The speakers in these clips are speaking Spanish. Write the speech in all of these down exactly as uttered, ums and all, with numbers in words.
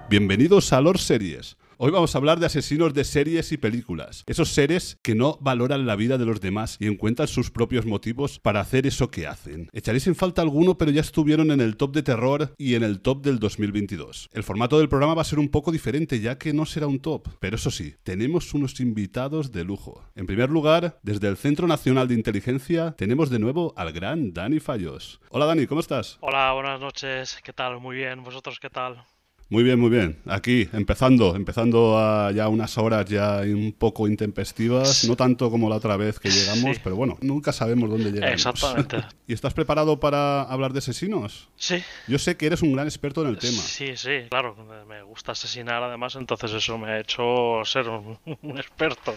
Bienvenidos a Lore Series. Hoy vamos a hablar de asesinos de series y películas. Esos seres que no valoran la vida de los demás y encuentran sus propios motivos para hacer eso que hacen. Echaréis en falta alguno, pero ya estuvieron en el top de terror y en el top del dos mil veintidós. El formato del programa va a ser un poco diferente, ya que no será un top. Pero eso sí, tenemos unos invitados de lujo. En primer lugar, desde el Centro Nacional de Inteligencia, tenemos de nuevo al gran Dani Fallos. Hola Dani, ¿cómo estás? Hola, buenas noches. ¿Qué tal? Muy bien. ¿Vosotros qué tal? Muy bien, muy bien. Aquí, empezando, empezando a ya unas horas ya un poco intempestivas, no tanto como la otra vez que llegamos, sí. Pero bueno, nunca sabemos dónde llegamos. Exactamente. ¿Y estás preparado para hablar de asesinos? Sí. Yo sé que eres un gran experto en el tema. Sí, sí, claro. Me gusta asesinar además, entonces eso me ha hecho ser un, un experto.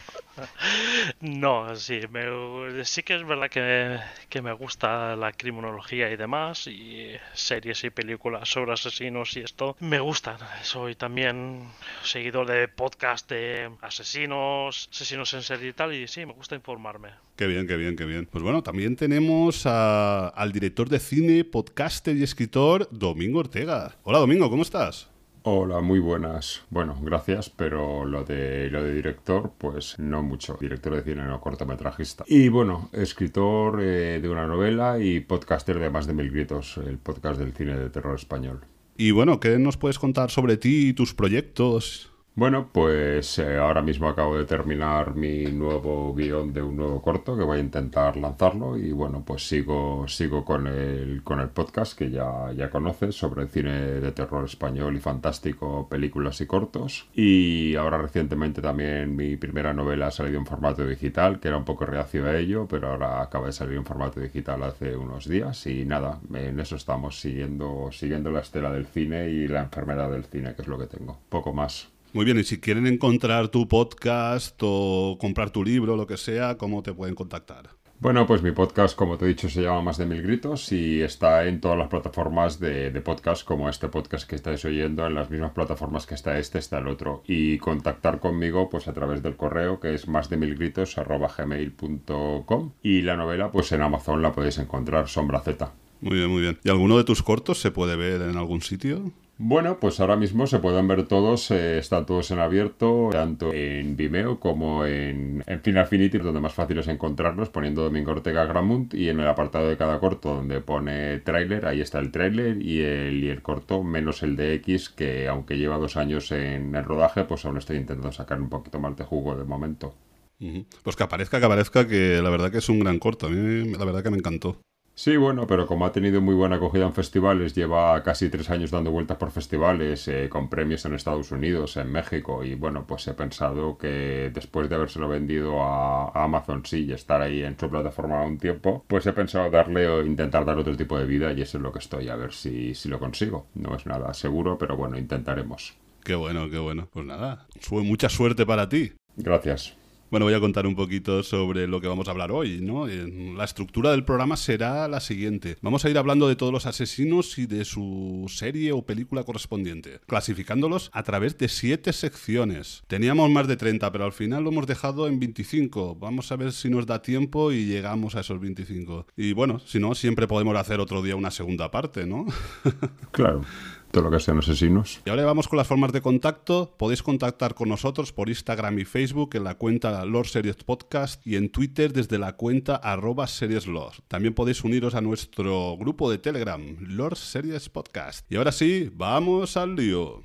No, sí, me, sí que es verdad que, que me gusta la criminología y demás, y series y películas sobre asesinos y esto me gusta. Soy también seguidor de podcast de asesinos, asesinos en serie y tal, y sí, me gusta informarme. Qué bien, qué bien, qué bien. Pues bueno, también tenemos a, al director de cine, podcaster y escritor, Domingo Ortega. Hola Domingo, ¿cómo estás? Hola, muy buenas. Bueno, gracias, pero lo de lo de director, pues no mucho. Director de cine, no cortometrajista. Y bueno, escritor eh, de una novela y podcaster de Más de Mil Gritos, el podcast del cine de terror español. Y bueno, ¿qué nos puedes contar sobre ti y tus proyectos? Bueno, pues eh, ahora mismo acabo de terminar mi nuevo guión de un nuevo corto que voy a intentar lanzarlo y bueno, pues sigo sigo con el con el podcast que ya, ya conoces sobre cine de terror español y fantástico, películas y cortos. Y ahora recientemente también mi primera novela ha salido en formato digital, que era un poco reacio a ello, pero ahora acaba de salir en formato digital hace unos días y nada, en eso estamos siguiendo, siguiendo la estela del cine y la enfermedad del cine, que es lo que tengo, poco más. Muy bien, y si quieren encontrar tu podcast o comprar tu libro, lo que sea, ¿cómo te pueden contactar? Bueno, pues mi podcast, como te he dicho, se llama Más de Mil Gritos y está en todas las plataformas de, de podcast, como este podcast que estáis oyendo, en las mismas plataformas que está este, está el otro. Y contactar conmigo pues a través del correo, que es másdemilgritos arroba gmail punto com. Y la novela, pues en Amazon la podéis encontrar, Sombra Z. Muy bien, muy bien. ¿Y alguno de tus cortos se puede ver en algún sitio? Bueno, pues ahora mismo se pueden ver todos, eh, están todos en abierto, tanto en Vimeo como en, en Final Affinity, donde más fácil es encontrarlos, poniendo Domingo Ortega Gramunt, y en el apartado de cada corto donde pone tráiler, ahí está el tráiler y el, y el corto, menos el de X, que aunque lleva dos años en el rodaje, pues aún estoy intentando sacar un poquito más de jugo de momento. Uh-huh. Pues que aparezca, que aparezca, que la verdad que es un gran corto, a mí la verdad que me encantó. Sí, bueno, pero como ha tenido muy buena acogida en festivales, lleva casi tres años dando vueltas por festivales, eh, con premios en Estados Unidos, en México, y bueno, pues he pensado que después de habérselo vendido a, a Amazon, sí, y estar ahí en su plataforma un tiempo, pues he pensado darle o intentar dar otro tipo de vida, y eso es lo que estoy, a ver si, si lo consigo. No es nada seguro, pero bueno, intentaremos. Qué bueno, qué bueno. Pues nada, mucha suerte para ti. Gracias. Bueno, voy a contar un poquito sobre lo que vamos a hablar hoy, ¿no? La estructura del programa será la siguiente. Vamos a ir hablando de todos los asesinos y de su serie o película correspondiente, clasificándolos a través de siete secciones. Teníamos más de treinta, pero al final lo hemos dejado en veinticinco. Vamos a ver si nos da tiempo y llegamos a esos veinticinco. Y bueno, si no, siempre podemos hacer otro día una segunda parte, ¿no? Claro. Todo lo que sean asesinos. Y ahora vamos con las formas de contacto. Podéis contactar con nosotros por Instagram y Facebook en la cuenta Lore Series Podcast y en Twitter desde la cuenta arroba Series Lore. También podéis uniros a nuestro grupo de Telegram, Lore Series Podcast. Y ahora sí, vamos al lío.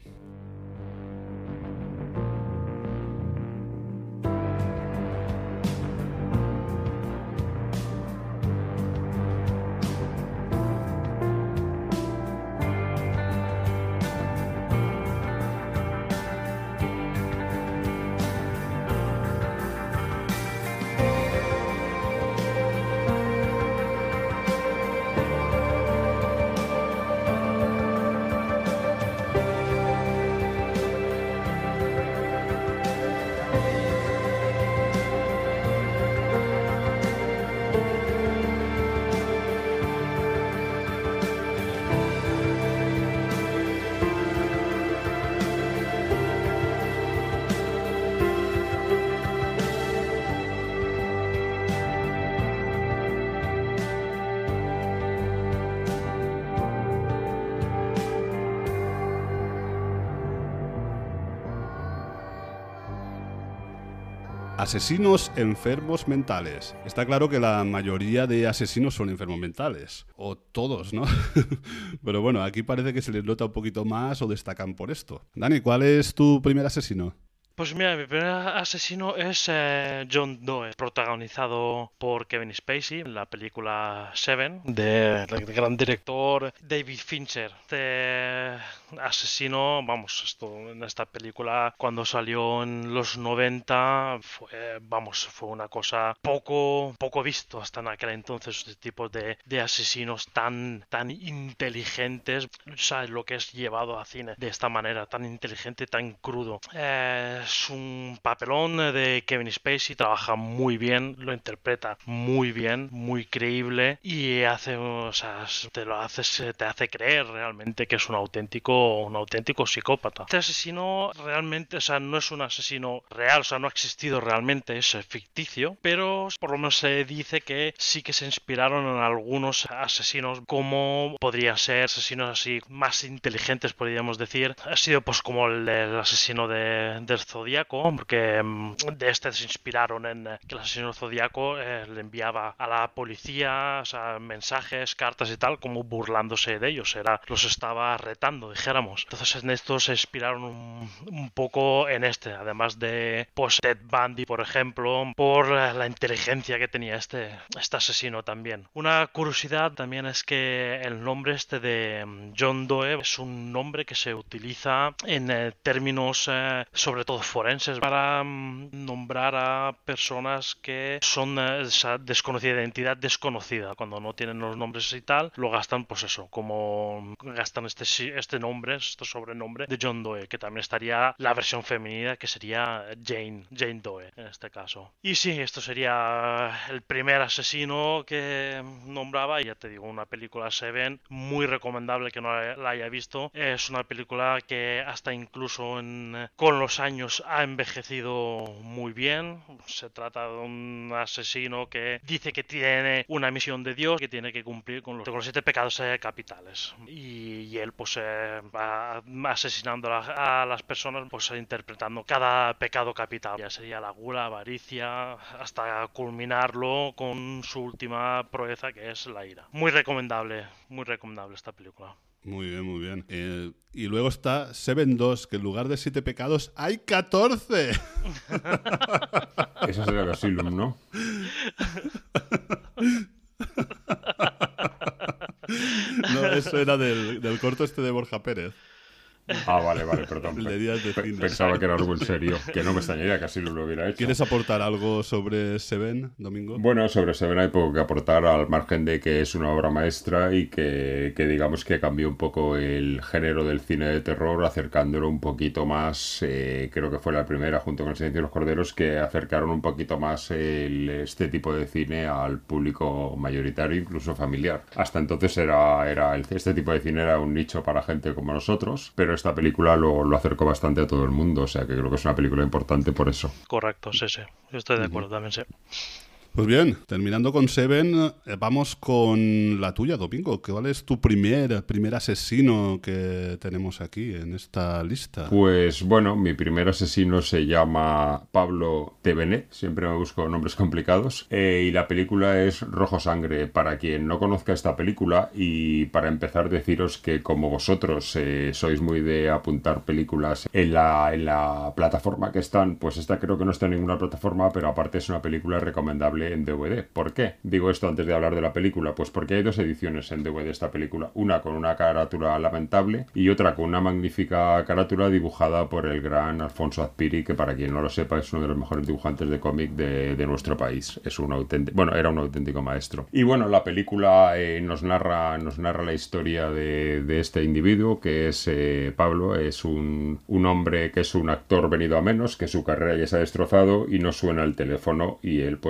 Asesinos enfermos mentales. Está claro que la mayoría de asesinos son enfermos mentales. O todos, ¿no? Pero bueno, aquí parece que se les nota un poquito más o destacan por esto. Dani, ¿cuál es tu primer asesino? Pues mira, mi primer asesino es eh, John Doe, protagonizado por Kevin Spacey en la película Seven, del de gran director David Fincher. Este asesino, vamos, esto en esta película cuando salió en los noventa fue, vamos, fue una cosa poco, poco visto hasta en aquel entonces, este tipo de, de asesinos tan, tan inteligentes, ¿sabes? Lo que es llevado a cine de esta manera, tan inteligente, tan crudo. Eh, Es un papelón de Kevin Spacey, trabaja muy bien, lo interpreta muy bien, muy creíble y hace, o sea, te lo haces, te hace creer realmente que es un auténtico, un auténtico psicópata. Este asesino realmente, o sea, no es un asesino real, o sea, no ha existido realmente, es ficticio, pero por lo menos se dice que sí que se inspiraron en algunos asesinos, como podrían ser asesinos así más inteligentes, podríamos decir. Ha sido pues como el, el asesino de, del Zodíaco, porque de este se inspiraron en que el asesino Zodíaco eh, le enviaba a la policía, o sea, mensajes, cartas y tal, como burlándose de ellos, era, los estaba retando, dijéramos. Entonces en esto se inspiraron un, un poco en este, además de pues Ted Bundy, por ejemplo, por la inteligencia que tenía este, este asesino también. Una curiosidad también es que el nombre este de John Doe es un nombre que se utiliza en eh, términos eh, sobre todo forenses para um, nombrar a personas que son uh, esa desconocida, identidad desconocida. Cuando no tienen los nombres y tal, lo gastan pues eso, como gastan este, este nombre, este sobrenombre de John Doe, que también estaría la versión femenina que sería Jane, Jane Doe en este caso. Y sí, esto sería el primer asesino que nombraba, y ya te digo, una película Seven, muy recomendable que no la haya visto. Es una película que hasta incluso en, con los años ha envejecido muy bien. Se trata de un asesino que dice que tiene una misión de Dios, que tiene que cumplir con los, con los siete pecados eh, capitales. Y, y él pues eh, va asesinando a, a las personas, pues interpretando cada pecado capital. Ya sería la gula, avaricia, hasta culminarlo con su última proeza, que es la ira. Muy recomendable, muy recomendable esta película. Muy bien, muy bien. Eh, y luego está Seven dos, que en lugar de siete pecados hay catorce. Esa sería la Asylum, ¿no? No, eso era del, del corto este de Borja Pérez. Ah, vale, vale, perdón. De días de cine. Pensaba que era algo en serio, que no me extrañaría que así lo hubiera hecho. ¿Quieres aportar algo sobre Seven, Domingo? Bueno, sobre Seven hay poco que aportar, al margen de que es una obra maestra y que, que digamos que cambió un poco el género del cine de terror, acercándolo un poquito más, eh, creo que fue la primera junto con El silencio de los corderos, que acercaron un poquito más el, este tipo de cine al público mayoritario, incluso familiar. Hasta entonces era, era el, este tipo de cine era un nicho para gente como nosotros, pero esta película lo, lo acercó bastante a todo el mundo, o sea que creo que es una película importante por eso. Correcto, sí, sí. Yo estoy de acuerdo, uh-huh. También sí. Pues bien, terminando con Seven, vamos con la tuya, Domingo. ¿Cuál es tu primer, primer asesino que tenemos aquí en esta lista? Pues bueno, mi primer asesino se llama Pablo Thévenet, siempre me busco nombres complicados, eh, y la película es Rojo Sangre. Para quien no conozca esta película, y para empezar deciros que como vosotros eh, sois muy de apuntar películas en la, en la plataforma que están, pues esta creo que no está en ninguna plataforma, pero aparte es una película recomendable en D V D. ¿Por qué? Digo esto antes de hablar de la película, pues porque hay dos ediciones en D V D de esta película, una con una carátula lamentable y otra con una magnífica carátula dibujada por el gran Alfonso Azpiri, que para quien no lo sepa es uno de los mejores dibujantes de cómic de, de nuestro país. Es un auténtico, bueno, era un auténtico maestro. Y bueno, la película eh, nos narra nos narra la historia de, de este individuo que es eh, Pablo, es un, un hombre que es un actor venido a menos, que su carrera ya se ha destrozado y no suena el teléfono y él pues decide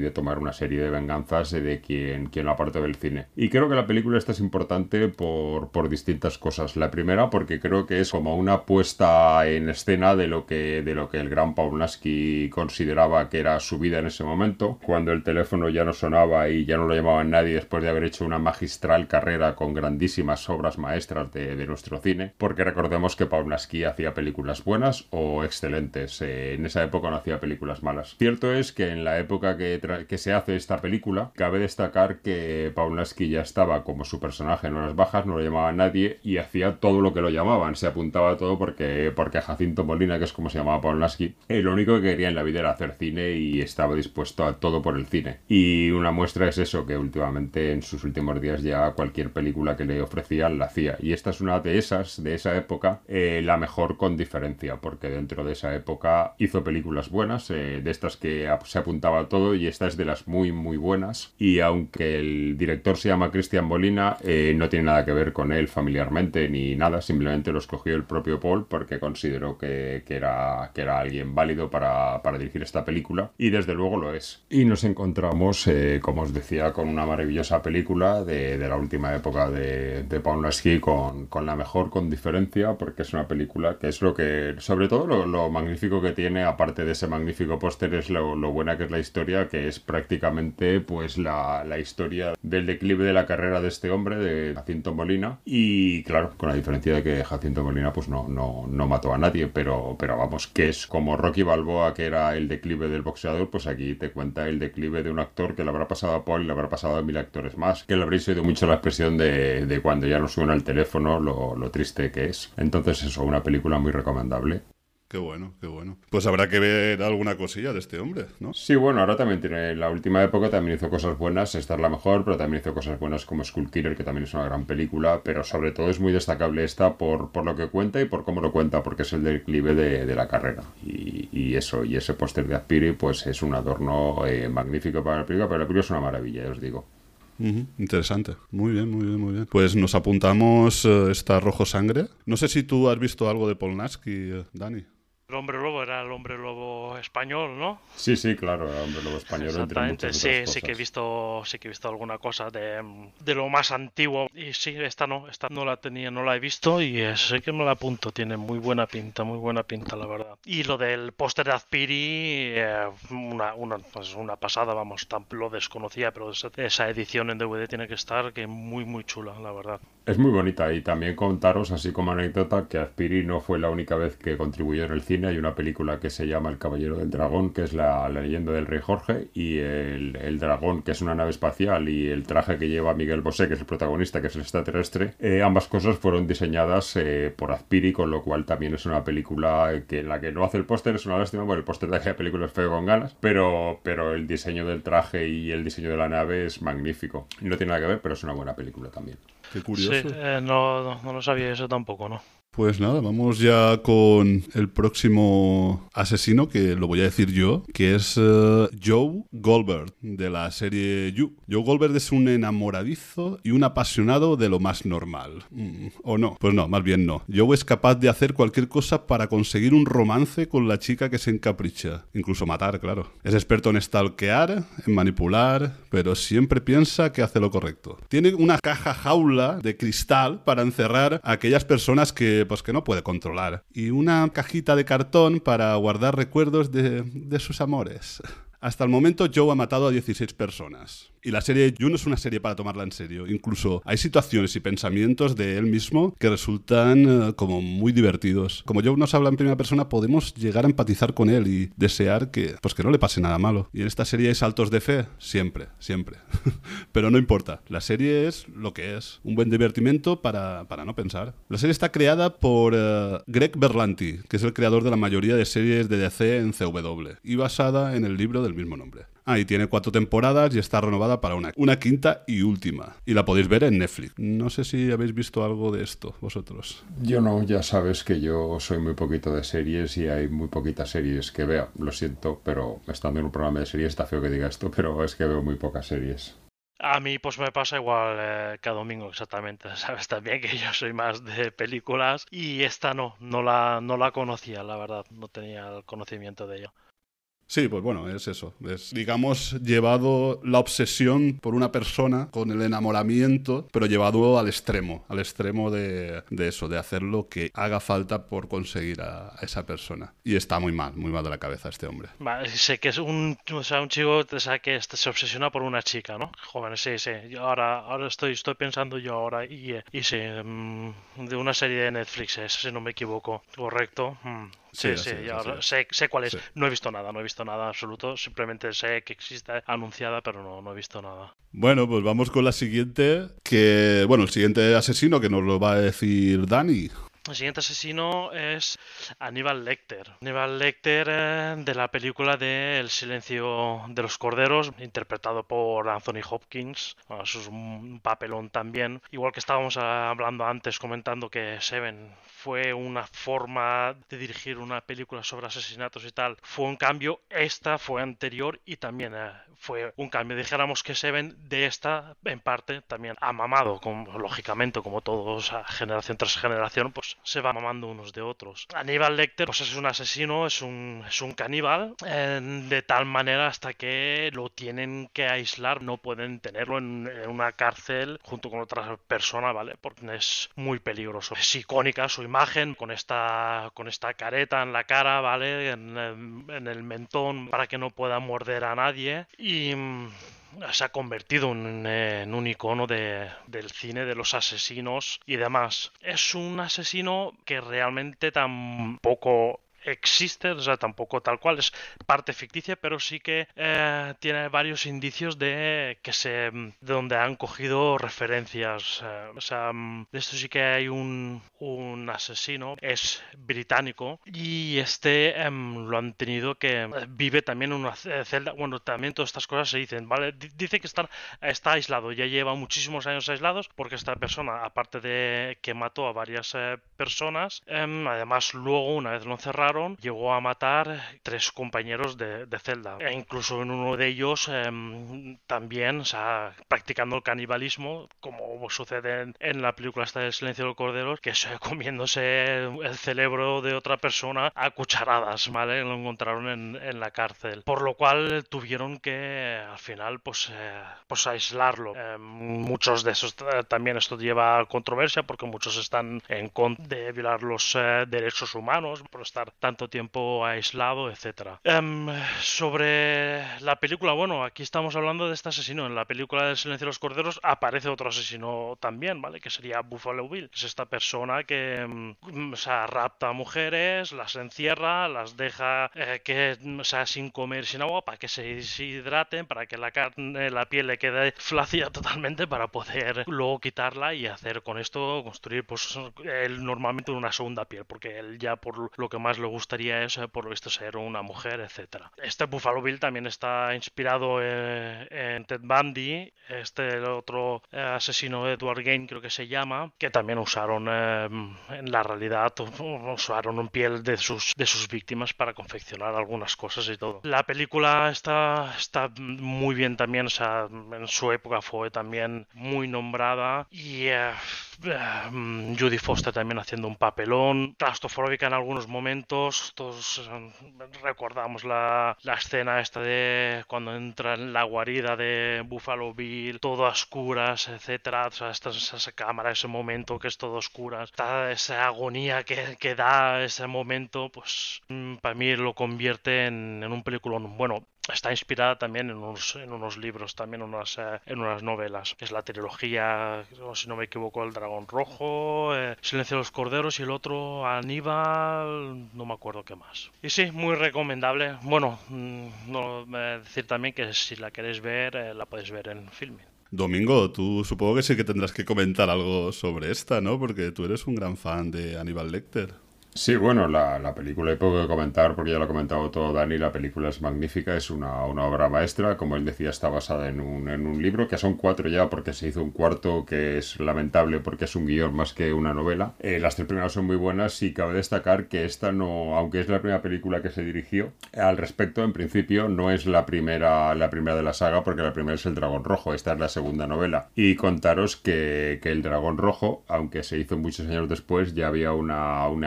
de tomar una serie de venganzas de quien, quien lo apartó del cine. Y creo que la película esta es importante por, por distintas cosas. La primera, porque creo que es como una puesta en escena de lo que, de lo que el gran Polanski consideraba que era su vida en ese momento, cuando el teléfono ya no sonaba y ya no lo llamaban nadie después de haber hecho una magistral carrera con grandísimas obras maestras de, de nuestro cine, porque recordemos que Polanski hacía películas buenas o excelentes. Eh, en esa época no hacía películas malas. Cierto es que en la época que, que se hace esta película, cabe destacar que Polanski ya estaba como su personaje en horas bajas, no lo llamaba nadie y hacía todo lo que lo llamaban, se apuntaba a todo porque, porque Jacinto Molina, que es como se llamaba Polanski, eh, lo único que quería en la vida era hacer cine y estaba dispuesto a todo por el cine. Y una muestra es eso, que últimamente en sus últimos días ya cualquier película que le ofrecían la hacía. Y esta es una de esas, de esa época, eh, la mejor con diferencia, porque dentro de esa época hizo películas buenas, eh, de estas que se apuntaba a todo, y esta es de las muy muy buenas. Y aunque el director se llama Cristian Molina, eh, no tiene nada que ver con él familiarmente ni nada, simplemente lo escogió el propio Paul porque consideró que, que, era, que era alguien válido para, para dirigir esta película, y desde luego lo es. Y nos encontramos, eh, como os decía, con una maravillosa película de, de la última época de, de Polanski, con, con la mejor con diferencia, porque es una película que es lo que, sobre todo lo, lo magnífico que tiene, aparte de ese magnífico póster, es lo, lo buena que es la historia, que es prácticamente pues la, la historia del declive de la carrera de este hombre, de Jacinto Molina, y claro, con la diferencia de que Jacinto Molina pues no, no, no mató a nadie, pero, pero vamos, que es como Rocky Balboa, que era el declive del boxeador, pues aquí te cuenta el declive de un actor que le habrá pasado a Paul y le habrá pasado a mil actores más, que le habréis oído mucho la expresión de, de cuando ya no suena el teléfono, lo, lo triste que es. Entonces eso, una película muy recomendable. Qué bueno, qué bueno. Pues habrá que ver alguna cosilla de este hombre, ¿no? Sí, bueno, ahora también tiene, en la última época también hizo cosas buenas, esta es la mejor, pero también hizo cosas buenas como Skull Killer, que también es una gran película, pero sobre todo es muy destacable esta por, por lo que cuenta y por cómo lo cuenta, porque es el declive de, de la carrera. Y, y eso, y ese póster de Azpiri, pues es un adorno eh, magnífico para la película, pero la película es una maravilla, ya os digo. Uh-huh. Interesante. Muy bien, muy bien, muy bien. Pues nos apuntamos uh, esta Rojo Sangre. No sé si tú has visto algo de Polanski, uh, Dani. El hombre lobo era el hombre lobo español, ¿no? Sí, sí, claro, el hombre lobo español. Exactamente, entre muchas sí, otras cosas. sí que he visto, sí que he visto alguna cosa de, de lo más antiguo. Y sí, esta no, esta no la tenía, no la he visto y eh, sé que me la apunto. Tiene muy buena pinta, muy buena pinta, la verdad. Y lo del póster de Azpiri, eh, una, una, pues una pasada, vamos, tan, lo desconocía, pero esa, esa edición en D V D tiene que estar que muy, muy chula, la verdad. Es muy bonita, y también contaros, así como anécdota, que Azpiri no fue la única vez que contribuyó en el cine. Hay una película que se llama El Caballero del Dragón, que es la, la leyenda del rey Jorge, y el, el dragón, que es una nave espacial, y el traje que lleva Miguel Bosé, que es el protagonista, que es el extraterrestre, eh, ambas cosas fueron diseñadas eh, por Azpiri, con lo cual también es una película que en la que no hace el póster, es una lástima, porque el póster de aquella película es feo con ganas, pero, pero el diseño del traje y el diseño de la nave es magnífico. No tiene nada que ver, pero es una buena película también. Qué curioso. Sí, eh, no, no, no lo sabía eso tampoco, ¿no? Pues nada, vamos ya con el próximo asesino, que lo voy a decir yo, que es uh, Joe Goldberg, de la serie You. Joe Goldberg es un enamoradizo y un apasionado de lo más normal. Mm, ¿O no? Pues no, más bien no. Joe es capaz de hacer cualquier cosa para conseguir un romance con la chica que se encapricha. Incluso matar, claro. Es experto en stalkear, en manipular, pero siempre piensa que hace lo correcto. Tiene una caja jaula de cristal para encerrar a aquellas personas que pues que no puede controlar, y una cajita de cartón para guardar recuerdos de, de sus amores. Hasta el momento Joe ha matado a dieciséis personas. Y la serie You no es una serie para tomarla en serio. Incluso hay situaciones y pensamientos de él mismo que resultan uh, como muy divertidos. Como Joe nos habla en primera persona, podemos llegar a empatizar con él y desear que, pues que no le pase nada malo. Y en esta serie hay saltos de fe, siempre, siempre. Pero no importa, la serie es lo que es. Un buen divertimento para, para no pensar. La serie está creada por uh, Greg Berlanti, que es el creador de la mayoría de series de D C en C W, y basada en el libro del mismo nombre. Ah, y tiene cuatro temporadas y está renovada para una, una quinta y última. Y la podéis ver en Netflix. No sé si habéis visto algo de esto, vosotros. Yo no, ya sabes que yo soy muy poquito de series y hay muy poquitas series que vea. Lo siento, pero estando en un programa de series está feo que diga esto, pero es que veo muy pocas series. A mí pues me pasa igual eh, cada domingo exactamente, sabes también que yo soy más de películas y esta no, no la, no la conocía, la verdad, no tenía el conocimiento de ella. Sí, pues bueno, es eso. Es, digamos, llevado la obsesión por una persona con el enamoramiento, pero llevado al extremo, al extremo de, de eso, de hacer lo que haga falta por conseguir a, a esa persona. Y está muy mal, muy mal de la cabeza este hombre. Vale, sé que es un, o sea, un chico o sea, que este, se obsesiona por una chica, ¿no? Joven, sí, sí. Yo ahora, ahora estoy, estoy pensando yo ahora y, y sí, mmm, de una serie de Netflix, es, si no me equivoco. Correcto. Mm. Sí, sí, sí, ahora sé, sé cuál es. Sí. No he visto nada, no he visto nada absoluto. Simplemente sé que existe anunciada, pero no, no he visto nada. Bueno, pues vamos con la siguiente, que, bueno, el siguiente asesino que nos lo va a decir Dani. El siguiente asesino es Aníbal Lecter. Aníbal Lecter eh, de la película de El silencio de los corderos, interpretado por Anthony Hopkins. Bueno, eso es un papelón también. Igual que estábamos hablando antes, comentando que Seven fue una forma de dirigir una película sobre asesinatos y tal. Fue un cambio, esta fue anterior y también eh, fue un cambio. Dijéramos que Seven de esta, en parte, también ha mamado, como, lógicamente, como todos, generación tras generación, pues se va mamando unos de otros. Aníbal Lecter pues es un asesino, es un, es un caníbal, eh, de tal manera hasta que lo tienen que aislar, no pueden tenerlo en, en una cárcel junto con otra persona, ¿vale? Porque es muy peligroso. Es icónica su imagen con esta, con esta careta en la cara, ¿vale? En, en, en el mentón para que no pueda morder a nadie y... se ha convertido en, en un icono de, del cine, de los asesinos y demás. Es un asesino que realmente tampoco existe, o sea, tampoco tal cual, es parte ficticia, pero sí que eh, tiene varios indicios de que se de donde han cogido referencias. Eh, o sea, de esto sí que hay un, un asesino, es británico y este eh, lo han tenido que vive también en una celda. Bueno, también todas estas cosas se dicen, ¿vale? Dice que está, está aislado, ya lleva muchísimos años aislados porque esta persona, aparte de que mató a varias eh, personas, eh, además luego una vez lo encerraron, llegó a matar tres compañeros de, de celda e incluso en uno de ellos eh, también, o sea, practicando el canibalismo, como sucede en, en la película esta del silencio de los corderos, que es comiéndose el cerebro de otra persona a cucharadas, ¿vale? Lo encontraron en, en la cárcel, por lo cual tuvieron que al final pues, eh, pues aislarlo. Eh, muchos de esos eh, también esto lleva controversia porque muchos están en contra de violar los eh, derechos humanos por estar tanto tiempo aislado, etcétera. Um, sobre la película, bueno, aquí estamos hablando de este asesino. En la película del silencio de los corderos aparece otro asesino también, ¿vale? Que sería Buffalo Bill. Es esta persona que um, o sea, rapta a mujeres, las encierra, las deja eh, que, o sea, sin comer, sin agua, para que se, se hidraten, para que la carne, la piel le quede flácida totalmente, para poder luego quitarla y hacer con esto, construir, pues, él normalmente una segunda piel, porque él ya por lo que más le gustaría es, por lo visto, ser una mujer, etcétera. Este Buffalo Bill también está inspirado en, en Ted Bundy, este el otro eh, asesino, Edward Gein creo que se llama, que también usaron eh, en la realidad, usaron un piel de sus, de sus víctimas para confeccionar algunas cosas y todo. La película está, está muy bien también, o sea, en su época fue también muy nombrada y eh, eh, Judy Foster también haciendo un papelón, claustrofóbica en algunos momentos. Todos eh, recordamos la, la escena esta de cuando entra en la guarida de Buffalo Bill, todo a oscuras, etcétera. O sea, esta, esa cámara, ese momento que es todo a oscuras, esta, esa agonía que, que da ese momento, pues para mí lo convierte en, en un peliculón. Bueno, está inspirada también en unos, en unos libros, también en unas, eh, en unas novelas, que es la trilogía, si no me equivoco, El Dragón Rojo, eh, Silencio de los Corderos y el otro, Aníbal, no me acuerdo qué más. Y sí, muy recomendable. Bueno, no, eh, decir también que si la queréis ver, eh, la podéis ver en Filmin. Domingo, tú supongo que sí que tendrás que comentar algo sobre esta, ¿no? Porque tú eres un gran fan de Aníbal Lecter. Sí, bueno, la, la película hay poco que comentar porque ya lo ha comentado todo Dani, la película es magnífica, es una, una obra maestra, como él decía, está basada en un, en un libro, que son cuatro ya porque se hizo un cuarto que es lamentable porque es un guión más que una novela. Eh, las tres primeras son muy buenas y cabe destacar que esta no, aunque es la primera película que se dirigió, al respecto, en principio, no es la primera, la primera de la saga porque la primera es El Dragón Rojo, esta es la segunda novela. Y contaros que, que El Dragón Rojo, aunque se hizo muchos años después, ya había una, una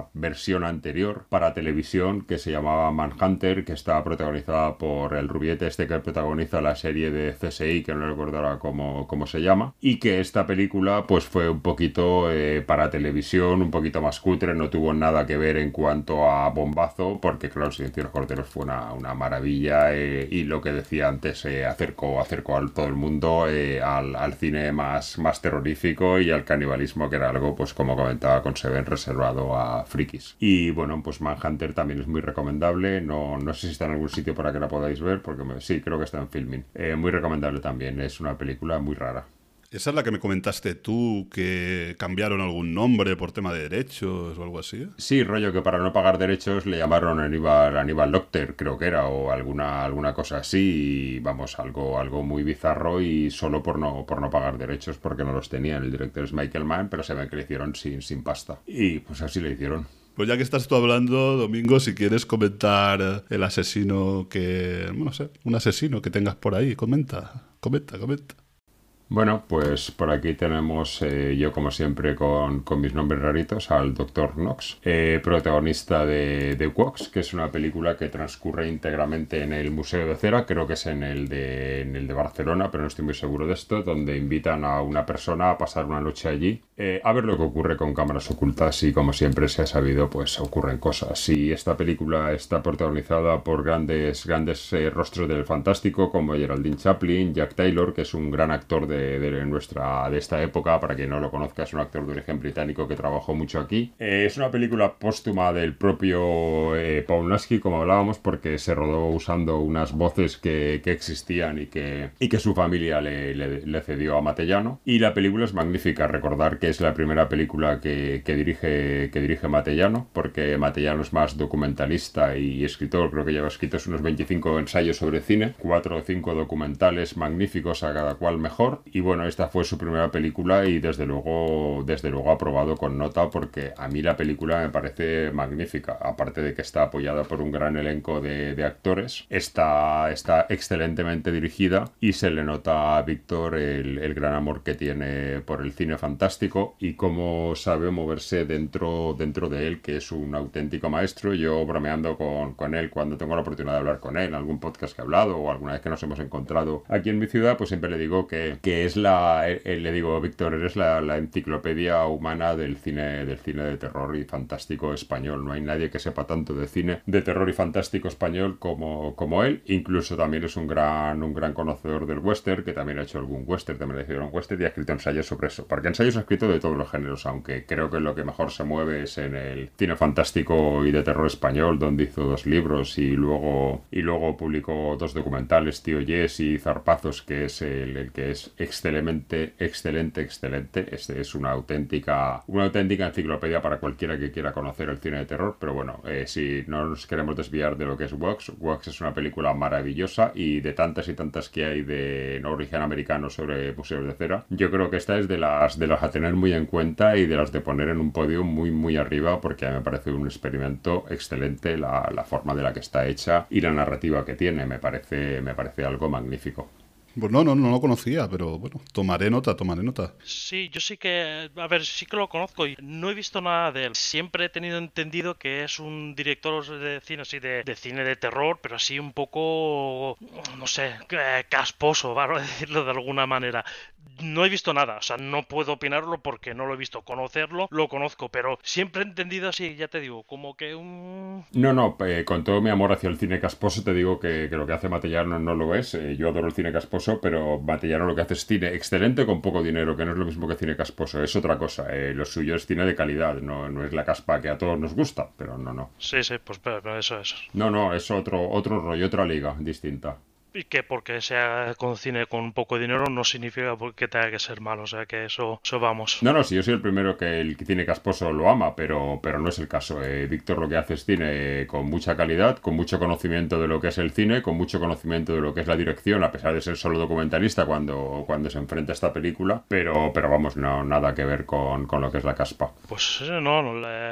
una versión anterior para televisión que se llamaba Manhunter, que está protagonizada por el rubiete este que protagoniza la serie de C S I, que no recuerdo ahora cómo, cómo se llama, y que esta película pues fue un poquito eh, para televisión, un poquito más cutre, no tuvo nada que ver en cuanto a bombazo, porque claro, Silencio de los Corderos fue una, una maravilla eh, y lo que decía antes eh, acercó, acercó a todo el mundo eh, al, al cine más, más terrorífico y al canibalismo, que era algo, pues como comentaba con Seven, reservado a frikis. Y bueno, pues Manhunter también es muy recomendable, no, no sé si está en algún sitio para que la podáis ver, porque me, sí, creo que está en Filmin. Eh, muy recomendable también, es una película muy rara. ¿Esa es la que me comentaste tú, que cambiaron algún nombre por tema de derechos o algo así? Sí, rollo que para no pagar derechos le llamaron Aníbal, Aníbal Lecter, creo que era, o alguna, alguna cosa así, y vamos, algo, algo muy bizarro y solo por no, por no pagar derechos porque no los tenían. El director es Michael Mann, pero se ve que le hicieron sin, sin pasta. Y pues así le hicieron. Pues ya que estás tú hablando, Domingo, si quieres comentar el asesino que... no sé, un asesino que tengas por ahí, comenta, comenta, comenta. Bueno, pues por aquí tenemos, eh, yo como siempre con, con mis nombres raritos, al doctor Knox, eh, protagonista de The Walks, que es una película que transcurre íntegramente en el Museo de Cera, creo que es en el de, en el de Barcelona, pero no estoy muy seguro de esto, donde invitan a una persona a pasar una noche allí, eh, a ver lo que ocurre con cámaras ocultas, y como siempre se ha sabido, pues ocurren cosas. Y esta película está protagonizada por grandes, grandes eh, rostros del fantástico, como Geraldine Chaplin, Jack Taylor, que es un gran actor de De, de nuestra de esta época. Para quien no lo conozca, es un actor de origen británico que trabajó mucho aquí. Eh, es una película póstuma del propio eh, Polanski, como hablábamos, porque se rodó usando unas voces que, que existían y que, y que su familia le, le, le cedió a Matellano. Y la película es magnífica. Recordar que es la primera película que, que, dirige, que dirige Matellano, porque Matellano es más documentalista y escritor. Creo que lleva escritos unos veinticinco ensayos sobre cine, cuatro o cinco documentales magníficos, a cada cual mejor. Y bueno, esta fue su primera película y desde luego, desde luego aprobado con nota, porque a mí la película me parece magnífica. Aparte de que está apoyada por un gran elenco de, de actores, está, está excelentemente dirigida y se le nota a Víctor el, el gran amor que tiene por el cine fantástico y cómo sabe moverse dentro, dentro de él, que es un auténtico maestro. Yo bromeando con, con él cuando tengo la oportunidad de hablar con él en algún podcast que he hablado o alguna vez que nos hemos encontrado aquí en mi ciudad, pues siempre le digo que, que es la, eh, le digo, Víctor, eres la, la enciclopedia humana del cine, del cine de terror y fantástico español. No hay nadie que sepa tanto de cine de terror y fantástico español como, como él. Incluso también es un gran, un gran conocedor del western, que también ha hecho algún western, también ha hecho un western y ha escrito ensayos sobre eso. Porque ensayos ha escrito de todos los géneros, aunque creo que lo que mejor se mueve es en el cine fantástico y de terror español, donde hizo dos libros y luego, y luego publicó dos documentales, Tío Yes y Zarpazos, que es el, el que es excelente, excelente, excelente. Este es una auténtica, una auténtica enciclopedia para cualquiera que quiera conocer el cine de terror. Pero bueno, eh, si no nos queremos desviar de lo que es Wax, Wax es una película maravillosa y de tantas y tantas que hay de origen americano sobre museos de cera, yo creo que esta es de las, de las a tener muy en cuenta y de las de poner en un podio muy, muy arriba, porque a mí me parece un experimento excelente la, la forma de la que está hecha y la narrativa que tiene. Me parece, me parece algo magnífico. Pues no, no, no lo conocía, pero bueno, tomaré nota, tomaré nota. Sí, yo sí que, a ver, sí que lo conozco y no he visto nada de él. Siempre he tenido entendido que es un director de cine así, de, de cine de terror, pero así un poco, no sé, casposo, para decirlo de alguna manera. No he visto nada, o sea, no puedo opinarlo porque no lo he visto. Conocerlo, lo conozco, pero siempre he entendido así, ya te digo, como que un... No, no, eh, con todo mi amor hacia el cine casposo te digo que, que lo que hace Matellano no lo es. Eh, yo adoro el cine casposo, pero Matellano lo que hace es cine excelente con poco dinero, que no es lo mismo que cine casposo, es otra cosa. Eh, lo suyo es cine de calidad, no, no es la caspa que a todos nos gusta, pero no, no. Sí, sí, pues pero eso es. No, no, es otro, otro rollo, otra liga distinta. Y que porque sea con cine con poco dinero no significa que tenga que ser malo, o sea que eso, eso vamos. No, no, sí, yo soy el primero que el cine casposo lo ama, pero, pero no es el caso. Eh, Víctor lo que hace es cine con mucha calidad, con mucho conocimiento de lo que es el cine, con mucho conocimiento de lo que es la dirección, a pesar de ser solo documentalista cuando, cuando se enfrenta a esta película, pero, pero vamos, no, nada que ver con, con lo que es la caspa. Pues no, no le...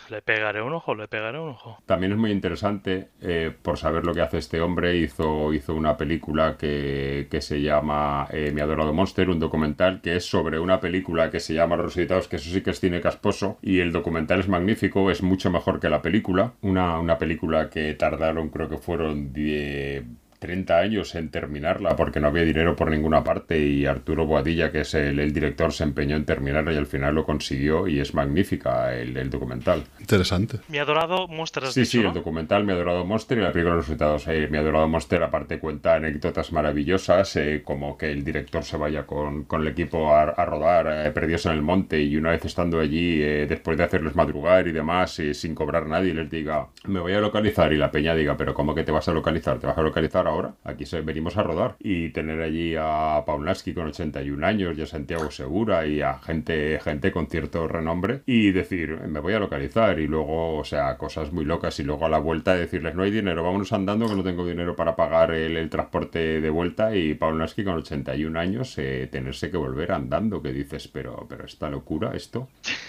Le pegaré un ojo, le pegaré un ojo. También es muy interesante, eh, por saber lo que hace este hombre. Hizo, hizo una película que, que se llama eh, Mi adorado Monster, un documental que es sobre una película que se llama Los Resucitados, que eso sí que es cine casposo, y el documental es magnífico, es mucho mejor que la película. Una, una película que tardaron, creo que fueron diez... treinta años en terminarla porque no había dinero por ninguna parte, y Arturo Boadilla, que es el, el director, se empeñó en terminarla y al final lo consiguió, y es magnífica el, el documental. Interesante. Mi adorado Monster, has Sí, dicho, sí, ¿no? el documental Mi adorado Monster y la película Los Resultados. Eh, Mi adorado Monster aparte cuenta anécdotas maravillosas, eh, como que el director se vaya con, con el equipo a, a rodar eh, perdidos en el monte, y una vez estando allí, eh, después de hacerles madrugar y demás, eh, sin cobrar nadie, les diga, me voy a localizar, y la peña diga, pero ¿cómo que te vas a localizar? ¿Te vas a localizar ahora? Aquí se, venimos a rodar. Y tener allí a Paulaski con ochenta y un años, y a Santiago Segura, y a gente, gente con cierto renombre, y decir, me voy a localizar, y luego, o sea, cosas muy locas, y luego a la vuelta decirles, no hay dinero, vámonos andando, que no tengo dinero para pagar el, el transporte de vuelta, y Paulaski con ochenta y un años, eh, tenerse que volver andando, que dices, pero, pero esta locura, esto...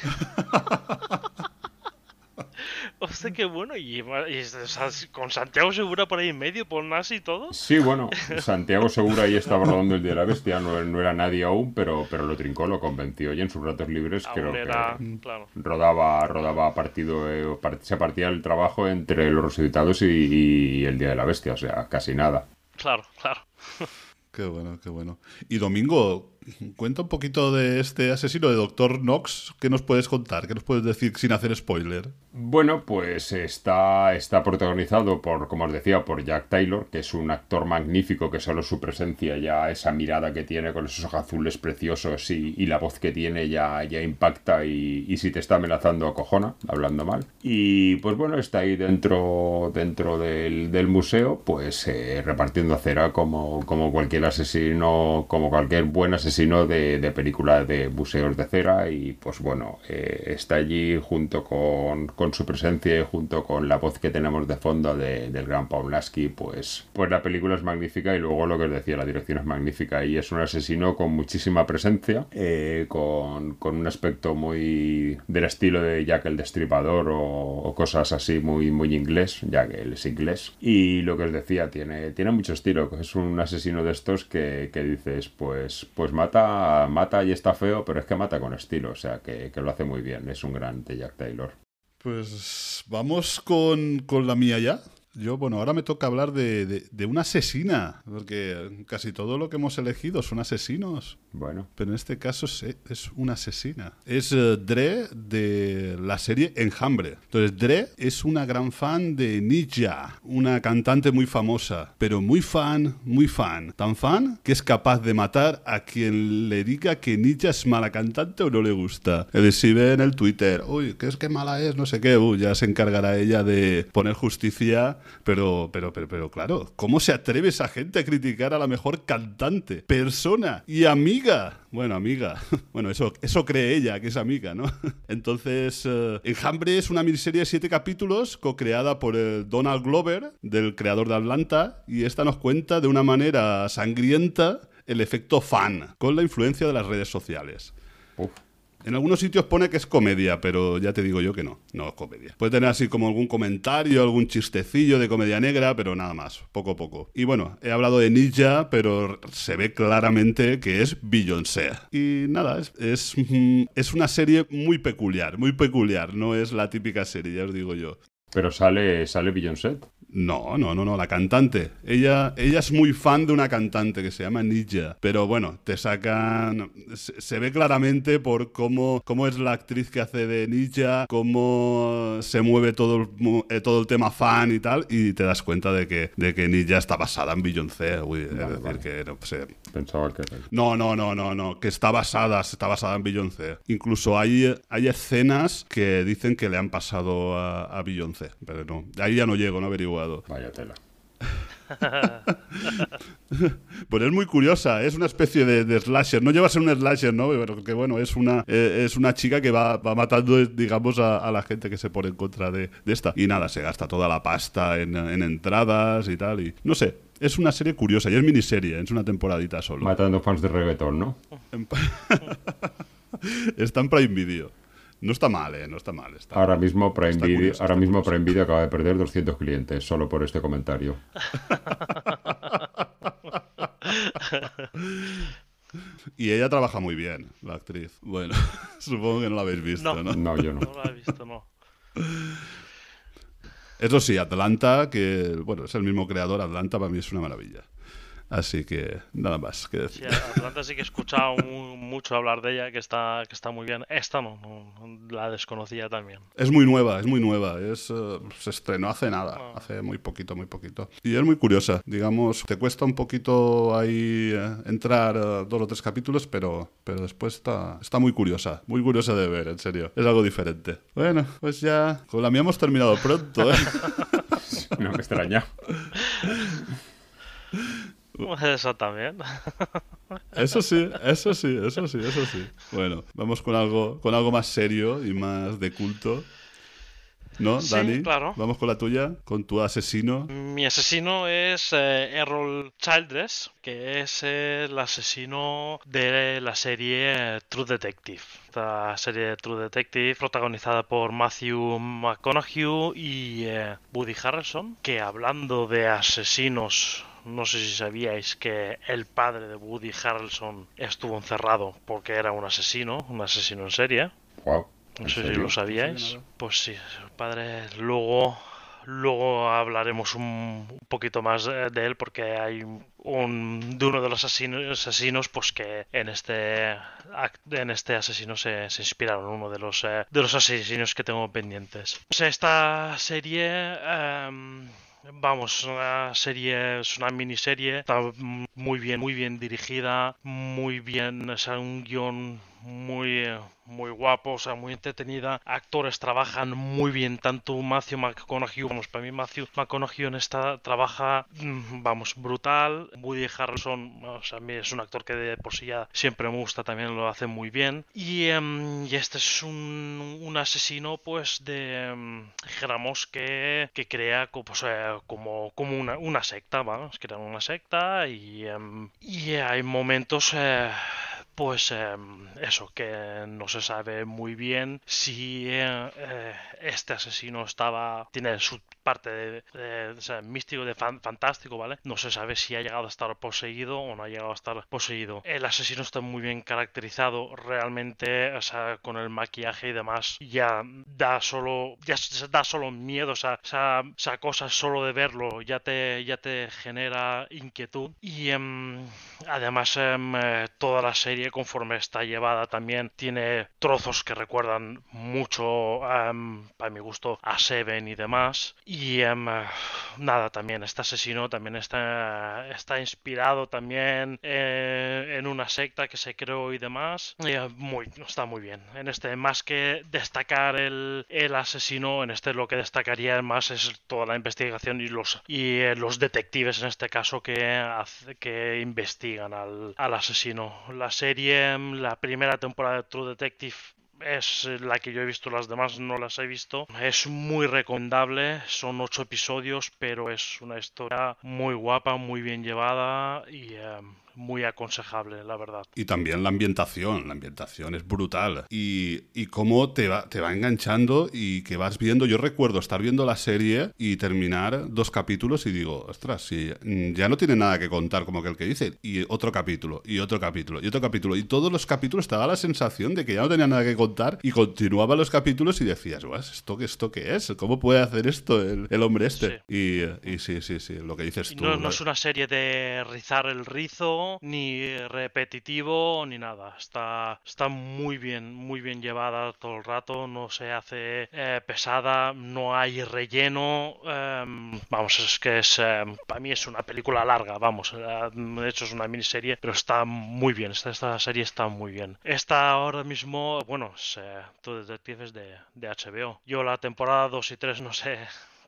Hostia, qué bueno. Y, y, o sea, con Santiago Segura por ahí en medio, por Nas y todo. Sí, bueno, Santiago Segura ahí estaba rodando El Día de la Bestia, no, no era nadie aún, pero, pero lo trincó, lo convenció, y en sus ratos libres Aún creo era, que claro. rodaba, rodaba partido, eh, part- se partía el trabajo entre Los Resucitados y, y El Día de la Bestia, o sea, casi nada. Claro, claro. Qué bueno, qué bueno. Y Domingo, cuenta un poquito de este asesino de doctor Knox. ¿Qué nos puedes contar? ¿Qué nos puedes decir sin hacer spoiler? Bueno, pues está, está protagonizado por, como os decía, por Jack Taylor, que es un actor magnífico, que solo su presencia, ya esa mirada que tiene con esos ojos azules preciosos, y, y la voz que tiene ya, ya impacta, y, y si te está amenazando acojona, hablando mal. Y pues bueno, está ahí dentro, dentro del, del museo, pues eh, repartiendo cera como, como cualquier asesino, como cualquier buen asesino de, de película de museos de cera. Y pues bueno, eh, está allí junto con, con su presencia y junto con la voz que tenemos de fondo de, del gran Paulaski, pues, pues la película es magnífica. Y luego lo que os decía, la dirección es magnífica, y es un asesino con muchísima presencia, eh, con, con un aspecto muy del estilo de Jack el Destripador, o, o cosas así, muy, muy inglés, ya que él es inglés. Y lo que os decía, tiene, tiene mucho estilo, es un asesino de estos que, que dices, pues, pues mata, mata y está feo, pero es que mata con estilo, o sea, que, que lo hace muy bien, es un gran Jack Taylor. Pues vamos con, con la mía ya. Yo, bueno, ahora me toca hablar de, de, de una asesina, porque casi todo lo que hemos elegido son asesinos. Bueno. Pero en este caso es, es una asesina. Es uh, Dre de la serie Enjambre. Entonces, Dre es una gran fan de Ninja, una cantante muy famosa, pero muy fan, muy fan. Tan fan que es capaz de matar a quien le diga que Ninja es mala cantante o no le gusta. Es decir, si ve en el Twitter, uy, que es que mala es, no sé qué, uy, ya se encargará ella de poner justicia. Pero, pero, pero, pero, claro, ¿cómo se atreve esa gente a criticar a la mejor cantante, persona y amiga? Bueno, amiga. Bueno, eso, eso cree ella, que es amiga, ¿no? Entonces, uh, Enjambre es una miniserie de siete capítulos co-creada por el Donald Glover, del creador de Atlanta, y esta nos cuenta de una manera sangrienta el efecto fan, con la influencia de las redes sociales. Uf. En algunos sitios pone que es comedia, pero ya te digo yo que no, no es comedia. Puede tener así como algún comentario, algún chistecillo de comedia negra, pero nada más, poco a poco. Y bueno, he hablado de Ninja, pero se ve claramente que es Beyoncé. Y nada, es, es, es una serie muy peculiar, muy peculiar, no es la típica serie, ya os digo yo. Pero sale, sale Beyoncé. No, no, no, no, la cantante. Ella, ella es muy fan de una cantante que se llama Ninja. Pero bueno, te sacan... Se, se ve claramente por cómo, cómo es la actriz que hace de Ninja, cómo se mueve todo el, todo el tema fan y tal, y te das cuenta de que, de que Ninja está basada en Beyoncé. Uy, vale, es decir, vale. que no sé. Pensaba que... No, no, no, no, no, que está basada, está basada en Beyoncé. Incluso hay, hay escenas que dicen que le han pasado a, a Beyoncé, pero no, ahí ya no llego, no averiguo. Vaya tela. Pues es muy curiosa, es una especie de, de slasher. No lleva a ser un slasher, ¿no? Pero que bueno, es una, eh, es una chica que va, va matando, digamos, a, a la gente que se pone en contra de, de esta. Y nada, se gasta toda la pasta en, en entradas y tal. Y no sé, es una serie curiosa y es miniserie, es una temporadita solo. Matando fans de reggaetón, ¿no? Está en Prime Video. No está mal, ¿eh? No está mal. Está, ahora mismo Prime está Video, curioso, ahora está mismo curioso. Prime Video acaba de perder doscientos clientes solo por este comentario. Y ella trabaja muy bien, la actriz. Bueno, supongo que no la habéis visto, No. ¿no? No, yo no. No lo he visto, no. Eso sí, Atlanta, que bueno, es el mismo creador, Atlanta para mí es una maravilla. Así que nada más que Sí, decir. Atlanta sí que he escuchado mu- mucho hablar de ella, que está, que está muy bien. Esta no, no, no, la desconocía también. Es muy nueva, es muy nueva. Es, eh, se estrenó hace nada, Ah. hace muy poquito, muy poquito. Y es muy curiosa. Digamos, te cuesta un poquito ahí eh, entrar eh, dos o tres capítulos, pero, pero después está, está muy curiosa. Muy curiosa de ver, en serio. Es algo diferente. Bueno, pues ya con la mía hemos terminado pronto, ¿eh? No me extraña. Eso también. Eso sí, eso sí, eso sí, eso sí. Bueno, vamos con algo, con algo más serio y más de culto. ¿No, Sí, Dani? claro. Vamos con la tuya, con tu asesino. Mi asesino es eh, Errol Childress, que es eh, el asesino de la serie True Detective. Esta serie de True Detective protagonizada por Matthew McConaughey y eh, Woody Harrelson, que hablando de asesinos, no sé si sabíais que el padre de Woody Harrelson estuvo encerrado porque era un asesino, un asesino en serie. Wow. No ¿En sé si serio? lo sabíais. No sabía nada. Pues sí, el padre. Luego, luego hablaremos un, un poquito más eh, de él porque hay un de uno de los asesinos, asesinos pues que en este act- en este asesino se, se inspiraron, uno de los eh, de los asesinos que tengo pendientes. Pues esta serie. em, Vamos, una serie, es una miniserie, está muy bien, muy bien dirigida, muy bien, o sea, un guión muy, eh, muy guapo, o sea, muy entretenida. Actores trabajan muy bien, tanto Matthew McConaughey, vamos, para mí Matthew McConaughey en esta trabaja, mm, vamos, brutal. Woody Harrelson, o sea, a mí es un actor que de por sí ya siempre me gusta, también lo hace muy bien. Y, em, y este es un, un asesino, pues, de, em, dijéramos que, que crea co- pues, eh, como, como una, una secta, vamos, crea una secta y, em, y hay momentos... eh, pues eh, eso, que no se sabe muy bien si eh, eh, este asesino estaba, tiene su parte de, de- o sea, místico, de fan- fantástico, ¿vale? No se sabe si ha llegado a estar poseído o no ha llegado a estar poseído. El asesino está muy bien caracterizado, realmente, o sea, con el maquillaje y demás, ya da solo, ya s- da solo miedo, o sea, o sea, o sea, cosas solo de verlo ya te, ya te genera inquietud. Y em, además, em, eh, toda la serie, conforme está llevada, también tiene trozos que recuerdan mucho, em, para mi gusto, a Seven y demás. Y em, eh, nada, también este asesino también está, está inspirado también eh, en una secta que se creó y demás. Y, eh, muy, está muy bien. En este, más que destacar el, el asesino, en este lo que destacaría más es toda la investigación y los, y, eh, los detectives en este caso que, hace- que investigan al, al asesino. La serie, la primera temporada de True Detective es la que yo he visto, las demás no las he visto. Es muy recomendable, son ocho episodios, pero es una historia muy guapa, muy bien llevada y eh, muy aconsejable, la verdad. Y también la ambientación, la ambientación es brutal. Y, y cómo te va, te va enganchando y que vas viendo. Yo recuerdo estar viendo la serie y terminar dos capítulos y digo, ostras, si ya no tiene nada que contar, como que el que dice. Y otro capítulo, y otro capítulo, y otro capítulo. Y todos los capítulos te da la sensación de que ya no tenía nada que contar y continuaba los capítulos y decías, "Guau, ¿esto, qué- ¿esto qué es? ¿Cómo puede hacer esto el, el hombre este? Y, y sí, sí, sí, lo que dices Y tú. no, no la- es una serie de rizar el rizo, ni repetitivo, ni nada. Está, está muy bien, muy bien llevada todo el rato. No se hace eh, pesada, no hay relleno. em, vamos, es que es em, para mí es una película larga, vamos. eh, de hecho es una miniserie, pero está muy bien. Esta, esta serie está muy bien. Esta ahora mismo, bueno, es, eh, True Detective es de, de H B O. Yo la temporada dos y tres no sé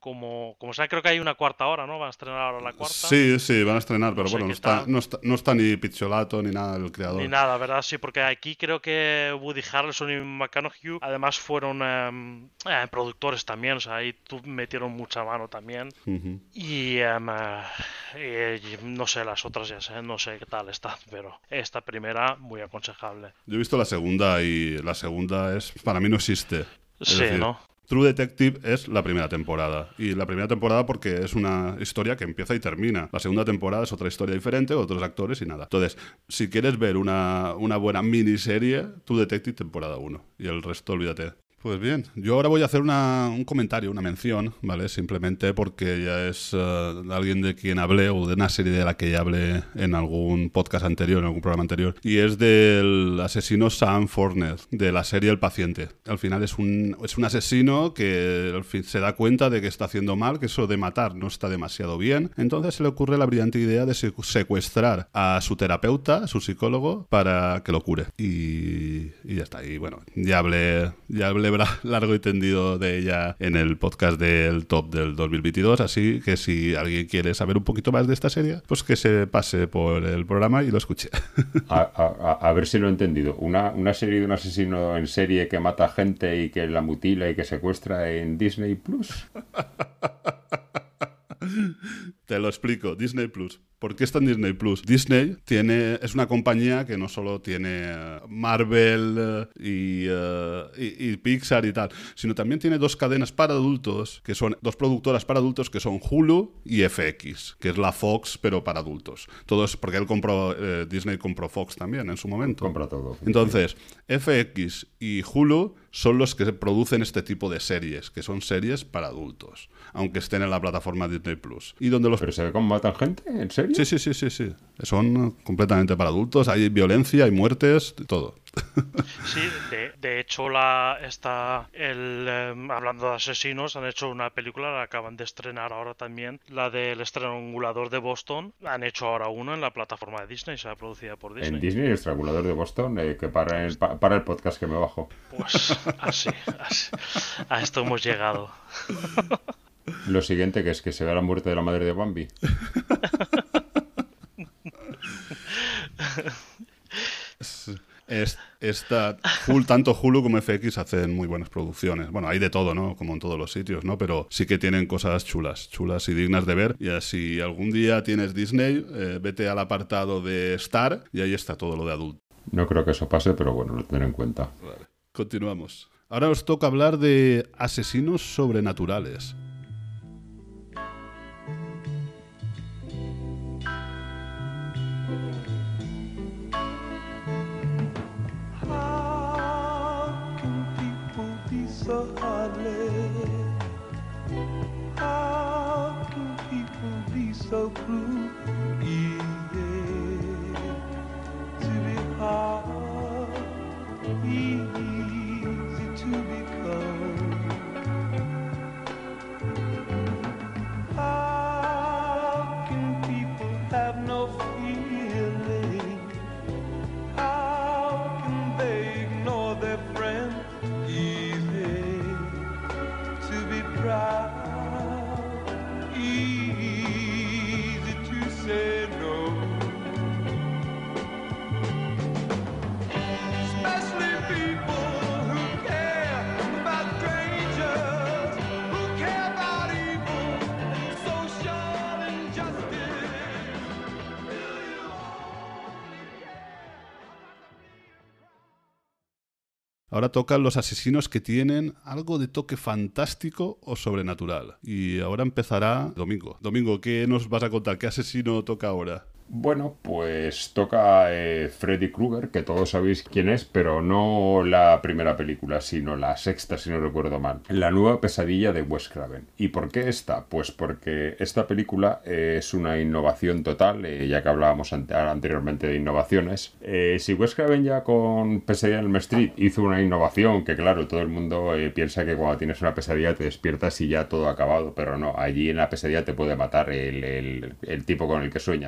como, como sea, creo que hay una cuarta hora, ¿no? Van a estrenar ahora la cuarta. Sí, sí, van a estrenar, pero No sé bueno, no qué está, tal. no, está, no está ni Pizzolato ni nada del creador. Ni nada, ¿verdad? Sí, porque aquí creo que Woody Harrelson y McConaughey además fueron em, eh, productores también, o sea, ahí tu- metieron mucha mano también. Ujú. Y, em, eh, y no sé, las otras ya sé, no sé qué tal está, pero esta primera muy aconsejable. Yo he visto la segunda y la segunda es, para mí no existe. Es Sí, decir, ¿no? True Detective es la primera temporada. Y la primera temporada porque es una historia que empieza y termina. La segunda temporada es otra historia diferente, otros actores y nada. Entonces, si quieres ver una, una buena miniserie, True Detective temporada uno. Y el resto, olvídate. Pues bien, yo ahora voy a hacer una, un comentario, una mención, ¿vale? Simplemente porque ya es uh, alguien de quien hablé o de una serie de la que ya hablé en algún podcast anterior, en algún programa anterior. Y es del asesino Sam Forner, de la serie El Paciente. Al final es un, es un asesino que al fin se da cuenta de que está haciendo mal, que eso de matar no está demasiado bien. Entonces se le ocurre la brillante idea de secuestrar a su terapeuta, a su psicólogo, para que lo cure. Y, y ya está. Y bueno, ya hablé, ya hablé largo y tendido de ella en el podcast del Top del dos mil veintidós, así que si alguien quiere saber un poquito más de esta serie, pues que se pase por el programa y lo escuche. A, a, a ver si lo he entendido. Una, una serie de un asesino en serie que mata gente y que la mutila y que secuestra en Disney Plus. Te lo explico, Disney Plus. ¿Por qué está en Disney Plus? Disney tiene, es una compañía que no solo tiene uh, Marvel uh, y, uh, y, y Pixar y tal, sino también tiene dos cadenas para adultos, que son dos productoras para adultos, que son Hulu y F X, que es la Fox, pero para adultos. Todo es porque él compró, eh, Disney compró Fox también en su momento. Compra todo. Entonces, F X y Hulu son los que producen este tipo de series, que son series para adultos, aunque estén en la plataforma Disney Plus. Y donde los... ¿Pero se ve cómo matan gente? ¿En serio? Sí, sí, sí, sí, sí. Son completamente para adultos, hay violencia, hay muertes, todo. Sí, de, de hecho, la está el eh, hablando de asesinos, han hecho una película, la acaban de estrenar ahora también, la del Estrangulador de Boston. Han hecho ahora una en la plataforma de Disney, será producida por Disney. En Disney, el Estrangulador de Boston, eh, que para el, pa, para el podcast que me bajo. Pues así, así, a esto hemos llegado. Lo siguiente, que es que se vea la muerte de la madre de Bambi. Es, esta, Hulu, tanto Hulu como F X hacen muy buenas producciones. Bueno, hay de todo, ¿no? Como en todos los sitios, ¿no? Pero sí que tienen cosas chulas, chulas y dignas de ver. Y así algún día tienes Disney, eh, vete al apartado de Star y ahí está todo lo de adulto. No creo que eso pase, pero bueno, lo tendré en cuenta. Vale, continuamos. Ahora os toca hablar de asesinos sobrenaturales. So heartless. How can people be so cruel? Easy to be hard, easy to become. How can people have no feeling? How can they ignore their friends? Proud, easy to say no. Especially people who care about strangers, who care about evil, social injustice. Ahora tocan los asesinos que tienen algo de toque fantástico o sobrenatural. Y ahora empezará Domingo. Domingo, ¿qué nos vas a contar? ¿Qué asesino toca ahora? Bueno, pues toca eh, Freddy Krueger, que todos sabéis quién es, pero no la primera película, sino la sexta, si no recuerdo mal. La nueva pesadilla de Wes Craven. ¿Y por qué esta? Pues porque esta película eh, es una innovación total, eh, ya que hablábamos ante anteriormente de innovaciones. Eh, si Wes Craven ya con Pesadilla en Elm Street hizo una innovación, que claro, todo el mundo eh, piensa que cuando tienes una pesadilla te despiertas y ya todo ha acabado, pero no, allí en la pesadilla te puede matar el, el, el tipo con el que sueñas. Bueno,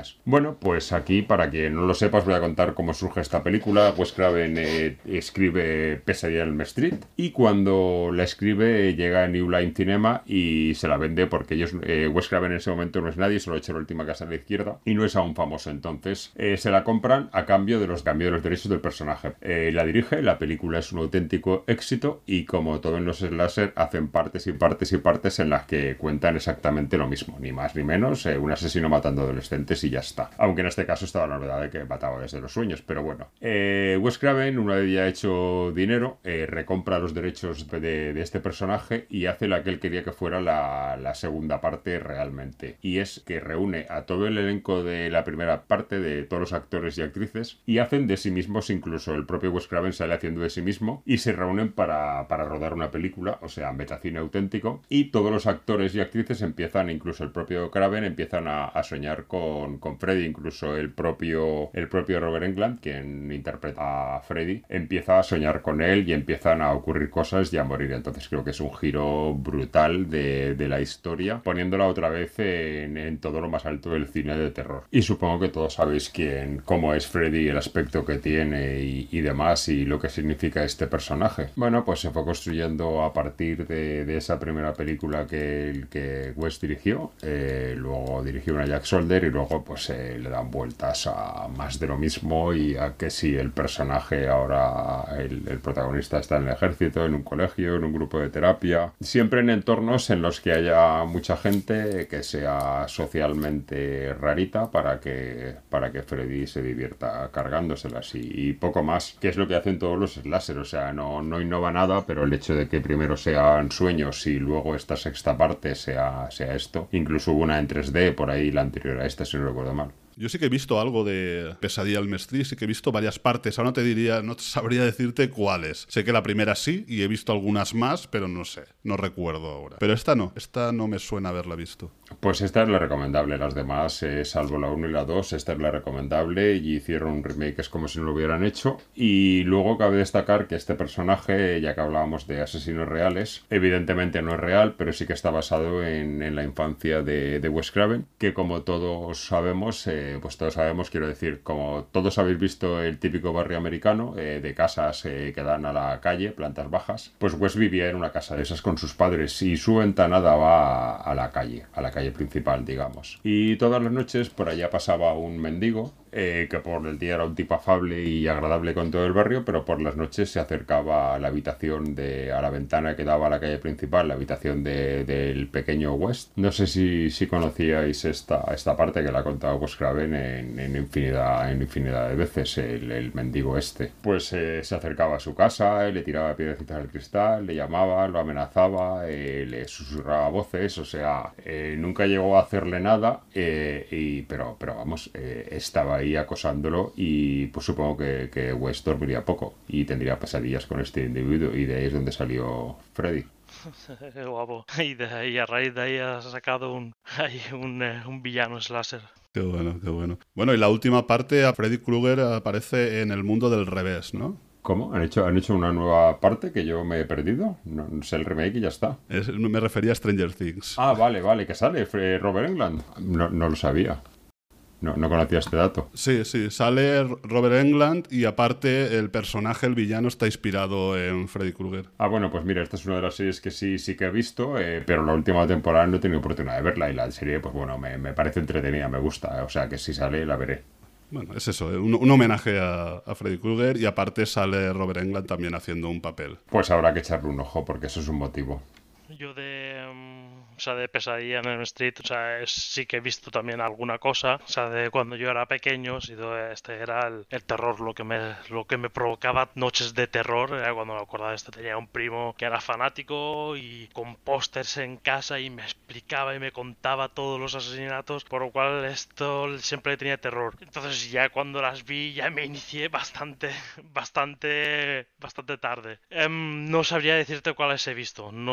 Bueno, pues aquí, para quien no lo sepa, os voy a contar cómo surge esta película. Wes Craven eh, escribe Pesadilla en Elm Street y cuando la escribe llega a New Line Cinema y se la vende porque ellos, eh, Wes Craven en ese momento no es nadie, solo ha hecho La última casa a la izquierda y no es aún famoso. Entonces eh, se la compran a cambio de los cambios de los derechos del personaje. Eh, la dirige, la película es un auténtico éxito y como todo en los slasher hacen partes y partes y partes en las que cuentan exactamente lo mismo, ni más ni menos, eh, un asesino matando adolescentes y ya está. Aunque en este caso estaba la novedad de que mataba desde los sueños, pero bueno. Eh, Wes Craven, una vez ya hecho dinero, eh, recompra los derechos de, de este personaje y hace lo que él quería que fuera la, la segunda parte realmente. Y es que reúne a todo el elenco de la primera parte, de todos los actores y actrices, y hacen de sí mismos, incluso el propio Wes Craven sale haciendo de sí mismo, y se reúnen para, para rodar una película, o sea, metacine auténtico, y todos los actores y actrices empiezan, incluso el propio Craven, empiezan a, a soñar con, con Freddy, incluso el propio, el propio Robert Englund, quien interpreta a Freddy, empieza a soñar con él y empiezan a ocurrir cosas y a morir. Entonces creo que es un giro brutal de, de la historia, poniéndola otra vez en, en todo lo más alto del cine de terror. Y supongo que todos sabéis quién, cómo es Freddy, el aspecto que tiene y, y demás, y lo que significa este personaje. Bueno, pues se fue construyendo a partir de, de esa primera película que, que Wes dirigió. Eh, luego dirigió una Jack Solder y luego pues eh, le dan vueltas a más de lo mismo y a que si el personaje ahora, el, el protagonista está en el ejército, en un colegio, en un grupo de terapia. Siempre en entornos en los que haya mucha gente que sea socialmente rarita para que, para que Freddy se divierta cargándoselas y, y poco más, que es lo que hacen todos los slasher. O sea, no, no innova nada, pero el hecho de que primero sean sueños y luego esta sexta parte sea, sea esto. Incluso hubo una en tres D por ahí, la anterior a esta, si no recuerdo mal. Yo sí que he visto algo de Pesadilla en Elm Street, sí que he visto varias partes. Ahora no te diría, no sabría decirte cuáles. Sé que la primera sí y he visto algunas más, pero no sé, no recuerdo ahora. Pero esta no, esta no me suena haberla visto. Pues esta es la recomendable, las demás, eh, salvo la uno y la dos, esta es la recomendable y hicieron un remake, es como si no lo hubieran hecho. Y luego cabe destacar que este personaje, ya que hablábamos de asesinos reales, evidentemente no es real, pero sí que está basado en, en la infancia de, de Wes Craven, que como todos sabemos, eh, pues todos sabemos, quiero decir, como todos habéis visto el típico barrio americano, eh, de casas eh, que dan a la calle, plantas bajas, pues Wes vivía en una casa de esas con sus padres y su ventana daba a, a la calle, a la calle principal, digamos. Y todas las noches por allá pasaba un mendigo, eh, que por el día era un tipo afable y agradable con todo el barrio, pero por las noches se acercaba a la habitación de, a la ventana que daba a la calle principal, la habitación de, del pequeño West. No sé si, si conocíais esta, esta parte que la ha contado Wes Craven en, en, infinidad, en infinidad de veces, el, el mendigo este. Pues eh, se acercaba a su casa, le tiraba piedrecitas al cristal, le llamaba, lo amenazaba, eh, le susurraba voces, o sea, eh, nunca llegó a hacerle nada, eh, y, pero, pero vamos, eh, estaba ahí acosándolo y pues supongo que, que Wes dormiría poco y tendría pesadillas con este individuo y de ahí es donde salió Freddy. Qué guapo. Y, de ahí, a raíz de ahí has sacado un, ahí, un, eh, un villano slasher. Qué bueno, qué bueno. Bueno, y la última parte, a Freddy Krueger aparece en el mundo del revés, ¿no? ¿Cómo? ¿Han hecho, han hecho una nueva parte que yo me he perdido? No, no sé el remake y ya está. Es, me refería a Stranger Things. Ah, vale, vale, que sale Robert Englund. No, no lo sabía. No, no conocía este dato. Sí, sí, sale Robert Englund y aparte el personaje, el villano, está inspirado en Freddy Krueger. Ah, bueno, pues mira, esta es una de las series que sí, sí que he visto, eh, pero la última temporada no he tenido oportunidad de verla y la serie, pues bueno, me, me parece entretenida, me gusta, o sea que si sale la veré. Bueno, es eso, un, un homenaje a, a Freddy Krueger y aparte sale Robert Englund también haciendo un papel. Pues habrá que echarle un ojo porque eso es un motivo. Yo de... Um... O sea, de Pesadilla en Elm Street, o sea, es, sí que he visto también alguna cosa. O sea, de cuando yo era pequeño, sido, este era el, el terror, lo que me lo que me provocaba noches de terror. Era cuando me acordaba de esto. Tenía un primo que era fanático y con pósters en casa y me explicaba y me contaba todos los asesinatos, por lo cual esto siempre tenía terror. Entonces ya cuando las vi ya me inicié bastante, bastante, bastante tarde. Um, no sabría decirte cuáles he visto. No sé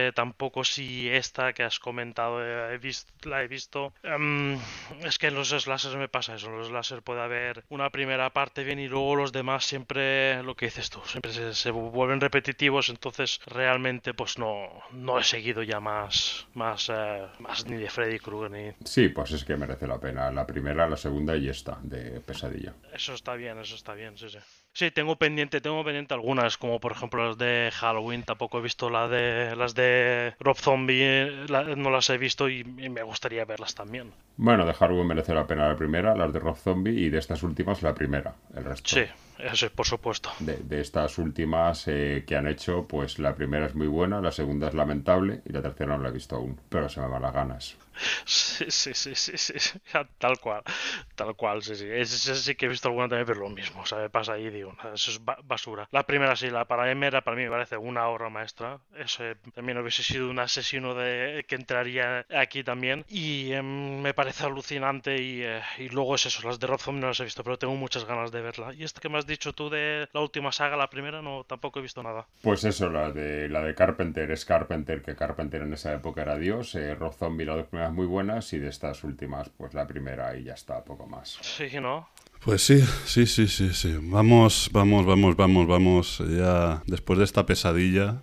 sé tampoco si esta que has comentado eh, he visto, la he visto. Em, es que en los slashers me pasa eso. En los slashers puede haber una primera parte bien y luego los demás siempre, lo que dices tú, siempre se, se vuelven repetitivos. Entonces realmente pues no, no he seguido ya más, más, eh, más ni de Freddy Krueger ni... Sí, pues es que merece la pena. La primera, la segunda y esta, de Pesadilla. Eso está bien, eso está bien, sí, sí. Sí, tengo pendiente, tengo pendiente algunas, como por ejemplo las de Halloween. Tampoco he visto la de las de Rob Zombie, la- no las he visto y, y me gustaría verlas también. Bueno, de Halloween merece la pena la primera, las de Rob Zombie, y de estas últimas la primera. El resto. Sí, eso por supuesto. De, de estas últimas eh, que han hecho, pues la primera es muy buena, la segunda es lamentable y la tercera no la he visto aún, pero se me van las ganas. Sí, sí, sí, sí, sí, sí, tal cual, tal cual, sí, sí. Ese sí que he visto alguna también, pero lo mismo, o sea, me pasa ahí y digo, "Nada, eso es ba- basura". La primera sí, la para mí era, para mí me parece una obra maestra. Ese también hubiese sido un asesino de que entraría aquí también y em, me parece alucinante y, eh, y luego es eso, las de Rob Zombie no las he visto, pero tengo muchas ganas de verla. Y esta que me has dicho tú de la última saga, la primera, no, tampoco he visto nada. Pues eso, la de, la de Carpenter es Carpenter, que Carpenter en esa época era Dios, eh, Rob Zombie las dos primeras muy buenas y de estas últimas, pues la primera y ya está, poco más. Sí, ¿no? Pues sí, sí, sí, sí, sí. Vamos, vamos, vamos, vamos, vamos. Ya después de esta pesadilla,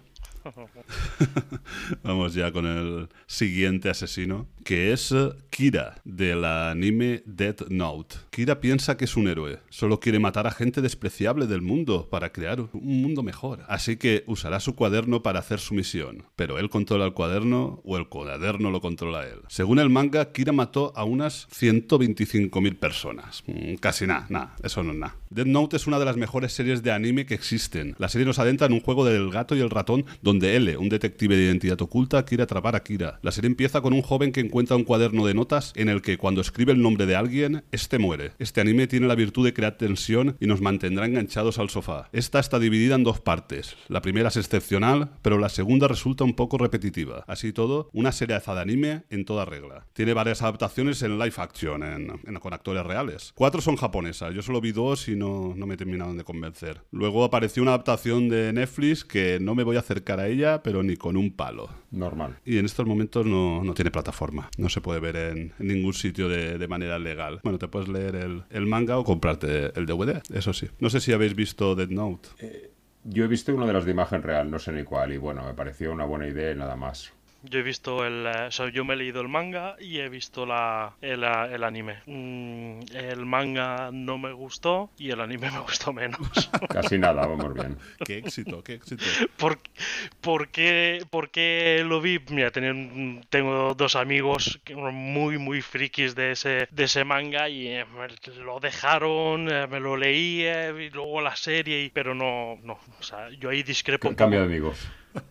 vamos ya con el siguiente asesino, que es eh, Kira, del anime Death Note. Kira piensa que es un héroe, solo quiere matar a gente despreciable del mundo para crear un mundo mejor. Así que usará su cuaderno para hacer su misión. Pero él controla el cuaderno o el cuaderno lo controla él. Según el manga, Kira mató a unas ciento veinticinco mil personas. Mm, casi nada, nada, eso no es nada. Death Note es una de las mejores series de anime que existen. La serie nos adentra en un juego del gato y el ratón donde L, un detective de identidad oculta, quiere atrapar a Kira. La serie empieza con un joven que encuentra un cuaderno de notas en el que cuando escribe el nombre de alguien, este muere. Este anime tiene la virtud de crear tensión y nos mantendrá enganchados al sofá. Esta está dividida en dos partes. La primera es excepcional, pero la segunda resulta un poco repetitiva. Así todo, una serie de anime en toda regla. Tiene varias adaptaciones en live action, en, en- con actores reales. Cuatro son japonesas, yo solo vi dos y no, no me terminaron de convencer. Luego apareció una adaptación de Netflix que no me voy a acercar a ella, pero ni con un palo. Normal. Y en estos momentos no, no tiene plataforma. No se puede ver en, en ningún sitio de, de manera legal. Bueno, te puedes leer el, el manga o comprarte el D V D, eso sí. No sé si habéis visto Death Note. Yo he visto una de las de imagen real, no sé ni cuál, y bueno, me pareció una buena idea y nada más. Yo he visto el... eh, o sea, yo me he leído el manga y he visto la, el, eh, el anime. Mm, el manga no me gustó y el anime me gustó menos. Casi nada, vamos bien. Qué éxito, qué éxito. ¿Por, por qué, por qué lo vi? Mira, tenía- tengo dos amigos que eran muy, muy frikis de ese, de ese manga y eh, me lo dejaron, eh, me lo leí eh, y luego la serie, y- pero no, no. O sea, yo ahí discrepo un Cambio de poco. amigos.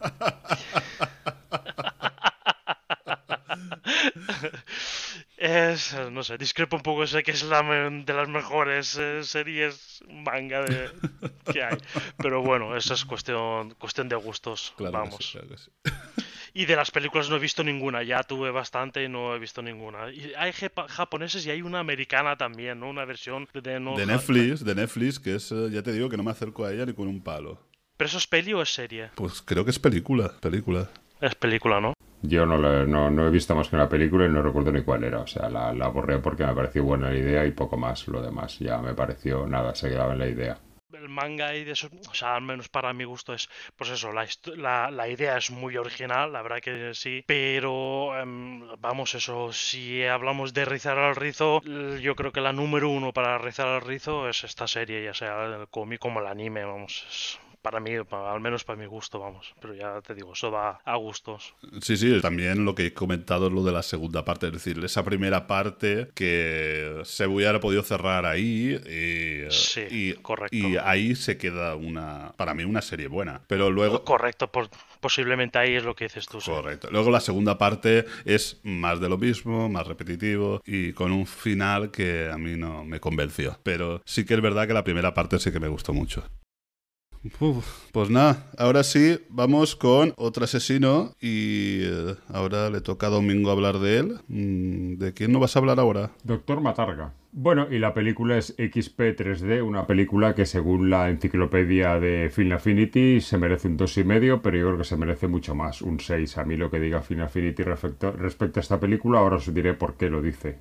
Es, no sé, discrepo un poco, sé que es la me- de las mejores eh, series manga de, que hay. Pero bueno, eso es cuestión, cuestión de gustos, Claro que vamos. sí, claro que sí. Y de las películas no he visto ninguna, ya tuve bastante y no he visto ninguna. Y hay jepa- japoneses y hay una americana también, ¿no? Una versión de, no, De ja- Netflix, de Netflix, que es, eh, ya te digo que no me acerco a ella ni con un palo. ¿Pero eso es peli o es serie? Pues creo que es película, película. Es película, ¿no? Yo no, la- no, no he visto más que una película y no recuerdo ni cuál era. O sea, la, la borré porque me pareció buena la idea y poco más. Lo demás ya me pareció nada, se quedaba en la idea. El manga y de eso, o sea, al menos para mi gusto es, pues eso, la, histo- la, la idea es muy original, la verdad que sí, pero em, vamos, eso, si hablamos de rizar al rizo, l- yo creo que la número uno para rizar al rizo es esta serie, ya sea el cómic como el anime, vamos, es para mí, pa- al menos para mi gusto, vamos, pero ya te digo, eso va a gustos. Sí, sí, también lo que he comentado es lo de la segunda parte, es decir, esa primera parte que se hubiera podido cerrar ahí y, Sí, y, correcto. y ahí se queda una, para mí, una serie buena. Pero luego... Correcto, por- posiblemente ahí es lo que dices tú. Sí. Correcto. Luego la segunda parte es más de lo mismo, más repetitivo y con un final que a mí no me convenció. Pero sí que es verdad que la primera parte sí que me gustó mucho. Uf, pues nada, ahora sí, vamos con otro asesino y eh, ahora le toca a Domingo hablar de él. Mm, ¿De quién no vas a hablar ahora? Doctor Matarga. Bueno, y la película es X P tres D, una película que según la enciclopedia de Film Affinity se merece un dos y medio, pero yo creo que se merece mucho más, un seis. A mí lo que diga Film Affinity respecto, respecto a esta película, ahora os diré por qué lo dice.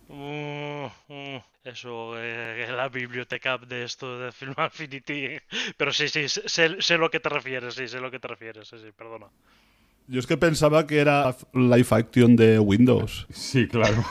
Mm, mm, Eso, eh, la biblioteca de esto de Film Affinity. Pero sí, sí, sé, sé lo que te refieres, sí, sé lo que te refieres, sí, sí, perdona. Yo es que pensaba que era live action de Windows. Sí, claro.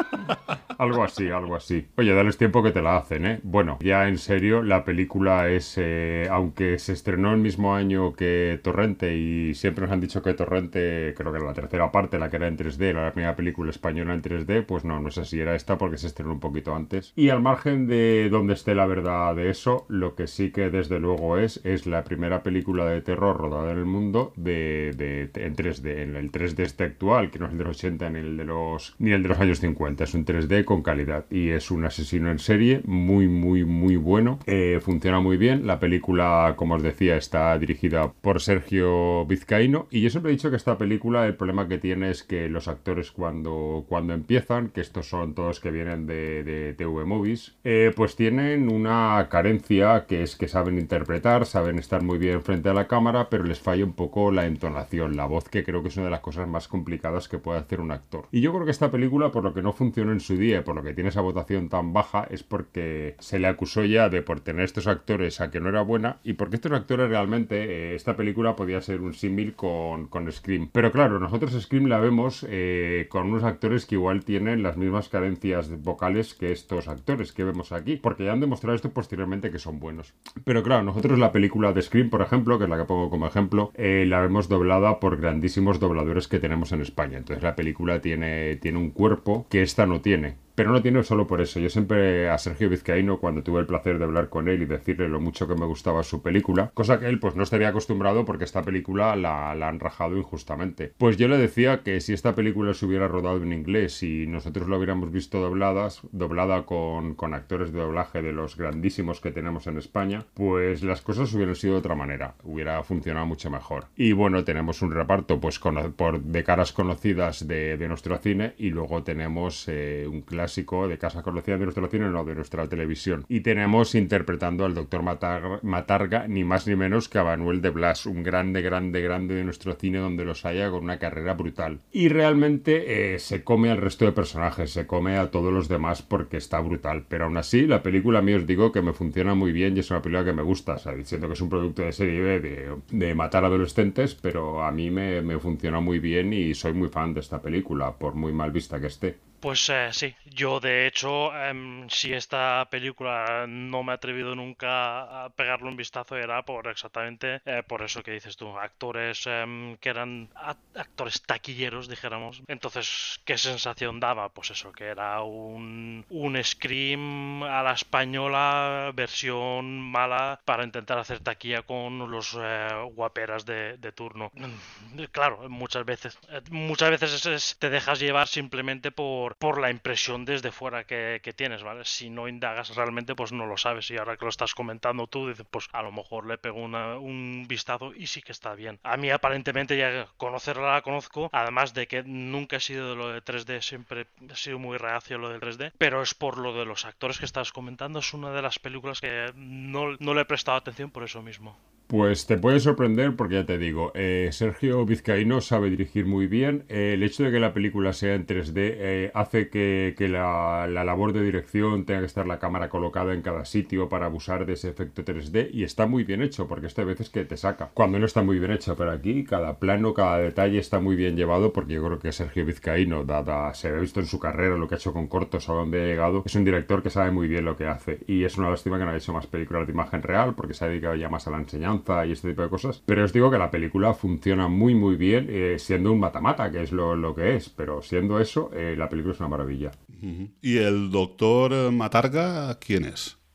Algo así, algo así. Oye, dales tiempo que te la hacen, ¿eh? Bueno, ya en serio, la película es... Eh, aunque se estrenó el mismo año que Torrente y siempre nos han dicho que Torrente, creo que era la tercera parte, la que era en tres D, la primera película española en tres D, pues no, no es así, era esta porque se estrenó un poquito antes. Y al margen de donde esté la verdad de eso, lo que sí que desde luego es, es la primera película de terror rodada en el mundo de, de, de en tres D, en el tres D este actual, que no es el de los ochenta ni el de los, ni el de los años cincuenta, es un tres D con calidad y es un asesino en serie muy muy muy bueno, eh, funciona muy bien. La película, como os decía, está dirigida por Sergio Vizcaíno y yo siempre he dicho que esta película el problema que tiene es que los actores cuando, cuando empiezan, que estos son todos que vienen de, de T V Movies, eh, pues tienen una carencia que es que saben interpretar, saben estar muy bien frente a la cámara, pero les falla un poco la entonación, la voz, que creo que es una de las cosas más complicadas que puede hacer un actor. Y yo creo que esta película, por lo que no funcionó en su día, por lo que tiene esa votación tan baja, es porque se le acusó ya de por tener estos actores a que no era buena, y porque estos actores realmente, eh, esta película podía ser un símil con, con Scream. Pero claro, nosotros Scream la vemos eh, con unos actores que igual tienen las mismas carencias vocales que estos actores que vemos aquí, porque ya han demostrado esto posteriormente que son buenos. Pero claro, nosotros la película de Scream, por ejemplo, que es la que pongo como ejemplo, eh, la vemos doblada por grandísimos dobladores que tenemos en España. Entonces la película tiene, tiene un cuerpo que esta no tiene. Pero no tiene solo por eso. Yo siempre a Sergio Vizcaíno, cuando tuve el placer de hablar con él y decirle lo mucho que me gustaba su película, cosa que él pues no estaría acostumbrado porque esta película la, la han rajado injustamente, pues yo le decía que si esta película se hubiera rodado en inglés y nosotros lo hubiéramos visto dobladas, doblada con, con actores de doblaje de los grandísimos que tenemos en España, pues las cosas hubieran sido de otra manera, hubiera funcionado mucho mejor. Y bueno, tenemos un reparto pues con, por, de caras conocidas de, de nuestro cine y luego tenemos eh, un clásico clásico de casa conocida de nuestro cine, no de nuestra televisión. Y tenemos interpretando al doctor Matar Matarga, ni más ni menos que a Manuel de Blas, un grande, grande, grande de nuestro cine donde los haya, con una carrera brutal. Y realmente eh, se come al resto de personajes, se come a todos los demás porque está brutal. Pero aún así, la película a mí os digo que me funciona muy bien y es una película que me gusta. O sea, diciendo que es un producto de serie B de, de matar adolescentes, pero a mí me, me funciona muy bien y soy muy fan de esta película, por muy mal vista que esté. Pues eh, sí, yo de hecho, eh, si esta película no me he atrevido nunca a pegarle un vistazo era por exactamente eh, por eso que dices tú, actores eh, que eran actores taquilleros, dijéramos. Entonces, ¿qué sensación daba? Pues eso, que era un, un Scream a la española, versión mala, para intentar hacer taquilla con los eh, guaperas de, de turno. Claro, muchas veces, muchas veces es, es, te dejas llevar simplemente por por la impresión desde fuera que, que tienes, ¿vale? Si no indagas realmente, pues no lo sabes. Y ahora que lo estás comentando tú, dices, pues a lo mejor le pego una, un vistazo y sí que está bien. A mí aparentemente ya conocerla la conozco, además de que nunca he sido de lo de tres D, siempre he sido muy reacio a lo del tres D, pero es por lo de los actores que estás comentando, es una de las películas que no, no le he prestado atención por eso mismo. Pues te puede sorprender porque ya te digo, eh, Sergio Vizcaíno sabe dirigir muy bien. Eh, el hecho de que la película sea en tres D eh, hace que, que la, la labor de dirección tenga que estar la cámara colocada en cada sitio para abusar de ese efecto tres D y está muy bien hecho porque esto hay veces que te saca. Cuando no está muy bien hecho, pero aquí cada plano, cada detalle está muy bien llevado porque yo creo que Sergio Vizcaíno, dada, se ha visto en su carrera lo que ha hecho con cortos a donde ha llegado, es un director que sabe muy bien lo que hace y es una lástima que no haya hecho más películas de imagen real porque se ha dedicado ya más a la enseñanza y este tipo de cosas, pero os digo que la película funciona muy muy bien eh, siendo un mata-mata, que es lo, lo que es, pero siendo eso, eh, la película es una maravilla. Uh-huh. ¿Y el doctor Matarga quién es?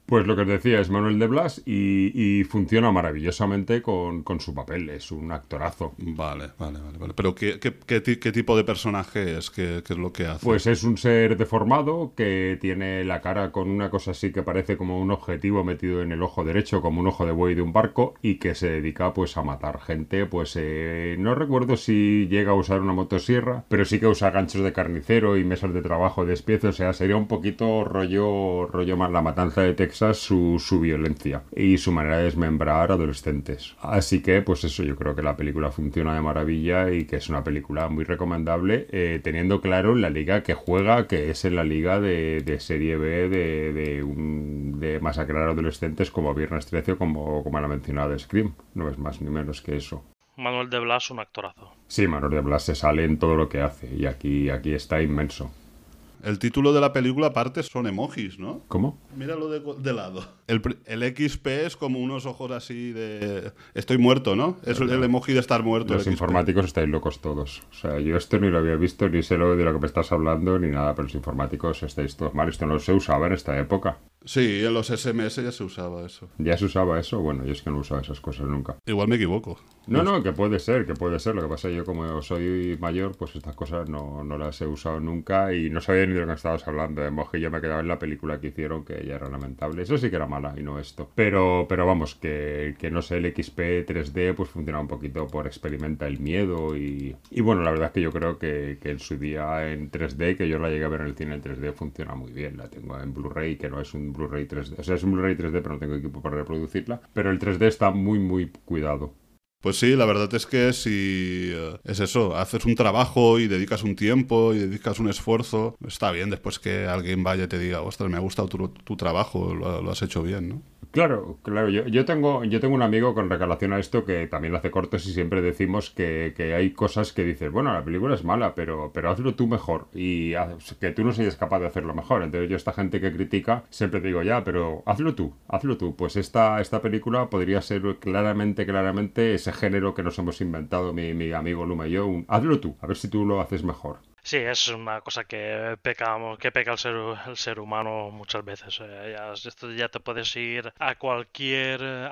Pues lo que os decía es Manuel de Blas y, y funciona maravillosamente con, con su papel, es un actorazo. Vale, vale, vale. vale. Pero ¿qué, qué, qué, ti- qué tipo de personaje es? ¿Qué, qué es lo que hace? Pues es un ser deformado que tiene la cara con una cosa así que parece como un objetivo metido en el ojo derecho, como un ojo de buey de un barco, y que se dedica pues a matar gente. Pues eh, no recuerdo si llega a usar una motosierra, pero sí que usa ganchos de carnicero y mesas de trabajo de despiece. O sea, sería un poquito rollo, rollo más La Matanza de Texas, su, su violencia y su manera de desmembrar adolescentes. Así que, pues eso, yo creo que la película funciona de maravilla y que es una película muy recomendable, eh, teniendo claro la liga que juega, que es en la liga de, de serie B de, de, un, de masacrar adolescentes como Viernes trece o como, como la mencionada Scream. No es más ni menos que eso. Manuel de Blas, un actorazo. Sí, Manuel de Blas se sale en todo lo que hace y aquí, aquí está inmenso. El título de la película, aparte, son emojis, ¿no? ¿Cómo? Míralo de, de lado. El, pr- el X P es como unos ojos así de... Estoy muerto, ¿no? Es el, el emoji de estar muerto. Los el X P. informáticos estáis locos todos. O sea, yo esto ni lo había visto, ni sé lo de lo que me estás hablando, ni nada, pero los informáticos estáis todos mal. Esto no se usaba en esta época. Sí, en los S M S ya se usaba eso. ¿Ya se usaba eso? Bueno, yo es que no usaba esas cosas nunca. Igual me equivoco. No, no, que puede ser, que puede ser. Lo que pasa es que yo como soy mayor, pues estas cosas no, no las he usado nunca y no sabía ni de lo que estabas hablando. De emoji yo me quedaba en la película que hicieron, que ya era lamentable. Eso sí que era mala y no esto. Pero, pero vamos, que, que no sé, el X P tres D pues funciona un poquito por experimenta el miedo y... Y bueno, la verdad es que yo creo que, que en su día en tres D, que yo la llegué a ver en el cine en tres D, funciona muy bien. La tengo en Blu-ray, que no es un Blu-ray tres D. O sea, es un Blu-ray tres D, pero no tengo equipo para reproducirla. Pero el tres D está muy, muy cuidado. Pues sí, la verdad es que si eh, es eso, haces un trabajo y dedicas un tiempo y dedicas un esfuerzo, está bien después que alguien vaya y te diga, ostras, me ha gustado tu, tu trabajo, lo, lo has hecho bien, ¿no? Claro, claro. Yo, yo tengo yo tengo un amigo con relación a esto que también hace cortos y siempre decimos que, que hay cosas que dices, bueno, la película es mala, pero, pero hazlo tú mejor y haz, que tú no seas capaz de hacerlo mejor. Entonces yo a esta gente que critica siempre digo, ya, pero hazlo tú, hazlo tú. Pues esta, esta película podría ser claramente, claramente ese género que nos hemos inventado mi, mi amigo Luma y yo. Un, hazlo tú, a ver si tú lo haces mejor. Sí, es una cosa que pecamos, que peca el ser, el ser humano muchas veces. Eh, ya, esto ya te puedes ir a cualquier eh,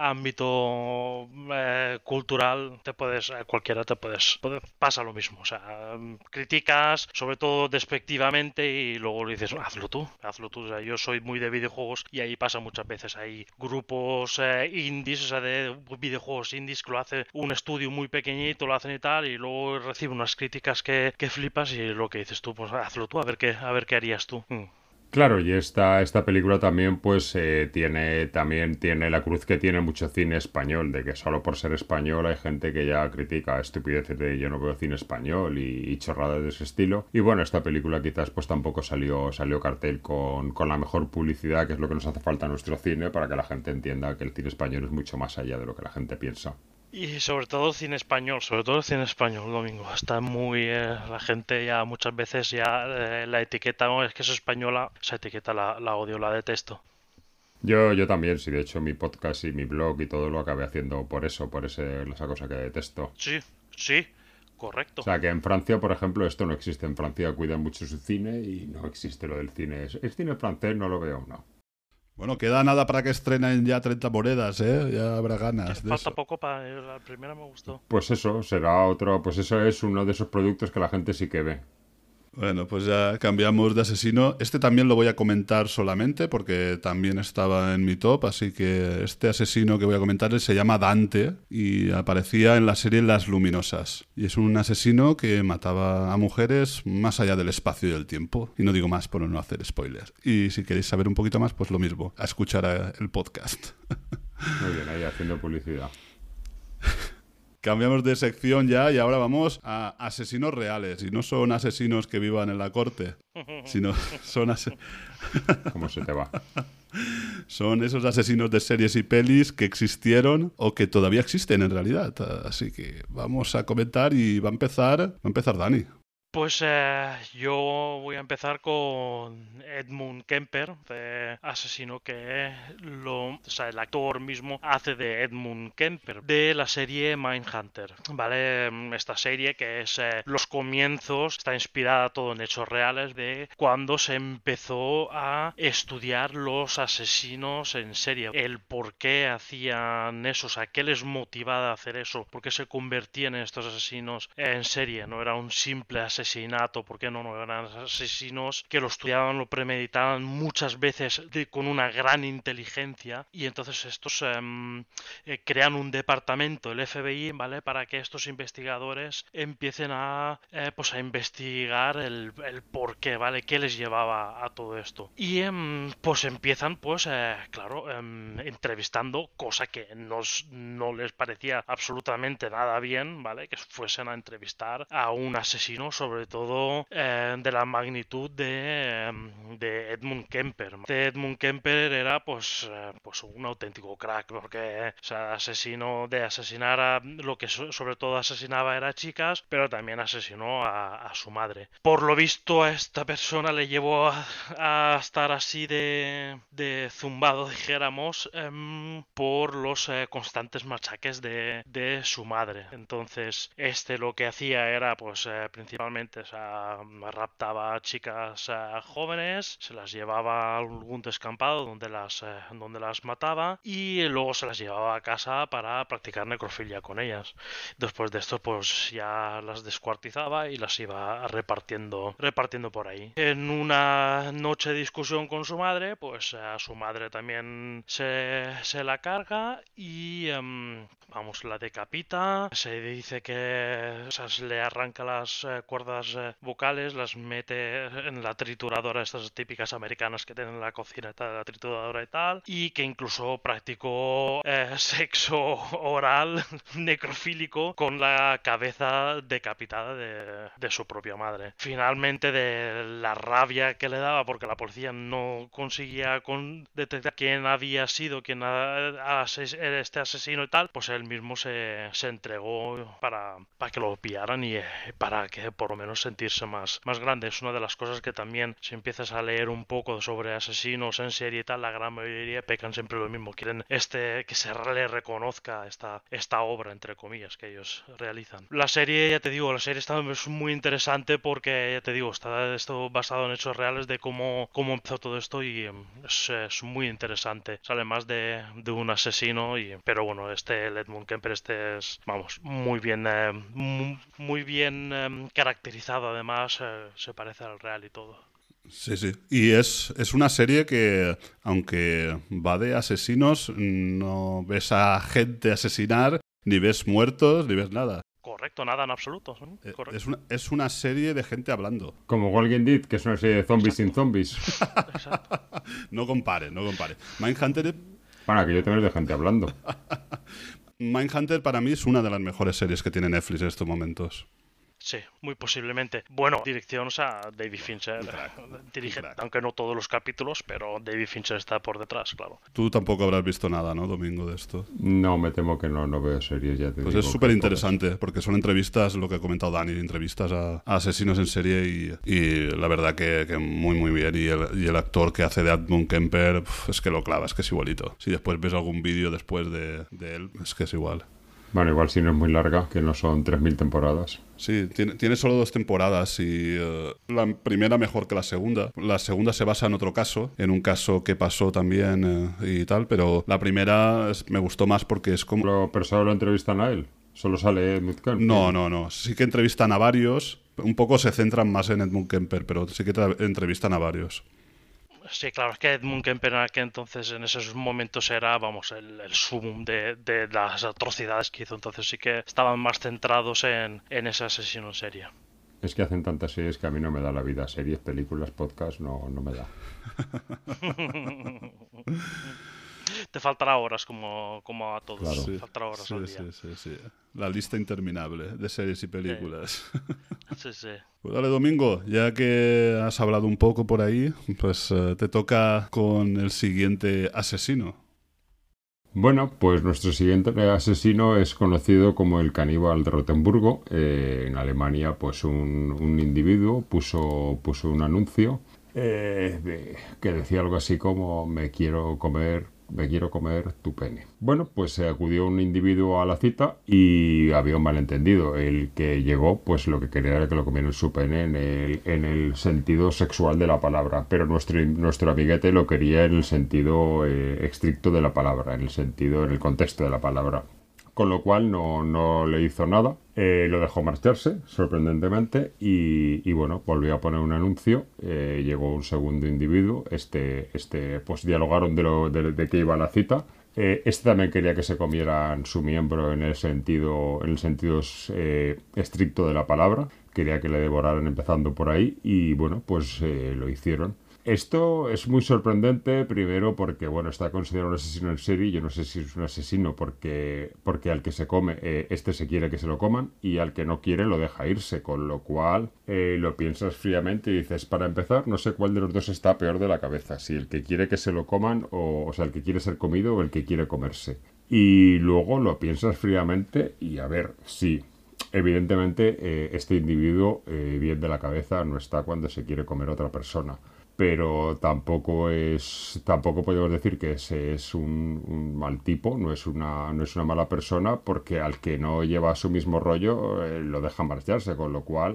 ámbito eh, cultural, te puedes, a cualquiera te puedes, puede- pasa lo mismo. O sea, mm, criticas, sobre todo despectivamente, y luego le dices, hazlo tú, hazlo tú. O sea, yo soy muy de videojuegos y ahí pasa muchas veces. Hay grupos eh, indies, o sea, de videojuegos indies que lo hace un estudio muy pequeñito, lo hacen y tal, y luego recibe unas críticas que, que flipas y lo que dices tú, pues hazlo tú, a ver qué, a ver qué harías tú. Mm. Claro, y esta, esta película también, pues, eh, tiene, también tiene la cruz que tiene mucho cine español, de que solo por ser español hay gente que ya critica estupideces de yo no veo cine español y, y chorradas de ese estilo. Y bueno, esta película quizás pues tampoco salió, salió cartel con, con la mejor publicidad, que es lo que nos hace falta en nuestro cine, para que la gente entienda que el cine español es mucho más allá de lo que la gente piensa. Y sobre todo el cine español, sobre todo el cine español, Domingo. Está muy... eh, la gente ya muchas veces ya eh, la etiqueta, no, es que es española, esa etiqueta la, la odio, la detesto. Yo, yo también, sí, de hecho mi podcast y mi blog y todo lo acabé haciendo por eso, por ese, esa cosa que detesto. Sí, sí, O correcto. sea, que en Francia, por ejemplo, esto no existe. En Francia cuidan mucho su cine y no existe lo del cine. ¿Es, ¿es cine francés? No lo veo, no. Bueno, queda nada para que estrenen ya treinta monedas, ¿eh? Ya habrá ganas de Falta eso. poco para... La primera me gustó. Pues eso, será otro... Pues eso es uno de esos productos que la gente sí que ve. Bueno, pues ya cambiamos de asesino. Este también lo voy a comentar solamente porque también estaba en mi top, así que este asesino que voy a comentar se llama Dante y aparecía en la serie Las Luminosas. Y es un asesino que mataba a mujeres más allá del espacio y del tiempo. Y no digo más por no hacer spoilers. Y si queréis saber un poquito más, pues lo mismo, a escuchar a- el podcast. Muy bien, ahí haciendo publicidad. Cambiamos de sección ya y ahora vamos a asesinos reales. Y no son asesinos que vivan en la corte, sino son, ase- ¿Cómo se te va? son esos asesinos de series y pelis que existieron o que todavía existen en realidad. Así que vamos a comentar y va a empezar, va a empezar Dani. Pues eh, yo voy a empezar con Edmund Kemper, de asesino que lo, o sea, el actor mismo hace de Edmund Kemper, de la serie Mindhunter, ¿vale? Esta serie que es eh, los comienzos, está inspirada todo en hechos reales de cuando se empezó a estudiar los asesinos en serie, el por qué hacían eso, o sea, qué les motivaba a hacer eso, por qué se convertían en estos asesinos en serie, no era un simple asesinato asesinato, ¿por qué no? No eran asesinos que lo estudiaban, lo premeditaban muchas veces de, con una gran inteligencia, y entonces estos eh, eh, crean un departamento, el F B I, ¿vale? Para que estos investigadores empiecen a, eh, pues a investigar el, el por qué, ¿vale? ¿Qué les llevaba a todo esto? Y eh, pues empiezan, pues, eh, claro, eh, entrevistando, cosa que nos, no les parecía absolutamente nada bien, ¿vale? Que fuesen a entrevistar a un asesino, sobre todo eh, de la magnitud de, eh, de Edmund Kemper. Este Edmund Kemper era pues, eh, pues un auténtico crack, porque o sea, asesino de asesinar a lo que so, sobre todo asesinaba era chicas, pero también asesinó a, a su madre. Por lo visto a esta persona le llevó a, a estar así de, de zumbado, dijéramos, eh, por los eh, constantes machaques de, de su madre. Entonces este lo que hacía era pues eh, principalmente, o sea, raptaba a chicas eh, jóvenes, se las llevaba a algún descampado donde las, eh, donde las mataba, y luego se las llevaba a casa para practicar necrofilia con ellas. Después de esto pues ya las descuartizaba y las iba repartiendo, repartiendo por ahí. En una noche de discusión con su madre, pues a su madre también se, se la carga y um, vamos, la decapita. Se dice que o sea, se le arranca las eh, cuerdas eh, vocales, las mete en la trituradora, estas típicas americanas que tienen en la cocina, la trituradora y tal, y que incluso practicó eh, sexo oral necrofílico con la cabeza decapitada de, de su propia madre. Finalmente, de la rabia que le daba porque la policía no conseguía con detectar quién había sido, quién era este asesino y tal, pues él mismo se, se entregó para, para que lo pillaran y eh, para que por lo menos sentirse más, más grande. Es una de las cosas que también, si empiezas a leer un poco sobre asesinos en serie y tal, la gran mayoría pecan siempre lo mismo, quieren este que se le reconozca esta, esta obra, entre comillas, que ellos realizan. La serie, ya te digo, la serie está, es muy interesante porque, ya te digo, está esto basado en hechos reales de cómo, cómo empezó todo esto, y es, es muy interesante. Sale más de, de un asesino, y, pero bueno, este el Edmund Kemper, este es, vamos, muy bien, eh, muy, muy bien eh, caracterizado, además, eh, se parece al real y todo. Sí, sí. Y es, es una serie que, aunque va de asesinos, no ves a gente asesinar, ni ves muertos, ni ves nada. Correcto, nada en absoluto. ¿eh? Correcto. Es una, es una serie de gente hablando. Como Walking Dead, que es una serie de zombies Exacto. sin zombies. Exacto. No compare, no compare. Mindhunter, Para que yo tenga de gente hablando. Mindhunter para mí es una de las mejores series que tiene Netflix en estos momentos. Sí, muy posiblemente. Bueno, dirección, o sea, David Fincher dirige, aunque no todos los capítulos, pero David Fincher está por detrás, claro. Tú tampoco habrás visto nada, ¿no, Domingo, de esto? No, me temo que no, no veo series, ya te Pues digo. es súper interesante, porque son entrevistas, lo que ha comentado Dani, entrevistas a, a asesinos en serie, y, y la verdad que, que muy, muy bien. Y el, y el actor que hace de Edmund Kemper, pf, es que lo clava, es que es igualito. Si después ves algún vídeo después de, de él, es que es igual. Bueno, igual si no es muy larga, que no son tres mil temporadas. Sí, tiene, tiene solo dos temporadas y uh, la primera mejor que la segunda. La segunda se basa en otro caso, en un caso que pasó también uh, y tal, pero la primera es, me gustó más porque es como... Pero, pero solo lo entrevistan a él. Solo sale Edmund Kemper. No, no, no. Sí que entrevistan a varios. Un poco se centran más en Edmund Kemper, pero sí que tra- entrevistan a varios. Sí, claro, es que Edmund Kemper en aquel entonces, en esos momentos, era, vamos, el, el sumum de, de las atrocidades que hizo. Entonces sí que estaban más centrados en, en ese asesino en serie. Es que hacen tantas series que a mí no me da la vida. Series, películas, podcast, no, no me da. Te faltará horas como, como a todos. Claro. Te faltará horas Sí, al día. sí, sí, sí. La lista interminable de series y películas. Sí, sí. Pues dale, Domingo, ya que has hablado un poco por ahí, pues uh, te toca con el siguiente asesino. Bueno, pues nuestro siguiente asesino es conocido como el caníbal de Rotemburgo. Eh, en Alemania, pues un, un individuo puso, puso un anuncio eh, de- que decía algo así como me quiero comer, me quiero comer tu pene. Bueno, pues se acudió un individuo a la cita y había un malentendido. El que llegó, pues lo que quería era que lo comieran su pene en el, en el sentido sexual de la palabra, pero nuestro, nuestro amiguete lo quería en el sentido eh, estricto de la palabra, en el sentido, en el contexto de la palabra. Con lo cual no, no le hizo nada, eh, lo dejó marcharse, sorprendentemente, y, y bueno, volvió a poner un anuncio, eh, llegó un segundo individuo, este, este pues dialogaron de, lo, de, de qué iba la cita. Eh, este también quería que se comieran su miembro en el sentido, en el sentido eh, estricto de la palabra, quería que le devoraran empezando por ahí, y bueno, pues eh, lo hicieron. Esto es muy sorprendente, primero porque, bueno, está considerado un asesino en serie. Yo no sé si es un asesino porque, porque al que se come, eh, este se quiere que se lo coman y al que no quiere lo deja irse, con lo cual eh, lo piensas fríamente y dices, para empezar, no sé cuál de los dos está peor de la cabeza, si el que quiere que se lo coman o, o sea, el que quiere ser comido o el que quiere comerse. Y luego lo piensas fríamente y a ver, sí. Evidentemente, eh, este individuo eh, bien de la cabeza no está cuando se quiere comer a otra persona, pero tampoco es tampoco podemos decir que ese es un, un mal tipo, no es una no es una mala persona, porque al que no lleva su mismo rollo eh, lo deja marcharse, con lo cual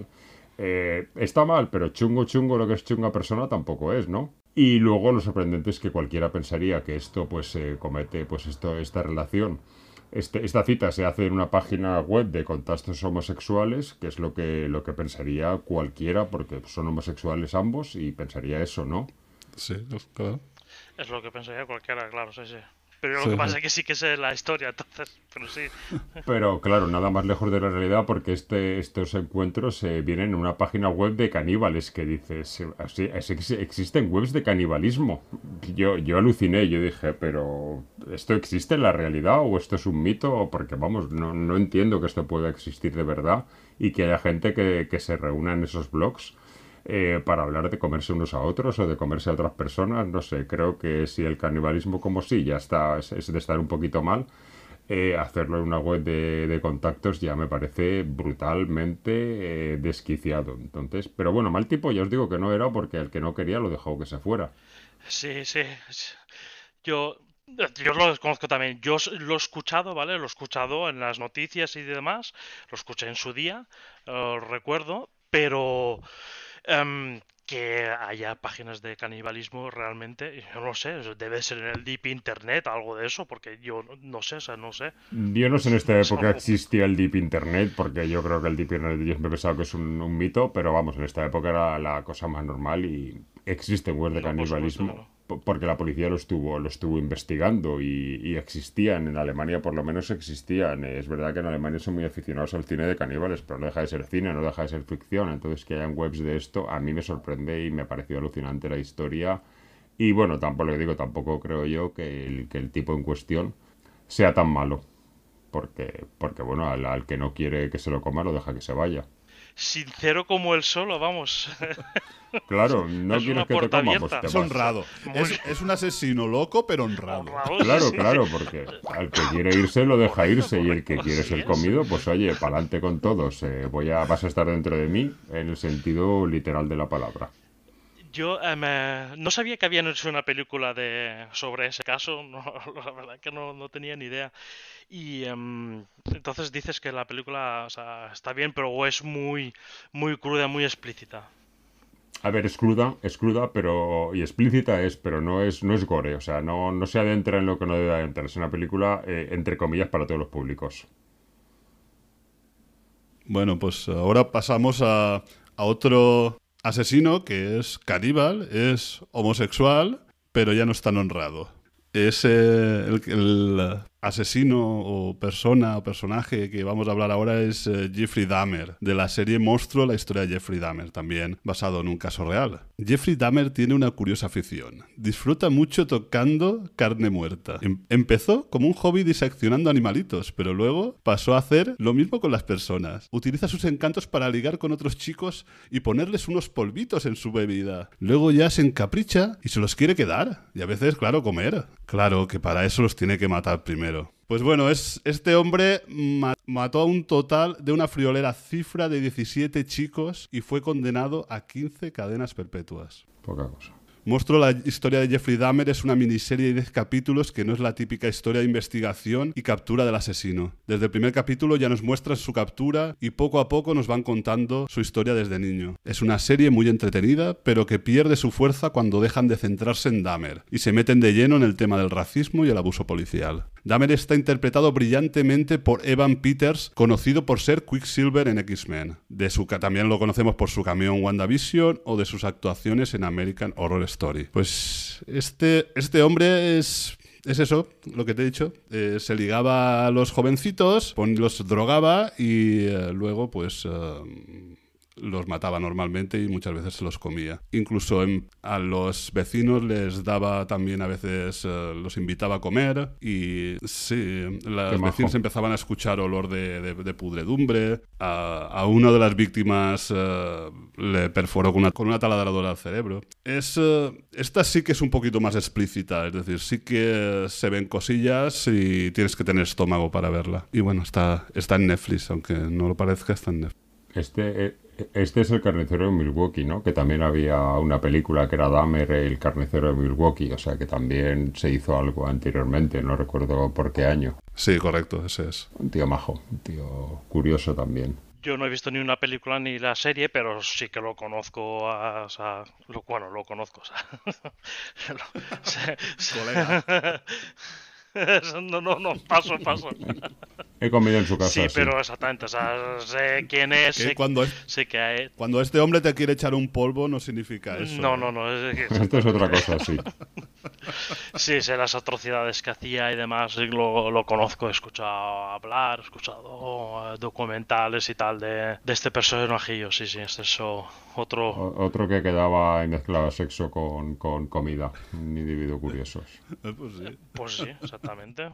eh, está mal, pero chungo chungo lo que es chunga persona tampoco es, ¿no? Y luego lo sorprendente es que cualquiera pensaría que esto pues se eh, comete pues esto esta relación este, esta cita se hace en una página web de contactos homosexuales, que es lo que, lo que pensaría cualquiera, porque son homosexuales ambos y pensaría eso, ¿no? Sí, claro. Es lo que pensaría cualquiera, claro, sí, sí. Pero Sí, lo que sí. pasa es que sí que sé la historia, entonces, pero sí. Pero claro, nada más lejos de la realidad, porque este, estos encuentros eh, vienen en una página web de caníbales que dices, eh, así- así- existen webs de canibalismo. Yo, yo aluciné, yo dije, pero ¿esto existe en la realidad o esto es un mito? Porque vamos, no, no entiendo que esto pueda existir de verdad y que haya gente que, que se reúna en esos blogs eh, para hablar de comerse unos a otros o de comerse a otras personas. No sé, creo que si el canibalismo como sí ya está, es, es de estar un poquito mal, eh, hacerlo en una web de, de contactos ya me parece brutalmente eh, desquiciado. Entonces, pero bueno, mal tipo ya os digo que no era, porque el que no quería lo dejó que se fuera. Sí, sí. sí. Yo, yo lo desconozco también. Yo s- lo he escuchado, ¿vale? Lo he escuchado en las noticias y demás. Lo escuché en su día, eh, recuerdo. Pero em, que haya páginas de canibalismo realmente, yo no sé. Eso debe ser en el Deep Internet, algo de eso, porque yo no, no sé, o sea, no sé. Yo no sé en Es, esta es época algo. existía el Deep Internet, porque yo creo que el Deep Internet yo siempre he pensado que es un, un mito, pero vamos, en esta época era la cosa más normal y existen webs de No, por supuesto que canibalismo, no. po- porque la policía lo estuvo, lo estuvo investigando y, y existían, en Alemania por lo menos existían. Es verdad que en Alemania son muy aficionados al cine de caníbales, pero no deja de ser cine, no deja de ser ficción, entonces que hayan webs de esto a mí me sorprende y me pareció alucinante la historia. Y bueno, tampoco lo que digo, tampoco creo yo que el, que el tipo en cuestión sea tan malo. Porque, porque bueno, al, al que no quiere que se lo coma lo deja que se vaya. Sincero como el solo, vamos. Claro, no Es quieres una que te puerta coma, pues abierta. te Es vas. honrado. Muy Es, es un asesino loco, pero honrado. honrado, sí, Claro, sí. claro, porque al que quiere irse lo deja Correcto, irse y el que correcto, quiere así ser es. comido, pues oye, pa'lante con todos. Eh, voy a, vas a estar dentro de mí en el sentido literal de la palabra. Yo em, eh, no sabía que habían hecho una película de sobre ese caso, no, la verdad que no, no tenía ni idea. Y em, entonces dices que la película, o sea, está bien, pero es muy, muy cruda, muy explícita. A ver, es cruda, es cruda, pero y explícita es, pero no es, no es gore, o sea, no, no se adentra en lo que no debe adentrar. Es una película, eh, entre comillas, para todos los públicos. Bueno, pues ahora pasamos a, a otro asesino que es caníbal, es homosexual, pero ya no es tan honrado. Es eh, el, el asesino o persona o personaje que vamos a hablar ahora es eh, Jeffrey Dahmer, de la serie Monstruo, la historia de Jeffrey Dahmer, también basado en un caso real. Jeffrey Dahmer tiene una curiosa afición. Disfruta mucho tocando carne muerta. Em- empezó como un hobby diseccionando animalitos, pero luego pasó a hacer lo mismo con las personas. Utiliza sus encantos para ligar con otros chicos y ponerles unos polvitos en su bebida. Luego ya se encapricha y se los quiere quedar. Y a veces, claro, comer. Claro que para eso los tiene que matar primero. Pues bueno, es, este hombre ma- mató a un total de una friolera cifra de diecisiete chicos y fue condenado a quince cadenas perpetuas. Poca cosa. Monstruo, la historia de Jeffrey Dahmer es una miniserie de diez capítulos que no es la típica historia de investigación y captura del asesino. Desde el primer capítulo ya nos muestran su captura y poco a poco nos van contando su historia desde niño. Es una serie muy entretenida, pero que pierde su fuerza cuando dejan de centrarse en Dahmer y se meten de lleno en el tema del racismo y el abuso policial. Dahmer está interpretado brillantemente por Evan Peters, conocido por ser Quicksilver en X-Men. De su, también lo conocemos por su cameo en WandaVision o de sus actuaciones en American Horror Story. Pues este, este hombre es... Es eso, lo que te he dicho. Eh, se ligaba a los jovencitos, pon- los drogaba y eh, luego pues... eh, los mataba normalmente y muchas veces se los comía. Incluso en, a los vecinos les daba también a veces, eh, los invitaba a comer y sí, los vecinos empezaban a escuchar olor de, de, de pudredumbre. A, a una de las víctimas eh, le perforó con una, con una taladradora al cerebro. Es, eh, esta sí que es un poquito más explícita, es decir, sí que se ven cosillas y tienes que tener estómago para verla. Y bueno, está, está en Netflix, aunque no lo parezca, está en Netflix. Este, eh, este es el carnicero de Milwaukee, ¿no? Que también había una película que era Dahmer, el carnicero de Milwaukee, o sea que también se hizo algo anteriormente, no recuerdo por qué año. Sí, correcto, ese es. Un tío majo, un tío curioso también. Yo no he visto ni una película ni la serie, pero sí que lo conozco, a- o sea, lo, bueno, lo conozco, o sea, lo- se- se- Colega. no, no, no, paso, paso. He comido en su casa, Sí, sí. pero exactamente, o sea, sé quién es, Que sé, cuando, sé que hay... cuando este hombre te quiere echar un polvo no significa eso. No, ¿eh? no, no, es que- Esto es otra cosa, sí. sí, sé las atrocidades que hacía y demás, y lo, lo conozco, he escuchado hablar, he escuchado eh, documentales y tal de, de este personajillo, sí, sí, es eso, otro... O- otro que quedaba y mezclaba sexo con, con comida. Un individuo curioso. Eh, Pues sí. Pues sí, exactamente.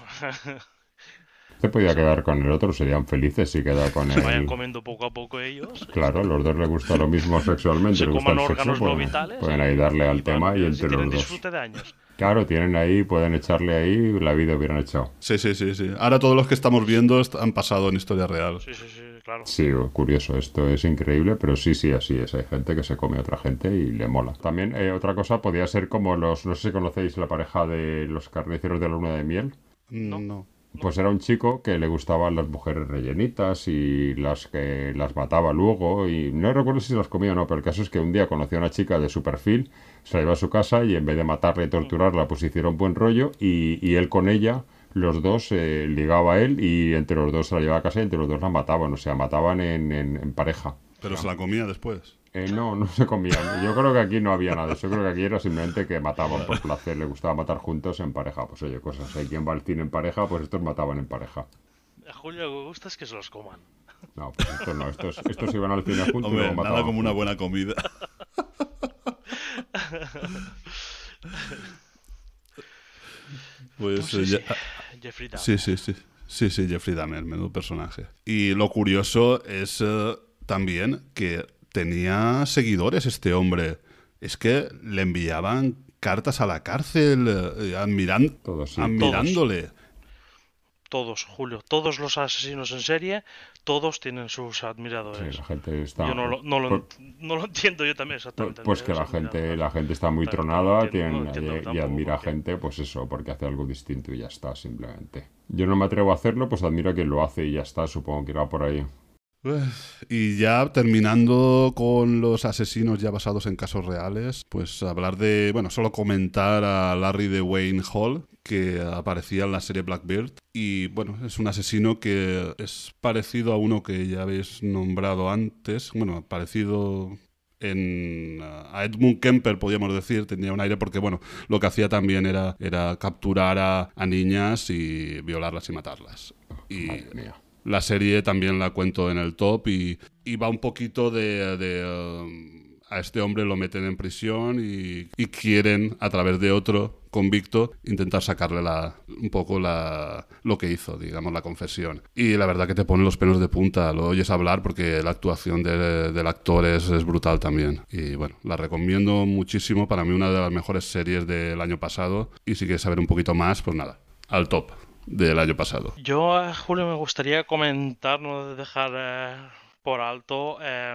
Se podía quedar con el otro, serían felices si queda con Se vayan él. comiendo poco a poco ellos. Claro, los dos les gusta lo mismo sexualmente, Se les gusta coman el sexo, órganos no pues, vitales. pueden ahí darle al y tema van- y si entre tienen los dos. disfrute de años. Claro, tienen ahí, pueden echarle ahí, la vida hubieran echado. Sí, sí, sí, sí. Ahora todos los que estamos viendo est- han pasado en historia real. Sí, sí, sí, claro. Sí, curioso, esto es increíble, pero sí, sí, así es. Hay gente que se come a otra gente y le mola. También eh, otra cosa podría ser como los, no sé si conocéis la pareja de los carniceros de la luna de miel. No. no. Pues era un chico que le gustaban las mujeres rellenitas y las que las mataba luego y no recuerdo si las comía o no, pero el caso es que un día conoció a una chica de su perfil, se la llevó a su casa y en vez de matarla y torturarla pues hicieron buen rollo y, y él con ella, los dos, eh, ligaba a él y entre los dos se la llevaba a casa y entre los dos la mataban, o sea, mataban en, en, en pareja. Pero se la comía después. Eh, no, no se comían. Yo creo que aquí no había nada de eso. Yo creo que aquí era simplemente que mataban por placer. Le gustaba matar juntos en pareja. Pues oye, cosas. Hay quien va al cine en pareja, pues estos mataban en pareja. A Julio le gusta es que se los coman. No, pues estos no. Estos, estos iban al cine juntos y Hombre, luego mataban. nada como una juntos. buena comida. Pues, Pues eh, sí, ya- sí. Jeffrey Dahmer. sí, sí, sí. Sí, sí, Jeffrey Dahmer, menudo personaje. Y lo curioso es eh, también que tenía seguidores este hombre. Es que le enviaban cartas a la cárcel eh, admiran- Todos, sí. admirándole. Todos, Julio, todos los asesinos en serie, todos tienen sus Sí, admiradores. la gente está... Yo no lo, no, lo, Pues, no lo entiendo yo también exactamente. pues que la Sus gente, admiradores. la gente está muy Pero no tronada, lo entiendo, no lo tienen- entiendo y, y tampoco, admira a porque- gente, pues eso, porque hace algo distinto y ya está, simplemente. Yo no me atrevo a hacerlo, pues admiro a quien lo hace y ya está, supongo que irá por ahí. Y ya terminando con los asesinos ya basados en casos reales, pues hablar de, bueno, solo comentar a Larry de Wayne Hall, que aparecía en la serie Blackbird. Y bueno, es un asesino que es parecido a uno que ya habéis nombrado antes, bueno, parecido en a Edmund Kemper, podríamos decir, tenía un aire porque, bueno, lo que hacía también era, era capturar a, a niñas y violarlas y matarlas. Y Madre mía. la serie también la cuento en el top y, y va un poquito de... de um, a este hombre lo meten en prisión y, y quieren, a través de otro convicto, intentar sacarle la, un poco la, lo que hizo, digamos, la confesión. Y la verdad que te pone los pelos de punta, lo oyes hablar porque la actuación de, del actor es, es brutal también. Y bueno, la recomiendo muchísimo, para mí una de las mejores series del año pasado. Y si quieres saber un poquito más, pues nada, al top del año pasado. Yo, eh, Julio, me gustaría comentar, no dejar eh, por alto eh,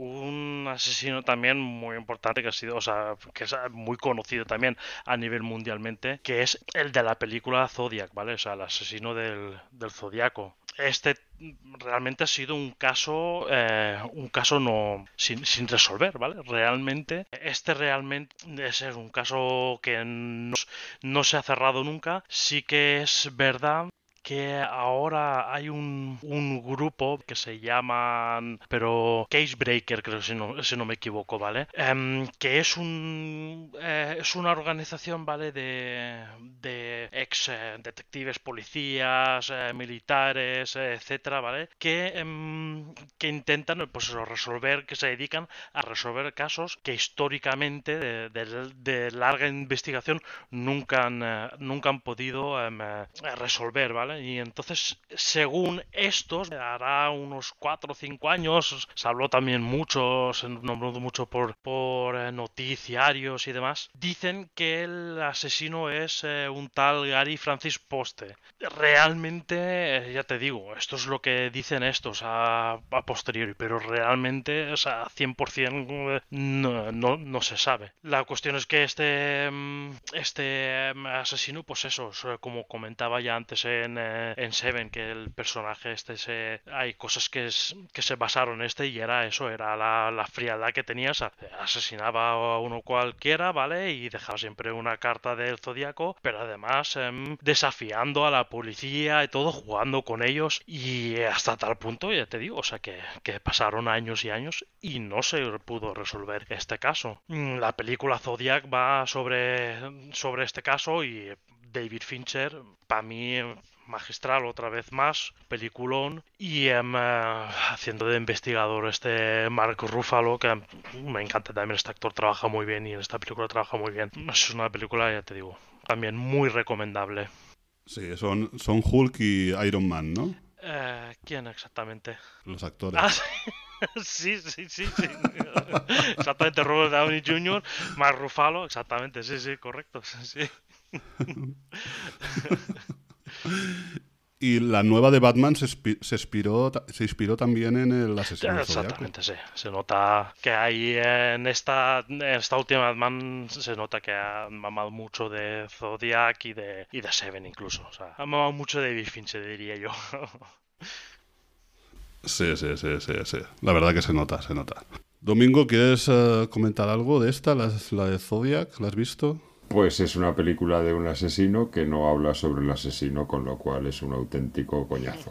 un asesino también muy importante que ha sido, o sea, que es muy conocido también a nivel mundialmente, que es el de la película Zodiac, ¿vale? O sea, el asesino del, del Zodiaco. Este realmente ha sido un caso, eh, un caso no sin, sin resolver, ¿vale? Realmente, este realmente es un caso que no, no se ha cerrado nunca. Sí que es verdad que ahora hay un, un grupo que se llaman, pero Casebreaker, creo, si no, si no me equivoco, ¿vale? Um, que es un eh, es una organización, ¿vale? De, de ex eh, detectives, policías, eh, militares, eh, etcétera, ¿vale? Que, um, que intentan, pues, resolver, que se dedican a resolver casos que históricamente de, de, de larga investigación nunca han, eh, nunca han podido um, resolver, ¿vale? Y entonces, según estos, hará unos cuatro o cinco años, se habló también mucho, se nombró mucho por, por eh, noticiarios y demás, dicen que el asesino es eh, un tal Gary Francis Poste. Realmente, eh, ya te digo, esto es lo que dicen estos a, a posteriori, pero realmente, o sea, cien por ciento no, no, no se sabe. La cuestión es que este, este asesino, pues eso, como comentaba ya antes en en Seven, que el personaje este se hay cosas que, es, que se basaron en este y era eso, era la, la frialdad que tenía, o sea, asesinaba a uno cualquiera, ¿vale? Y dejaba siempre una carta del Zodíaco, pero además eh, desafiando a la policía y todo, jugando con ellos y hasta tal punto, ya te digo, o sea, que, que pasaron años y años y no se pudo resolver este caso. La película Zodiac va sobre, sobre este caso y David Fincher, para mí, magistral otra vez más, peliculón, y um, uh, haciendo de investigador este Mark Ruffalo, que me encanta también, este actor trabaja muy bien y en esta película trabaja muy bien. Es una película, ya te digo, también muy recomendable. Sí, son, son Hulk y Iron Man, ¿no? Eh, ¿Quién exactamente? Los actores. Ah, sí, sí, sí, sí. Exactamente, Robert Downey junior, Mark Ruffalo, exactamente, sí, sí, correcto, sí. Y la nueva de Batman se, se, inspiró, se inspiró también en el asesino del Zodiaco. Exactamente, sí. Se nota que hay en esta, en esta última Batman se nota que ha mamado mucho de Zodiac y de, y de Seven incluso. O sea, ha mamado mucho de David Fincher, diría yo. Sí, sí, sí, sí, sí. La verdad que se nota, se nota. Domingo, ¿quieres uh, comentar algo de esta, la, la de Zodiac? ¿La has visto? Pues es una película de un asesino que no habla sobre el asesino, con lo cual es un auténtico coñazo.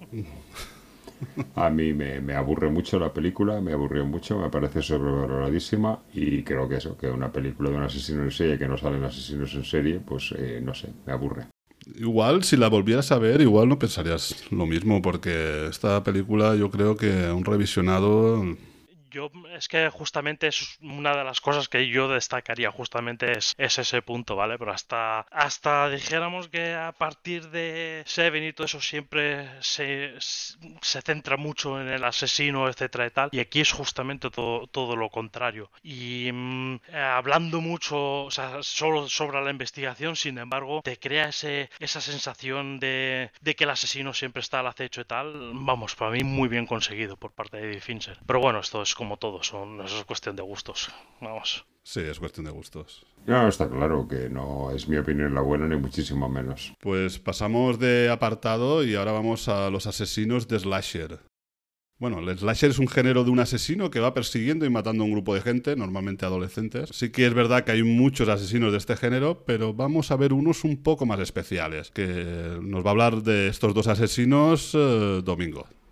A mí me, me aburre mucho la película, me aburrió mucho, me parece sobrevaloradísima y creo que eso, que una película de un asesino en serie que no salen asesinos en serie, pues eh, no sé, me aburre. Igual, si la volvieras a ver, igual no pensarías lo mismo, porque esta película yo creo que un revisionado... Yo, es que justamente es una de las cosas que yo destacaría, justamente es, es ese punto, ¿vale? Pero hasta, hasta dijéramos que a partir de Seven y todo eso siempre se, se centra mucho en el asesino, etcétera y tal, y aquí es justamente todo, todo lo contrario. Y mmm, hablando mucho, o sea, solo sobre la investigación, sin embargo, te crea ese, esa sensación de, de que el asesino siempre está al acecho y tal. Vamos, para mí muy bien conseguido por parte de David Fincher. Pero bueno, esto es como todo, son, eso es cuestión de gustos, vamos. Sí, es cuestión de gustos. No, está claro que no es mi opinión la buena, ni muchísimo menos. Pues pasamos de apartado y ahora vamos a los asesinos de slasher. Bueno, el slasher es un género de un asesino que va persiguiendo y matando a un grupo de gente, normalmente adolescentes. Sí que es verdad que hay muchos asesinos de este género, pero vamos a ver unos un poco más especiales, que nos va a hablar de estos dos asesinos eh, Domingo.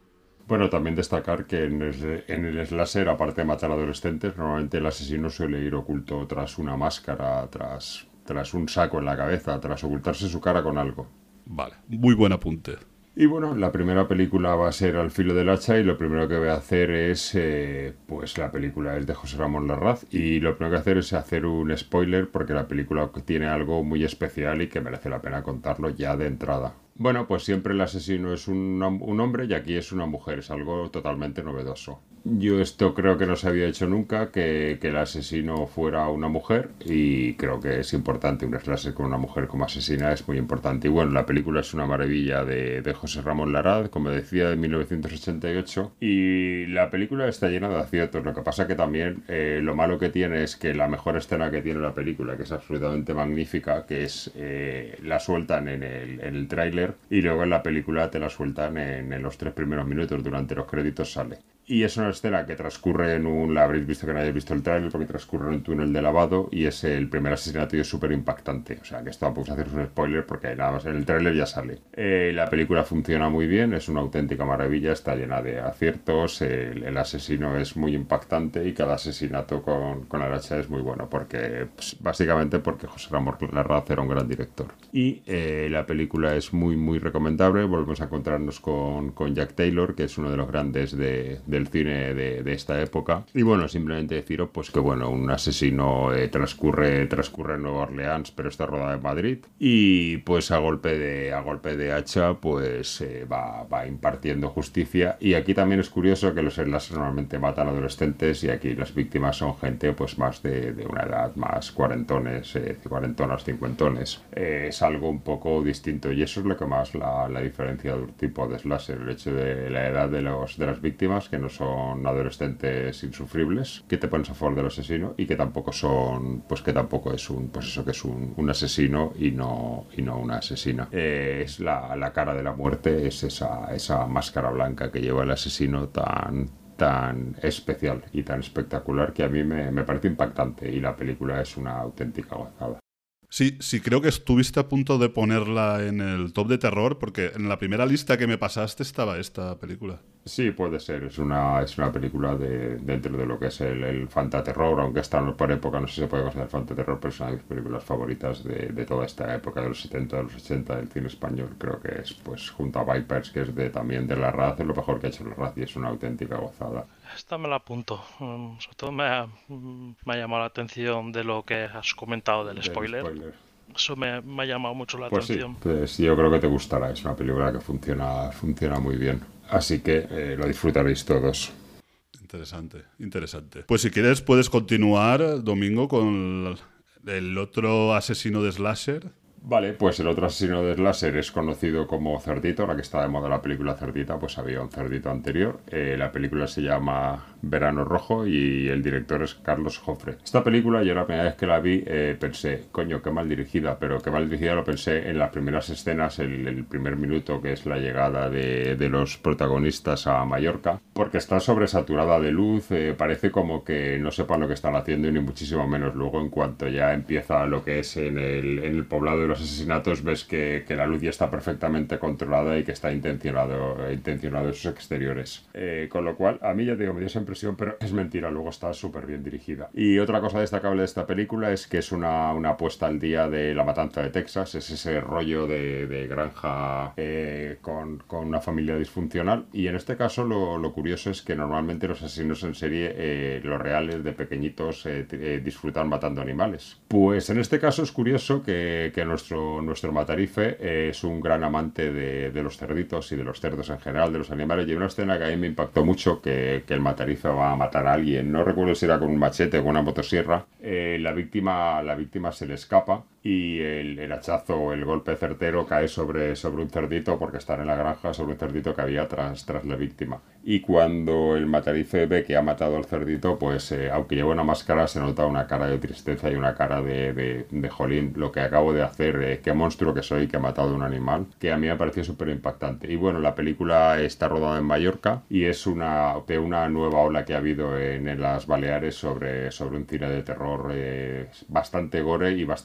Bueno, también destacar que en el, en el slasher, aparte de matar adolescentes, normalmente el asesino suele ir oculto tras una máscara, tras, tras un saco en la cabeza, tras ocultarse su cara con algo. Vale, muy buen apunte. Y bueno, la primera película va a ser Al filo del hacha y lo primero que voy a hacer es, eh, pues la película es de José Ramón Larraz y lo primero que voy a hacer es hacer un spoiler porque la película tiene algo muy especial y que merece la pena contarlo ya de entrada. Bueno, pues siempre el asesino es un, un hombre y aquí es una mujer, es algo totalmente novedoso. Yo esto creo que no se había hecho nunca, que, que el asesino fuera una mujer y creo que es importante, un slasher con una mujer como asesina es muy importante. Y bueno, la película es una maravilla de, de José Ramón Larraz, como decía, de mil novecientos ochenta y ocho y la película está llena de aciertos. Lo que pasa que también eh, lo malo que tiene es que la mejor escena que tiene la película, que es absolutamente magnífica, que es eh, la sueltan en el, en el tráiler y luego en la película te la sueltan en, en los tres primeros minutos, durante los créditos sale. Y es una escena que transcurre en un... La habréis visto que no hayáis visto el tráiler porque transcurre en un túnel de lavado y es el primer asesinato y es súper impactante. O sea, que esto tampoco es hacer un spoiler porque nada más en el tráiler ya sale. Eh, la película funciona muy bien, es una auténtica maravilla, está llena de aciertos, el, el asesino es muy impactante y cada asesinato con, con el hacha es muy bueno porque, pues, básicamente porque José Ramón Larraz era un gran director. Y eh, la película es muy, muy recomendable. Volvemos a encontrarnos con, con Jack Taylor, que es uno de los grandes de... del cine de, de esta época. Y bueno, simplemente deciros pues que bueno, un asesino eh, transcurre transcurre en Nueva Orleans, pero está rodada en Madrid y pues a golpe de a golpe de hacha pues eh, va, va impartiendo justicia. Y aquí también es curioso que los slashers normalmente matan adolescentes y aquí las víctimas son gente pues más de, de una edad más cuarentones, eh, cuarentonas, cincuentones. Eh, es algo un poco distinto y eso es lo que más la, la diferencia de un tipo de slasher, el hecho de la edad de los de las víctimas, que no son adolescentes insufribles, que te pones a favor del asesino y que tampoco son, pues que tampoco es un, pues eso que es un, un asesino y no, y no una asesina. Eh, es la, la cara de la muerte, es esa, esa máscara blanca que lleva el asesino tan tan especial y tan espectacular que a mí me, me parece impactante y la película es una auténtica gozada. Sí, sí, creo que estuviste a punto de ponerla en el top de terror porque en la primera lista que me pasaste estaba esta película. Sí, puede ser. Es una, es una película de, dentro de lo que es el, el fantaterror, aunque está por época, no sé si se puede considerar fantaterror, pero es una de mis películas favoritas de, de toda esta época, de los setenta, de los ochenta, del cine español. Creo que es, pues, junto a Vipers, que es de también de Larraz, es lo mejor que ha hecho Larraz y es una auténtica gozada. Esta me la apunto. Mm, Sobre todo me ha, mm, me ha llamado la atención de lo que has comentado del Del spoiler. spoiler. Eso me, me ha llamado mucho la Pues sí, atención. pues yo creo que te gustará. Es una película que funciona, funciona muy bien. Así que eh, lo disfrutaréis todos. Interesante, interesante. Pues si quieres puedes continuar, Domingo, con el otro asesino de slasher. Vale, pues el otro asesino de slasher es conocido como Cerdito. Ahora que está de moda la película Cerdita, pues había un Cerdito anterior. Eh, la película se llama Verano Rojo y el director es Carlos Jofre. Esta película, yo la primera vez que la vi eh, pensé, coño, qué mal dirigida, pero qué mal dirigida lo pensé en las primeras escenas, el, el primer minuto, que es la llegada de, de los protagonistas a Mallorca, porque está sobresaturada de luz, eh, parece como que no sepan lo que están haciendo y ni muchísimo menos. Luego, en cuanto ya empieza lo que es en el, en el poblado de los asesinatos, ves que, que la luz ya está perfectamente controlada y que está intencionado, intencionado en sus exteriores. Eh, con lo cual, a mí ya digo, me dio esa impresión, pero es mentira, luego está súper bien dirigida. Y otra cosa destacable de esta película es que es una, una puesta al día de La Matanza de Texas, es ese rollo de, de granja eh, con, con una familia disfuncional, y en este caso lo, lo curioso es que normalmente los asesinos en serie, eh, los reales de pequeñitos, eh, eh, disfrutan matando animales. Pues en este caso es curioso que, que nuestro, nuestro Matarife eh, es un gran amante de, de los cerditos y de los cerdos en general, de los animales, y hay una escena que a mí me impactó mucho, que, que el Matarife va a matar a alguien, no recuerdo si era con un machete o con una motosierra, eh, la víctima, la víctima se le escapa y el, el hachazo o el golpe certero cae sobre, sobre un cerdito, porque están en la granja, sobre un cerdito que había tras, tras la víctima. Y cuando el Matarife ve que ha matado al cerdito, pues eh, aunque lleva una máscara, se nota una cara de tristeza y una cara de, de, de jolín, lo que acabo de hacer, eh, qué monstruo que soy, que he matado a un animal, que a mí me pareció súper impactante. Y bueno, la película está rodada en Mallorca y es una de una nueva ola que ha habido en, en las Baleares sobre, sobre un cine de terror eh, bastante gore y bastante especial.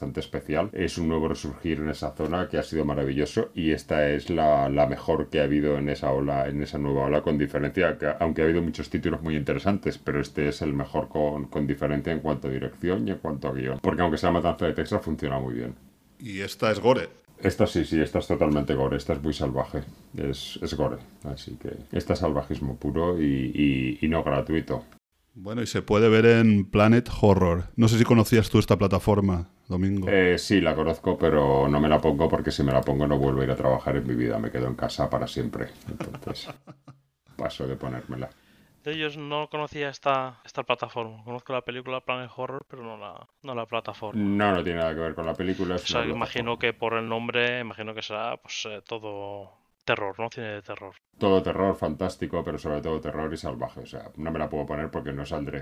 especial. Es un nuevo resurgir en esa zona que ha sido maravilloso y esta es la, la mejor que ha habido en esa ola, en esa nueva ola, con diferencia, que, aunque ha habido muchos títulos muy interesantes, pero este es el mejor con, con diferencia en cuanto a dirección y en cuanto a guión. Porque aunque sea Matanza de Texas, funciona muy bien. Y esta es gore. Esta sí, sí, esta es totalmente gore, esta es muy salvaje, es, es gore, así que esta es salvajismo puro y, y, y no gratuito. Bueno, y se puede ver en Planet Horror. No sé si conocías tú esta plataforma, Domingo. Eh, sí, la conozco, pero no me la pongo porque si me la pongo no vuelvo a ir a trabajar en mi vida, me quedo en casa para siempre, entonces paso de ponérmela. De ellos no conocía esta, esta plataforma. Conozco la película Planet Horror, pero no la, no la plataforma. No, no tiene nada que ver con la película. Es O sea, una imagino plataforma. que por el nombre, imagino que será pues eh, todo terror, ¿no? Cine de terror. Todo terror, fantástico, pero sobre todo terror y salvaje. O sea, no me la puedo poner porque no saldré.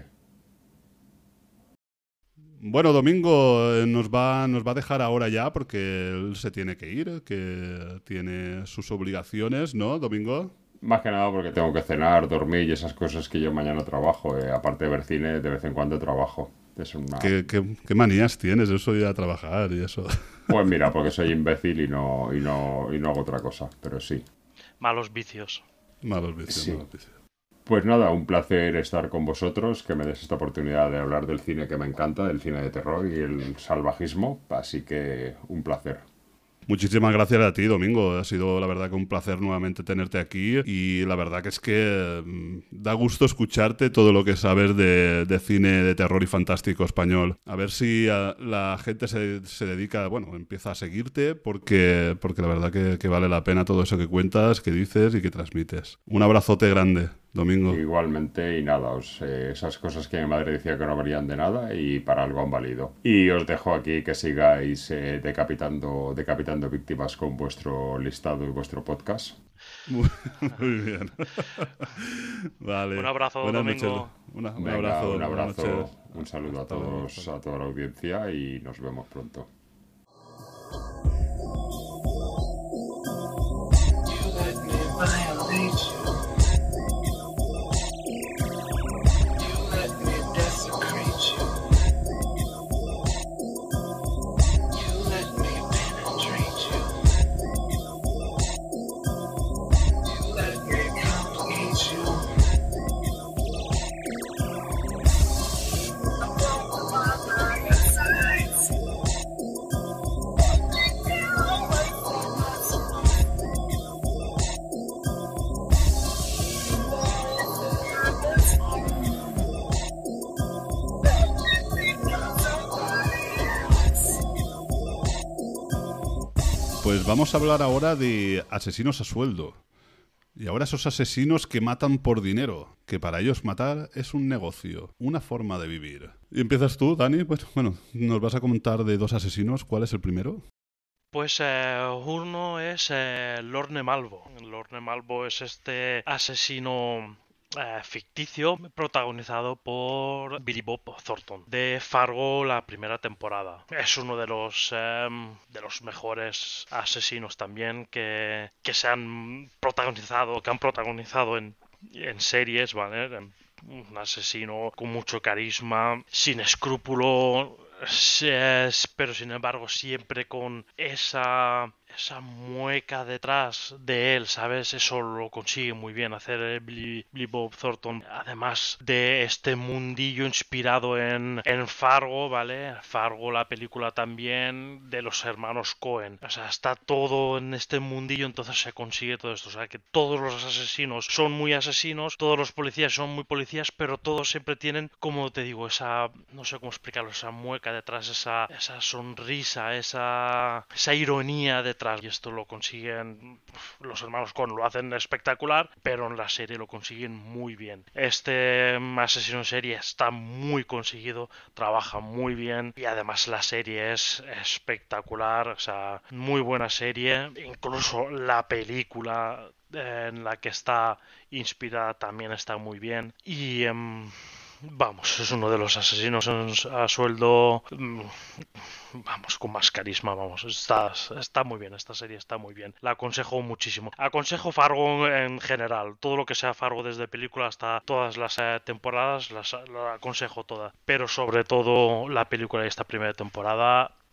Bueno, Domingo eh, nos va, nos va a dejar ahora ya porque él se tiene que ir, que tiene sus obligaciones, ¿no, Domingo? Más que nada porque tengo que cenar, dormir y esas cosas que yo mañana trabajo. Eh, aparte de ver cine, de vez en cuando trabajo. Es una... ¿Qué, qué, qué manías tienes eso de ir a trabajar y eso? Pues mira, porque soy imbécil y no, y no, y no hago otra cosa, pero sí. Malos vicios. Malos vicios, Sí. malos vicios. Pues nada, un placer estar con vosotros, que me des esta oportunidad de hablar del cine que me encanta, del cine de terror y el salvajismo, así que un placer. Muchísimas gracias a ti, Domingo. Ha sido la verdad que un placer nuevamente tenerte aquí y la verdad que es que mm, da gusto escucharte todo lo que sabes de, de cine de terror y fantástico español. A ver si a, la gente se, se dedica, bueno, empieza a seguirte porque, porque la verdad que, que vale la pena todo eso que cuentas, que dices y que transmites. Un abrazote grande, Domingo. Igualmente, y nada, os, eh, esas cosas que mi madre decía que no valían de nada y para algo han valido. Y os dejo aquí que sigáis eh, decapitando, decapitando víctimas con vuestro listado y vuestro podcast. Muy, muy bien. Vale. Un abrazo, Buenas Domingo. noches. Una- un Venga, abrazo. un buenas abrazo, noches. un saludo a Hasta luego. todos, a toda la audiencia y nos vemos pronto. You let me violate you. You let me desecrate you. You let me penetrate you. You let me complicate you. I don't want my sides. Away from my soul. Pues vamos a hablar ahora de asesinos a sueldo. Y ahora esos asesinos que matan por dinero, que para ellos matar es un negocio, una forma de vivir. Y empiezas tú, Dani. Pues bueno, nos vas a comentar de dos asesinos. ¿Cuál es el primero? Pues eh, uno es eh, Lorne Malvo. Lorne Malvo es este asesino eh, ficticio protagonizado por Billy Bob Thornton de Fargo, la primera temporada. Es uno de los eh, de los mejores asesinos también que, que se han protagonizado, que han protagonizado en, en series, ¿vale? Un asesino con mucho carisma, sin escrúpulo, es- pero sin embargo siempre con esa esa mueca detrás de él, ¿sabes? Eso lo consigue muy bien hacer eh, Billy, Billy Bob Thornton. Además de este mundillo inspirado en, en Fargo, ¿vale? Fargo, la película también de los hermanos Cohen. O sea, está todo en este mundillo, entonces se consigue todo esto. O sea, que todos los asesinos son muy asesinos, todos los policías son muy policías, pero todos siempre tienen, como te digo, esa, no sé cómo explicarlo, esa mueca detrás, esa, esa sonrisa, esa, esa ironía detrás. Y esto lo consiguen, los hermanos Coen lo hacen espectacular, pero en la serie lo consiguen muy bien. Este mm, asesino en serie está muy conseguido, trabaja muy bien y además la serie es espectacular, o sea, muy buena serie. Incluso la película eh, en la que está inspirada también está muy bien. Y em, vamos, es uno de los asesinos en- a sueldo, mm, vamos, con más carisma, vamos, está, está muy bien, esta serie está muy bien, la aconsejo muchísimo. Aconsejo Fargo en general, todo lo que sea Fargo desde película hasta todas las eh, temporadas, las, la aconsejo todas, pero sobre todo la película de esta primera temporada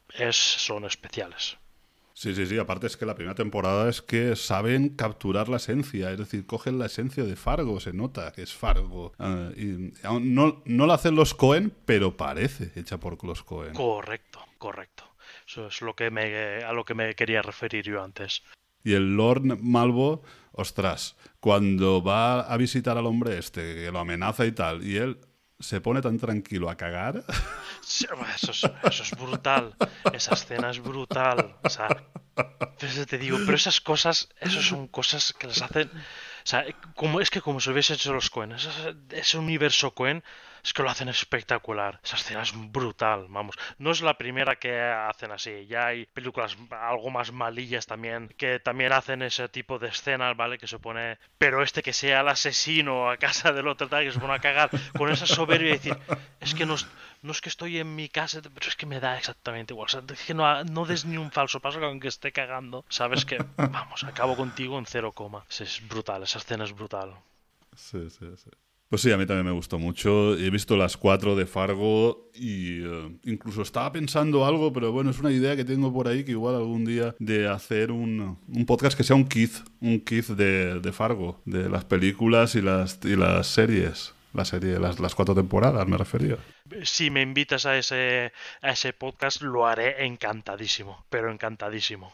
es, son especiales. Sí, sí, sí. Aparte es que la primera temporada es que saben capturar la esencia. Es decir, cogen la esencia de Fargo. Se nota que es Fargo. Uh, y aún no, no la hacen los Coen, pero parece hecha por los Coen. Correcto, correcto. Eso es lo que me, a lo que me quería referir yo antes. Y el Lord Malvo, ostras, cuando va a visitar al hombre este, que lo amenaza y tal, y él se pone tan tranquilo a cagar... Sí, Eso es, eso es brutal. Esa escena es brutal. O sea, pues te digo, pero esas cosas, eso son cosas que les hacen. O sea, como, es que como se hubiesen hecho los Coen, ese, ese universo Coen, es que lo hacen espectacular. Esa escena es brutal, vamos. No es la primera que hacen así. Ya hay películas algo más malillas también, que también hacen ese tipo de escenas, ¿vale? Que se pone. Pero este que sea el asesino a casa del otro, tal, que se pone a cagar con esa soberbia y decir, es que no, no es que estoy en mi casa, pero es que me da exactamente igual. O sea, es que no, no des ni un falso paso que aunque esté cagando. Sabes que, vamos, acabo contigo en cero coma. Es, es brutal, esa escena es brutal. Sí, sí, sí. Pues sí, a mí también me gustó mucho. He visto las cuatro de Fargo y uh, incluso estaba pensando algo, pero bueno, es una idea que tengo por ahí que igual algún día de hacer un, un podcast que sea un quiz, un quiz de, de Fargo, de las películas y las, y las series. La serie, las, las cuatro temporadas, me refería. Si me invitas a ese, a ese podcast, lo haré encantadísimo, pero encantadísimo.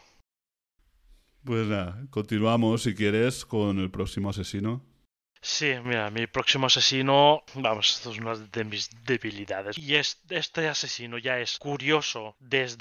Pues nada, continuamos si quieres con el próximo asesino. Sí, mira, mi próximo asesino, vamos, esto es una de mis debilidades. Y es, este asesino ya es curioso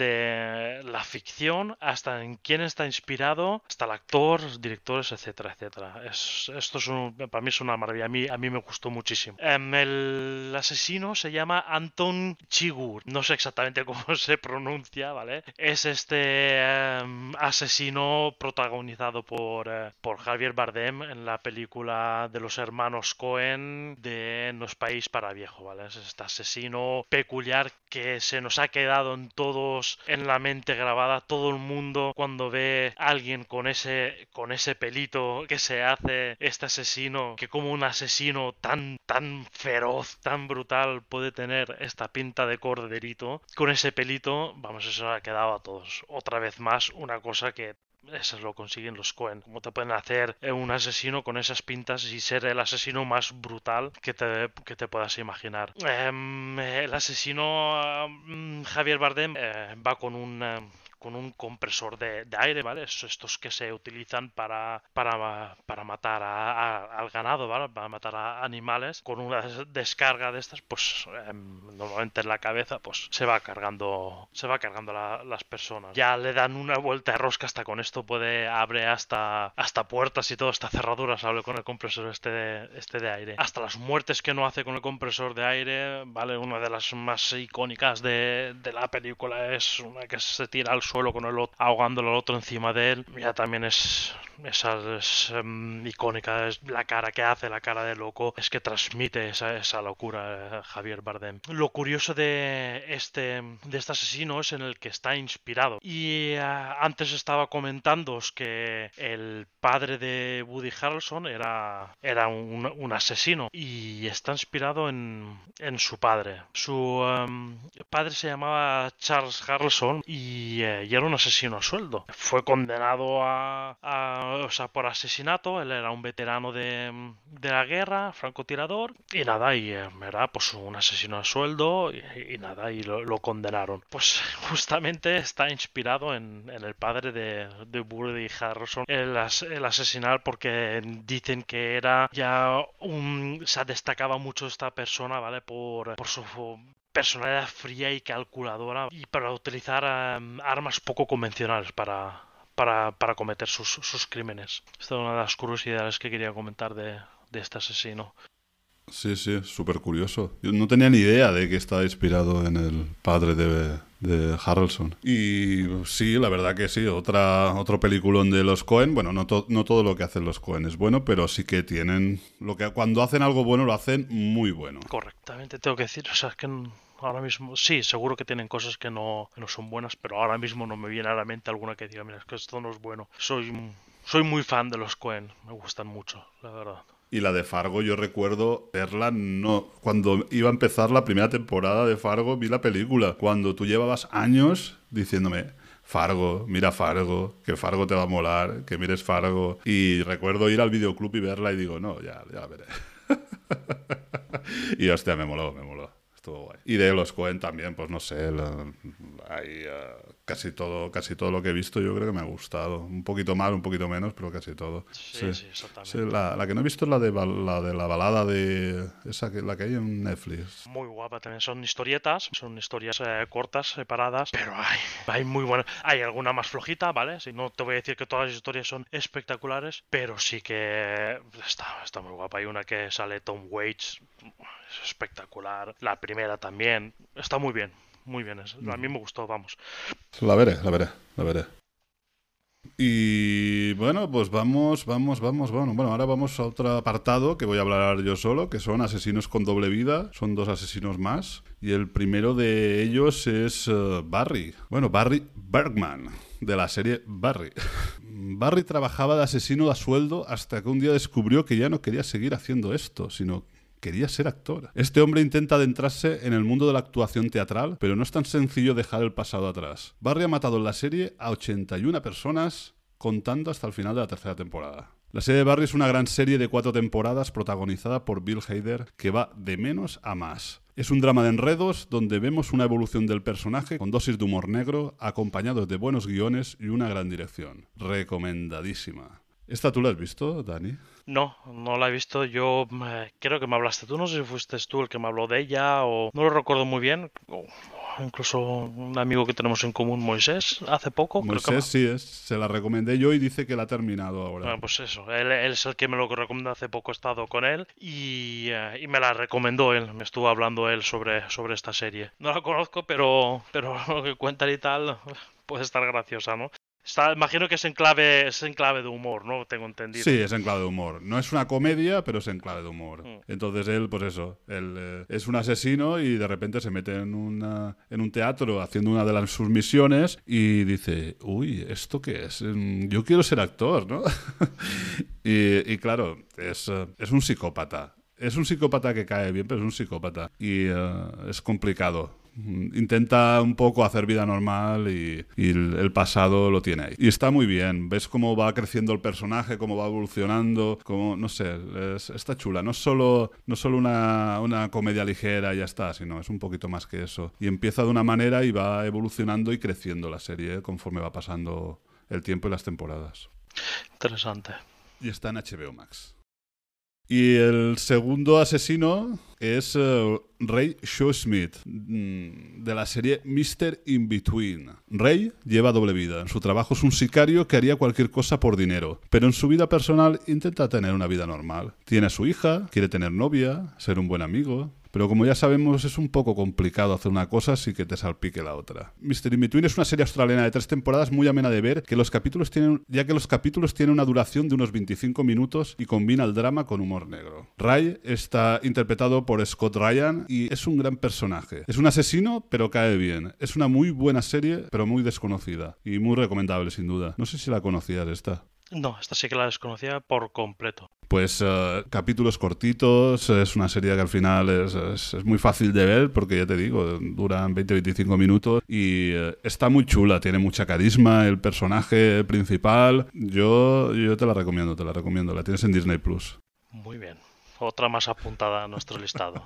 desde la ficción hasta en quién está inspirado, hasta el actor, los directores, etcétera, etcétera. Es, esto es un, para mí es una maravilla, a mí, a mí me gustó muchísimo. Em, el asesino se llama Anton Chigurh, no sé exactamente cómo se pronuncia, ¿vale? Es este em, asesino protagonizado por, eh, por Javier Bardem en la película de los hermanos Coen de No es país para viejo, ¿vale? Es este asesino peculiar que se nos ha quedado en todos en la mente grabada. Todo el mundo cuando ve a alguien con ese con ese pelito que se hace este asesino, que como un asesino tan tan feroz, tan brutal puede tener esta pinta de corderito, con ese pelito, vamos, eso ha quedado a todos. Otra vez más una cosa que eso lo consiguen los Coen. Como te pueden hacer un asesino con esas pintas y ser el asesino más brutal que te, que te puedas imaginar. Eh, el asesino eh, Javier Bardem eh, va con un... Eh, con un compresor de, de aire, ¿vale? Estos que se utilizan para, para, para matar a, a, al ganado, ¿vale? Para matar a animales. Con una descarga de estas, pues eh, normalmente en la cabeza, pues se va cargando, se va cargando la, las personas. Ya le dan una vuelta de rosca hasta con esto, puede abre hasta, hasta puertas y todo, hasta cerraduras, hable con el compresor este de, este de aire. Hasta las muertes que no hace con el compresor de aire, ¿vale? Una de las más icónicas de, de la película es una que se tira al suelo con el otro, ahogándolo al otro encima de él. Ya también es esa es um, icónica, es la cara que hace, la cara de loco, es que transmite esa, esa locura eh, Javier Bardem. Lo curioso de este de este asesino es en el que está inspirado. Y uh, antes estaba comentándoos que el padre de Woody Harrelson era, era un, un asesino y está inspirado en, en su padre. Su um, padre se llamaba Charles Harrelson y, eh, y era un asesino a sueldo. Fue condenado a, a o sea, por asesinato. Él era un veterano de, de la guerra, francotirador, y nada, y eh, era pues un asesino a sueldo, y, y nada, y lo, lo condenaron. Pues justamente está inspirado en, en el padre de, de Woody Harrelson, el, as, el asesinar, porque dicen que era ya un... se destacaba mucho esta persona, ¿vale? Por, por su personalidad fría y calculadora y para utilizar um, armas poco convencionales para, para, para cometer sus, sus crímenes. Esta es una de las curiosidades que quería comentar de, de este asesino. Sí, sí, súper curioso. Yo no tenía ni idea de que estaba inspirado en el padre de, de Harrelson. Y sí, la verdad que sí, otra, otro peliculón de los Coen. Bueno, no, to, no todo lo que hacen los Coen es bueno, pero sí que tienen... lo que cuando hacen algo bueno, lo hacen muy bueno. Correctamente, tengo que decir, o sea, es que ahora mismo, sí, seguro que tienen cosas que no, que no son buenas, pero ahora mismo no me viene a la mente alguna que diga, mira, es que esto no es bueno. Soy, soy muy fan de los Coen, me gustan mucho, la verdad. Y la de Fargo, yo recuerdo verla no cuando iba a empezar la primera temporada de Fargo, vi la película. Cuando tú llevabas años diciéndome, Fargo, mira Fargo, que Fargo te va a molar, que mires Fargo. Y recuerdo ir al videoclub y verla y digo, no, ya, ya la veré. Y hostia, me moló, me moló. Estuvo guay. Y de los Coen también, pues no sé, la- hay, uh, casi todo, casi todo lo que he visto yo creo que me ha gustado. Un poquito más, un poquito menos, pero casi todo. Sí, sí, exactamente. Sí, la, la que no he visto es la de, bal- la de la balada de... Esa que, la que hay en Netflix. Muy guapa también. Son historietas, son historias eh, cortas, separadas, pero hay, hay muy buenas. Hay alguna más flojita, ¿vale? Si no te voy a decir que todas las historias son espectaculares, pero sí que está, está muy guapa. Hay una que sale Tom Waits, es espectacular. La primera también. Está muy bien, muy bien. es- A mí me gustó, vamos. La veré, la veré, la veré. Y bueno, pues vamos, vamos, vamos, bueno, bueno, ahora vamos a otro apartado que voy a hablar yo solo, que son asesinos con doble vida, son dos asesinos más, y el primero de ellos es eh, Barry, bueno, Barry Bergman, de la serie Barry. Barry trabajaba de asesino a sueldo hasta que un día descubrió que ya no quería seguir haciendo esto, sino quería ser actor. Este hombre intenta adentrarse en el mundo de la actuación teatral, pero no es tan sencillo dejar el pasado atrás. Barry ha matado en la serie a ochenta y una personas, contando hasta el final de la tercera temporada. La serie de Barry es una gran serie de cuatro temporadas protagonizada por Bill Hader que va de menos a más. Es un drama de enredos donde vemos una evolución del personaje con dosis de humor negro, acompañados de buenos guiones y una gran dirección. Recomendadísima. ¿Esta tú la has visto, Dani? No, no la he visto. Yo eh, creo que me hablaste tú. No sé si fuiste tú el que me habló de ella o no lo recuerdo muy bien. O incluso un amigo que tenemos en común, Moisés, hace poco. creo que me- Moisés sí es, se la recomendé yo y dice que la ha terminado ahora. Bueno, pues eso, él, él es el que me lo recomendó hace poco, he estado con él y, eh, y me la recomendó él, me estuvo hablando él sobre, sobre esta serie. No la conozco, pero, pero lo que cuentan y tal puede estar graciosa, ¿no? Está, imagino que es en clave, es en clave de humor, ¿no? Tengo entendido. Sí, es en clave de humor. No es una comedia, pero es en clave de humor. Mm. Entonces él, pues eso, él eh, es un asesino y de repente se mete en, una, en un teatro haciendo una de las, sus misiones y dice, uy, ¿esto qué es? Mm, Yo quiero ser actor, ¿no? y, y claro, es, eh, es un psicópata. Es un psicópata que cae bien, pero es un psicópata. Y eh, es complicado. Mm, Intenta un poco hacer vida normal y, y el, el pasado lo tiene ahí. Y está muy bien. Ves cómo va creciendo el personaje, cómo va evolucionando, cómo, no sé, es- está chula. No es solo, no es solo una, una comedia ligera y ya está, sino es un poquito más que eso. Y empieza de una manera y va evolucionando y creciendo la serie conforme va pasando el tiempo y las temporadas. Interesante. Y está en H B O Max. Y el segundo asesino es eh, Ray Shawsmith, mm, de la serie mister In-Between. Ray lleva doble vida. En su trabajo es un sicario que haría cualquier cosa por dinero, pero en su vida personal intenta tener una vida normal. Tiene a su hija, quiere tener novia, ser un buen amigo. Pero como ya sabemos, es un poco complicado hacer una cosa sin que te salpique la otra. mister In-Between es una serie australiana de tres temporadas muy amena de ver, que los capítulos tienen, ya que los capítulos tienen una duración de unos veinticinco minutos y combina el drama con humor negro. Ray está interpretado por Scott Ryan y es un gran personaje. Es un asesino, pero cae bien. Es una muy buena serie, pero muy desconocida. Y muy recomendable, sin duda. No sé si la conocías esta. No, esta sí que la desconocía por completo. Pues eh, capítulos cortitos, es una serie que al final es, es- es muy fácil de ver porque ya te digo, duran veinte a veinticinco minutos y eh, está muy chula, tiene mucha carisma el personaje principal. Yo, yo te la recomiendo, te la recomiendo, la tienes en Disney Plus. Muy bien. Otra más apuntada a nuestro listado.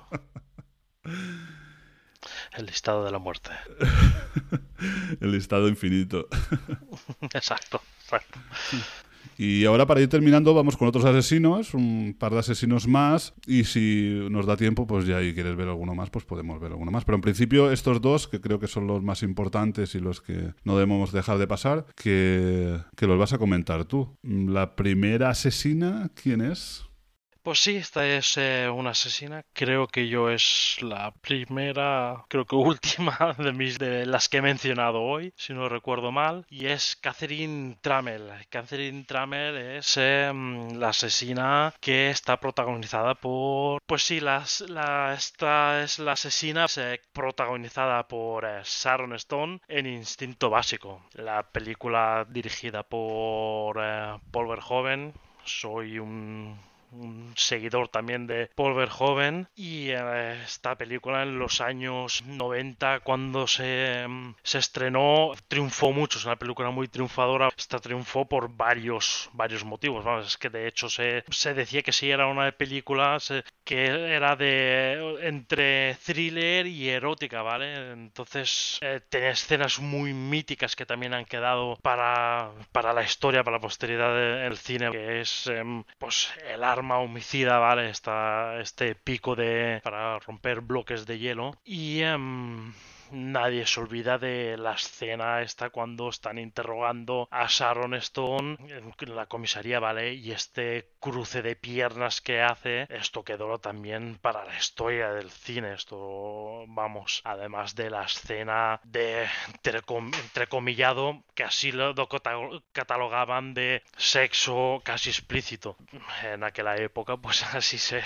El listado de la muerte. El listado infinito. Exacto, exacto. Y ahora para ir terminando vamos con otros asesinos, un par de asesinos más y si nos da tiempo pues ya y quieres ver alguno más pues podemos ver alguno más. Pero en principio estos dos que creo que son los más importantes y los que no debemos dejar de pasar, que, que los vas a comentar tú. La primera asesina, ¿quién es? Pues sí, esta es eh, una asesina. Creo que yo es la primera, creo que última de mis de las que he mencionado hoy, si no recuerdo mal. Y es Catherine Trammell. Catherine Trammell es eh, la asesina que está protagonizada por... Pues sí, las, la, esta es la asesina eh, protagonizada por eh, Sharon Stone en Instinto Básico. La película dirigida por eh, Paul Verhoeven. Soy un un seguidor también de Paul Verhoeven, y eh, esta película en los años noventa, cuando se, mm, se estrenó, triunfó mucho. Es una película muy triunfadora. Esta triunfó por varios, varios motivos. Vamos, es que de hecho se, se decía que sí era una película se- que era de entre thriller y erótica, ¿vale? Entonces eh, tenía escenas muy míticas que también han quedado para, para la historia, para la posteridad del cine, que es em, pues el arma homicida, ¿vale? Esta, este pico de para romper bloques de hielo. Y em, nadie se olvida de la escena esta cuando están interrogando a Sharon Stone en la comisaría, ¿vale? Y este cruce de piernas que hace, esto quedó también para la historia del cine. Esto, vamos, además de la escena de entrecom- entrecomillado, que así lo lo cata- catalogaban de sexo casi explícito. En aquella época, pues así se,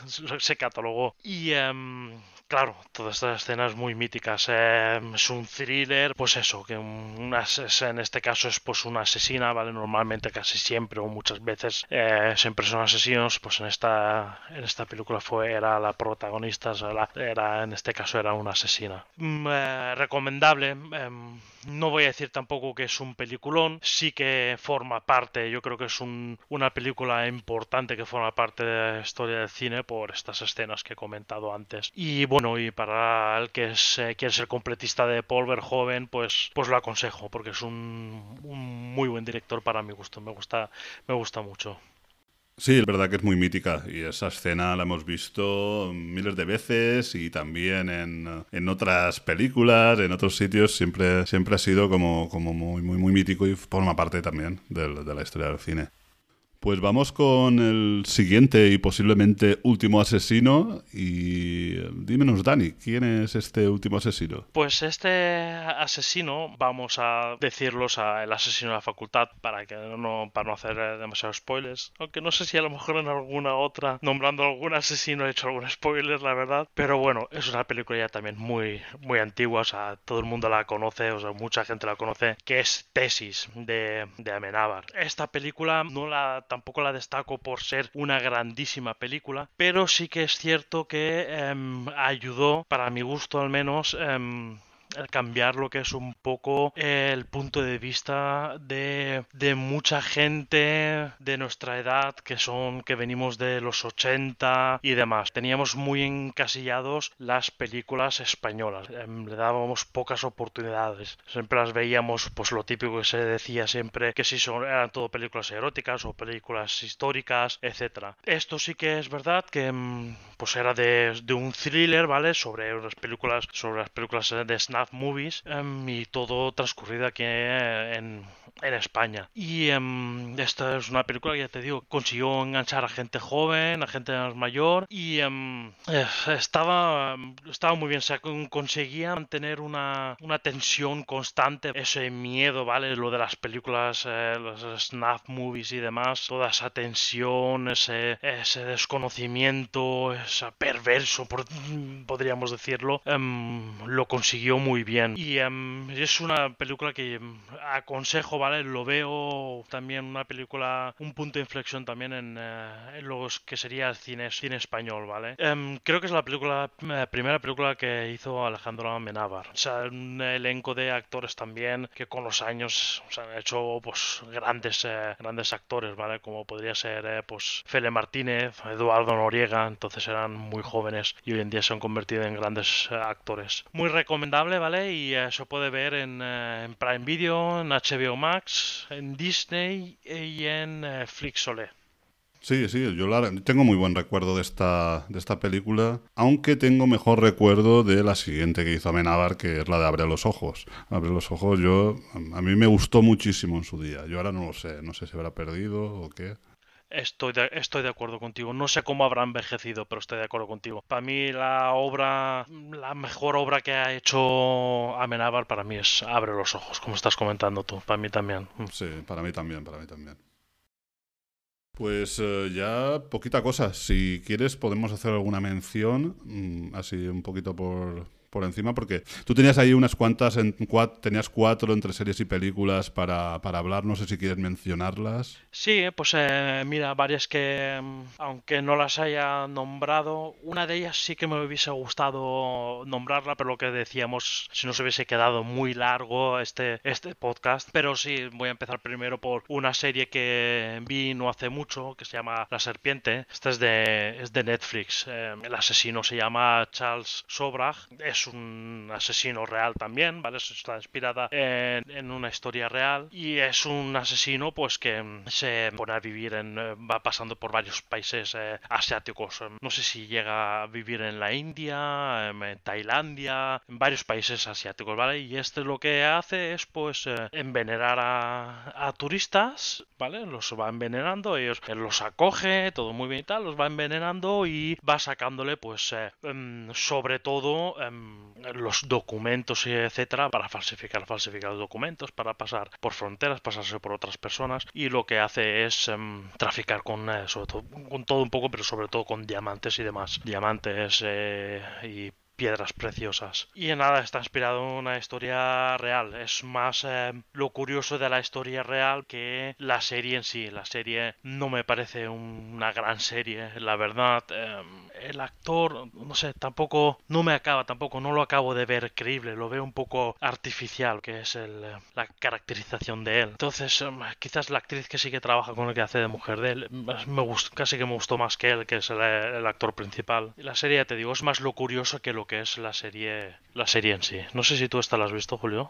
se catalogó. Y em, claro, todas estas escenas muy míticas. Eh, es un thriller, pues eso, que un- una, es- en este caso es pues una asesina, ¿vale? Normalmente casi siempre o muchas veces eh, siempre son asesinos. Pues en esta en esta película fue era la protagonista, o sea, la- era en este caso era una asesina. Mm, eh, recomendable. em, no voy a decir tampoco que es un peliculón, sí que forma parte, yo creo que es un- una película importante que forma parte de la historia del cine por estas escenas que he comentado antes. Y bueno, y para el que es, eh, quiere ser completista de Paul Verhoeven, pues, pues lo aconsejo, porque es un, un muy buen director para mi gusto, me gusta, me gusta mucho. Sí, es verdad que es muy mítica y esa escena la hemos visto miles de veces y también en, en otras películas, en otros sitios, siempre, siempre ha sido como, como muy, muy, muy mítico y forma parte también del- de la historia del cine. Pues vamos con el siguiente y posiblemente último asesino. Y eh, dímenos, Dani, ¿quién es este último asesino? Pues este asesino, vamos a decirlo, o sea, el asesino de la facultad, para que no, para no hacer eh, demasiados spoilers. Aunque no sé si a lo mejor en alguna otra, nombrando algún asesino, he hecho algún spoiler, la verdad. Pero bueno, es una película ya también muy, muy antigua, o sea, todo el mundo la conoce, o sea, mucha gente la conoce, que es Tesis de, de Amenábar. Esta película no la, tampoco la destaco por ser una grandísima película, pero sí que es cierto que em, ayudó, para mi gusto al menos, em, el cambiar lo que es un poco el punto de vista de, de mucha gente de nuestra edad que son que venimos de los ochenta y demás. Teníamos muy encasillados las películas españolas, em, le dábamos pocas oportunidades. Siempre las veíamos, pues lo típico que se decía siempre, que si son, eran todo películas eróticas o películas históricas, etcétera. Esto sí que es verdad que em, pues era de, de un thriller, ¿vale? Sobre unas películas, sobre las películas de snuff movies, em, y todo transcurrido aquí en, en España. Y em, esta es una película que, ya te digo, consiguió enganchar a gente joven, a gente más mayor, y em, eh, estaba, estaba muy bien, o sea, con- conseguía mantener una, una tensión constante, ese miedo, ¿vale? Lo de las películas, eh, los snuff movies y demás, toda esa tensión, ese, ese desconocimiento, ese perverso, por- podríamos decirlo, em, lo consiguió muy bien. Y em, es una película que em, aconsejo, ¿vale? Lo veo también una película, un punto de inflexión también en, eh, en lo que sería el cine, cine español, ¿vale? Em, creo que es la película, eh, primera película que hizo Alejandro Amenábar. O sea, un elenco de actores también que con los años se han hecho pues grandes, eh, grandes actores, ¿vale? Como podría ser eh, pues Fele Martínez, Eduardo Noriega, entonces eran muy jóvenes y hoy en día se han convertido en grandes eh, actores. Muy recomendable, ¿vale? Y eh, se puede ver en, eh, en Prime Video, en H B O Max, en Disney y en eh, Flixolé. Sí, sí, yo la- tengo muy buen recuerdo de esta, de esta película, aunque tengo mejor recuerdo de la siguiente que hizo Amenábar, que es la de Abre los ojos. Abre los ojos, yo, a mí me gustó muchísimo en su día. Yo ahora no lo sé, no sé si habrá perdido o qué. Estoy de, estoy de acuerdo contigo. No sé cómo habrá envejecido, pero estoy de acuerdo contigo. Para mí la obra, la mejor obra que ha hecho Amenábar para mí es Abre los ojos, como estás comentando tú. Para mí también. Mm. Sí, para mí también, para mí también. Pues eh, ya poquita cosa. Si quieres podemos hacer alguna mención, mm, así un poquito por, por encima, porque tú tenías ahí unas cuantas, en, cua- tenías cuatro entre series y películas para, para hablar, no sé si quieres mencionarlas. Sí, pues eh, mira, varias que, mm, aunque no las haya nombrado, una de ellas sí que me hubiese gustado nombrarla, pero lo que decíamos, si no se hubiese quedado muy largo este, este podcast. Pero sí, voy a empezar primero por una serie que vi no hace mucho, que se llama La Serpiente. Esta es de, es de Netflix. Eh, el asesino se llama Charles Sobrag. Es un asesino real también, ¿vale? Está inspirada en, en una historia real. Y es un asesino, pues, que mm, se pone a vivir en... eh, va pasando por varios países eh, asiáticos. Eh, No sé si llega a vivir en la India, em, en Tailandia, en varios países asiáticos, ¿vale? Y este lo que hace es, pues, eh, envenenar a, a turistas, ¿vale? Los va envenenando, ellos él los acoge, todo muy bien y tal, los va envenenando y va sacándole, pues, eh, em, sobre todo em, los documentos, y etcétera, para falsificar, falsificar los documentos, para pasar por fronteras, pasarse por otras personas, y lo que hace es em, traficar con, eh, sobre todo, con todo un poco, pero sobre todo con diamantes y demás. Diamantes eh, y piedras preciosas. Y en nada, está inspirado en una historia real. Es más eh, lo curioso de la historia real que la serie en sí. La serie no me parece un- una gran serie, la verdad. Eh, el actor, no sé, tampoco, no me acaba, tampoco, no lo acabo de ver creíble. Lo veo un poco artificial, que es el, eh, la caracterización de él. Entonces, em, quizás la actriz que sí que trabaja con el que hace de mujer de él, me gust- casi que me gustó más que él, que es el, el actor principal. Y la serie, ya te digo, es más lo curioso que lo que es la serie, la serie en sí. No sé si tú esta la has visto, Julio.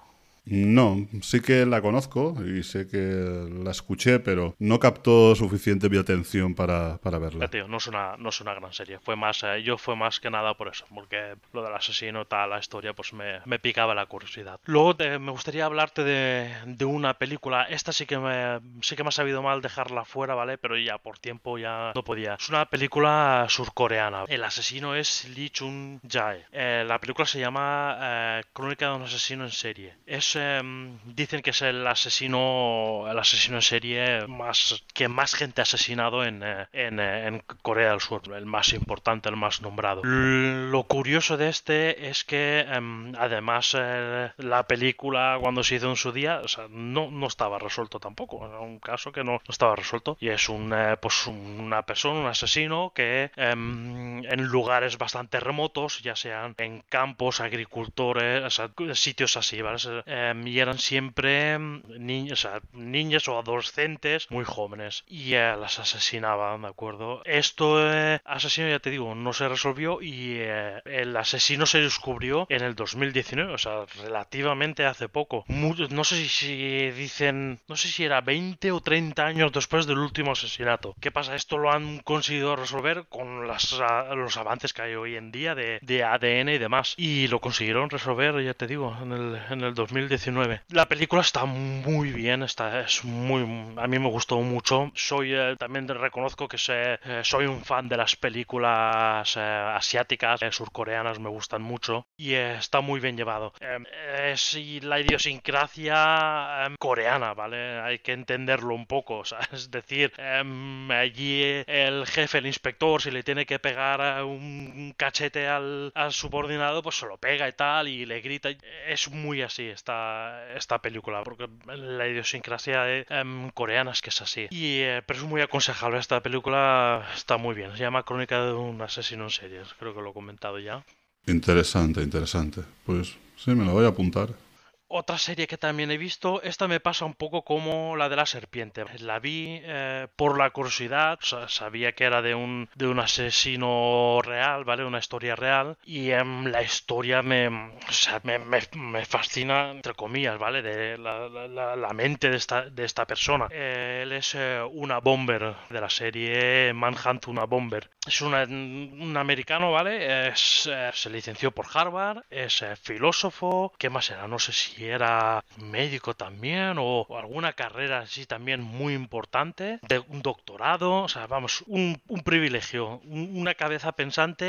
No, sí que la conozco y sé que la escuché, pero no captó suficiente mi atención para, para Ya verla. te digo, no es una, no es una gran serie. Fue más, eh, yo fue más que nada por eso, porque lo del asesino, tal, la historia, pues me, me picaba la curiosidad. Luego te- me gustaría hablarte de, de una película. Esta sí que me, sí que me ha sabido mal dejarla fuera, ¿vale? Pero ya por tiempo ya no podía. Es una película surcoreana. El asesino es Lee Chun-jae. Eh, la película se llama eh, Crónica de un asesino en serie. Es, em, dicen que es el asesino, el asesino en serie más que más gente ha asesinado en, eh, en, eh, en Corea del Sur, el más importante, el más nombrado. L- Lo curioso de este es que em, además eh, la película cuando se hizo en su día, o sea, no, no estaba resuelto tampoco, era un caso que no, no estaba resuelto y es un, eh, pues una persona, un asesino que em, en lugares bastante remotos, ya sean en campos, agricultores, o sea, sitios así, ¿vale? Em, y eran siempre niños, o sea, niñas o adolescentes muy jóvenes y eh, las asesinaban, ¿de acuerdo? Esto, eh, asesino, ya te digo, no se resolvió y eh, el asesino se descubrió en el dos mil diecinueve, o sea, relativamente hace poco. Mu- no sé si, si dicen, no sé si era veinte o treinta años después del último asesinato. ¿Qué pasa? Esto lo han conseguido resolver con las, a- los avances que hay hoy en día de, de A D N y demás. Y lo consiguieron resolver, ya te digo, en el, en el dos mil diecinueve. La película está muy bien, está, es muy, a mí me gustó mucho. Soy, eh, también reconozco que sé, eh, soy un fan de las películas eh, asiáticas, eh, surcoreanas, me gustan mucho y eh, está muy bien llevado. Eh, es y la idiosincrasia eh, coreana, ¿vale? Hay que entenderlo un poco, o sea, es decir, eh, allí el jefe, el inspector, si le tiene que pegar eh, un cachete al, al subordinado, pues se lo pega y tal, y le grita. Es muy así esta, esta película, porque la idiosincrasia de, em, coreana es que es así. Y, eh, pero es muy aconsejable, esta película está muy bien. Se llama Crónica de un asesino en series, creo que lo he comentado ya. Interesante, interesante. Pues sí, me la voy a apuntar. Otra serie que también he visto, esta me pasa un poco como la de la serpiente. La vi eh, por la curiosidad, o sea, sabía que era de un, de un asesino real, ¿vale? Una historia real. Y em, la historia me, o sea, me, me, me fascina, entre comillas, ¿vale? De la, la, la- la mente de esta, de esta persona. Eh, él es eh, una bomber de la serie Manhunt, una bomber. Es una- un americano, ¿vale? Es, eh, se licenció por Harvard, es eh, filósofo. ¿Qué más era? No sé si era médico también o, o alguna carrera así también muy importante. De un doctorado, o sea, vamos, un, un privilegio. un- una cabeza pensante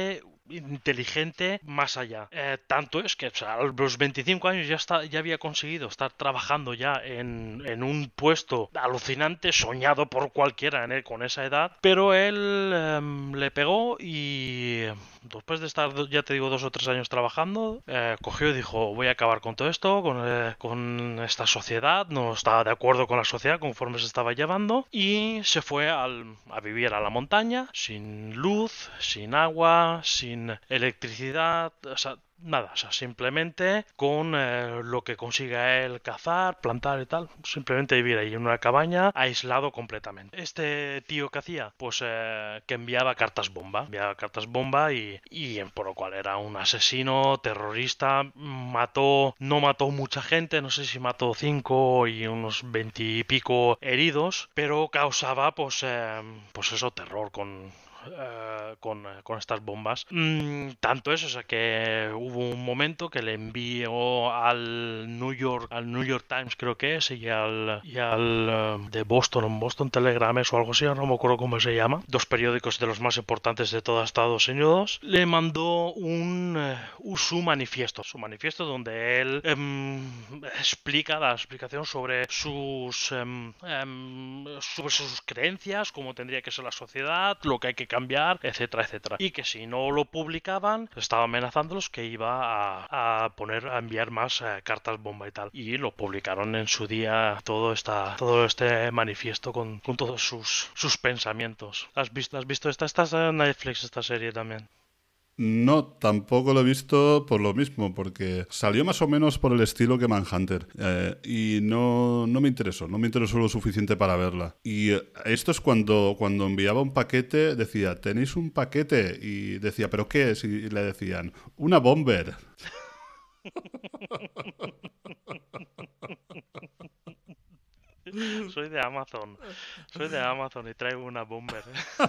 inteligente más allá. Eh, tanto es que o sea, a los veinticinco años ya, está, ya había conseguido estar trabajando ya en, en un puesto alucinante, soñado por cualquiera en él con esa edad, pero él eh, le pegó y después de estar, ya te digo, dos o tres años trabajando, eh, cogió y dijo, voy a acabar con todo esto, con, eh, con esta sociedad, no estaba de acuerdo con la sociedad conforme se estaba llevando, y se fue al, a vivir a la montaña, sin luz, sin agua, sin electricidad, o sea, nada, o sea, simplemente con eh, lo que consiga él cazar, plantar y tal, simplemente vivir ahí en una cabaña, aislado completamente. Este tío que hacía, pues eh, que enviaba cartas bomba, enviaba cartas bomba y, y por lo cual era un asesino, terrorista, mató, no mató mucha gente, no sé si mató cinco y unos veintipico heridos, pero causaba pues, eh, pues eso, terror con... Uh, con, con estas bombas. Mm, tanto eso, o sea que hubo un momento que le envió al New York, al New York Times creo que es, y al, y al uh, de Boston, un Boston Telegraph o algo así, no me acuerdo cómo se llama, dos periódicos de los más importantes de todo Estados Unidos, le mandó un, uh, su manifiesto, su manifiesto donde él um, explica la explicación sobre sus um, um, sobre sus creencias, cómo tendría que ser la sociedad, lo que hay que cambiar, etcétera, etcétera. Y que si no lo publicaban, estaba amenazándolos que iba a, a poner, a enviar más eh, cartas bomba y tal. Y lo publicaron en su día todo esta, todo este manifiesto con, con todos sus, sus pensamientos. ¿Has visto, has visto esta? Esta es en Netflix, esta serie también. No, tampoco lo he visto por lo mismo, porque salió más o menos por el estilo que Manhunter eh, y no, no me interesó, no me interesó lo suficiente para verla. Y eh, esto es cuando, cuando enviaba un paquete, decía, ¿tenéis un paquete? Y decía, ¿pero qué es? Y le decían, una bomber. Soy de Amazon, soy de Amazon y traigo una bomber.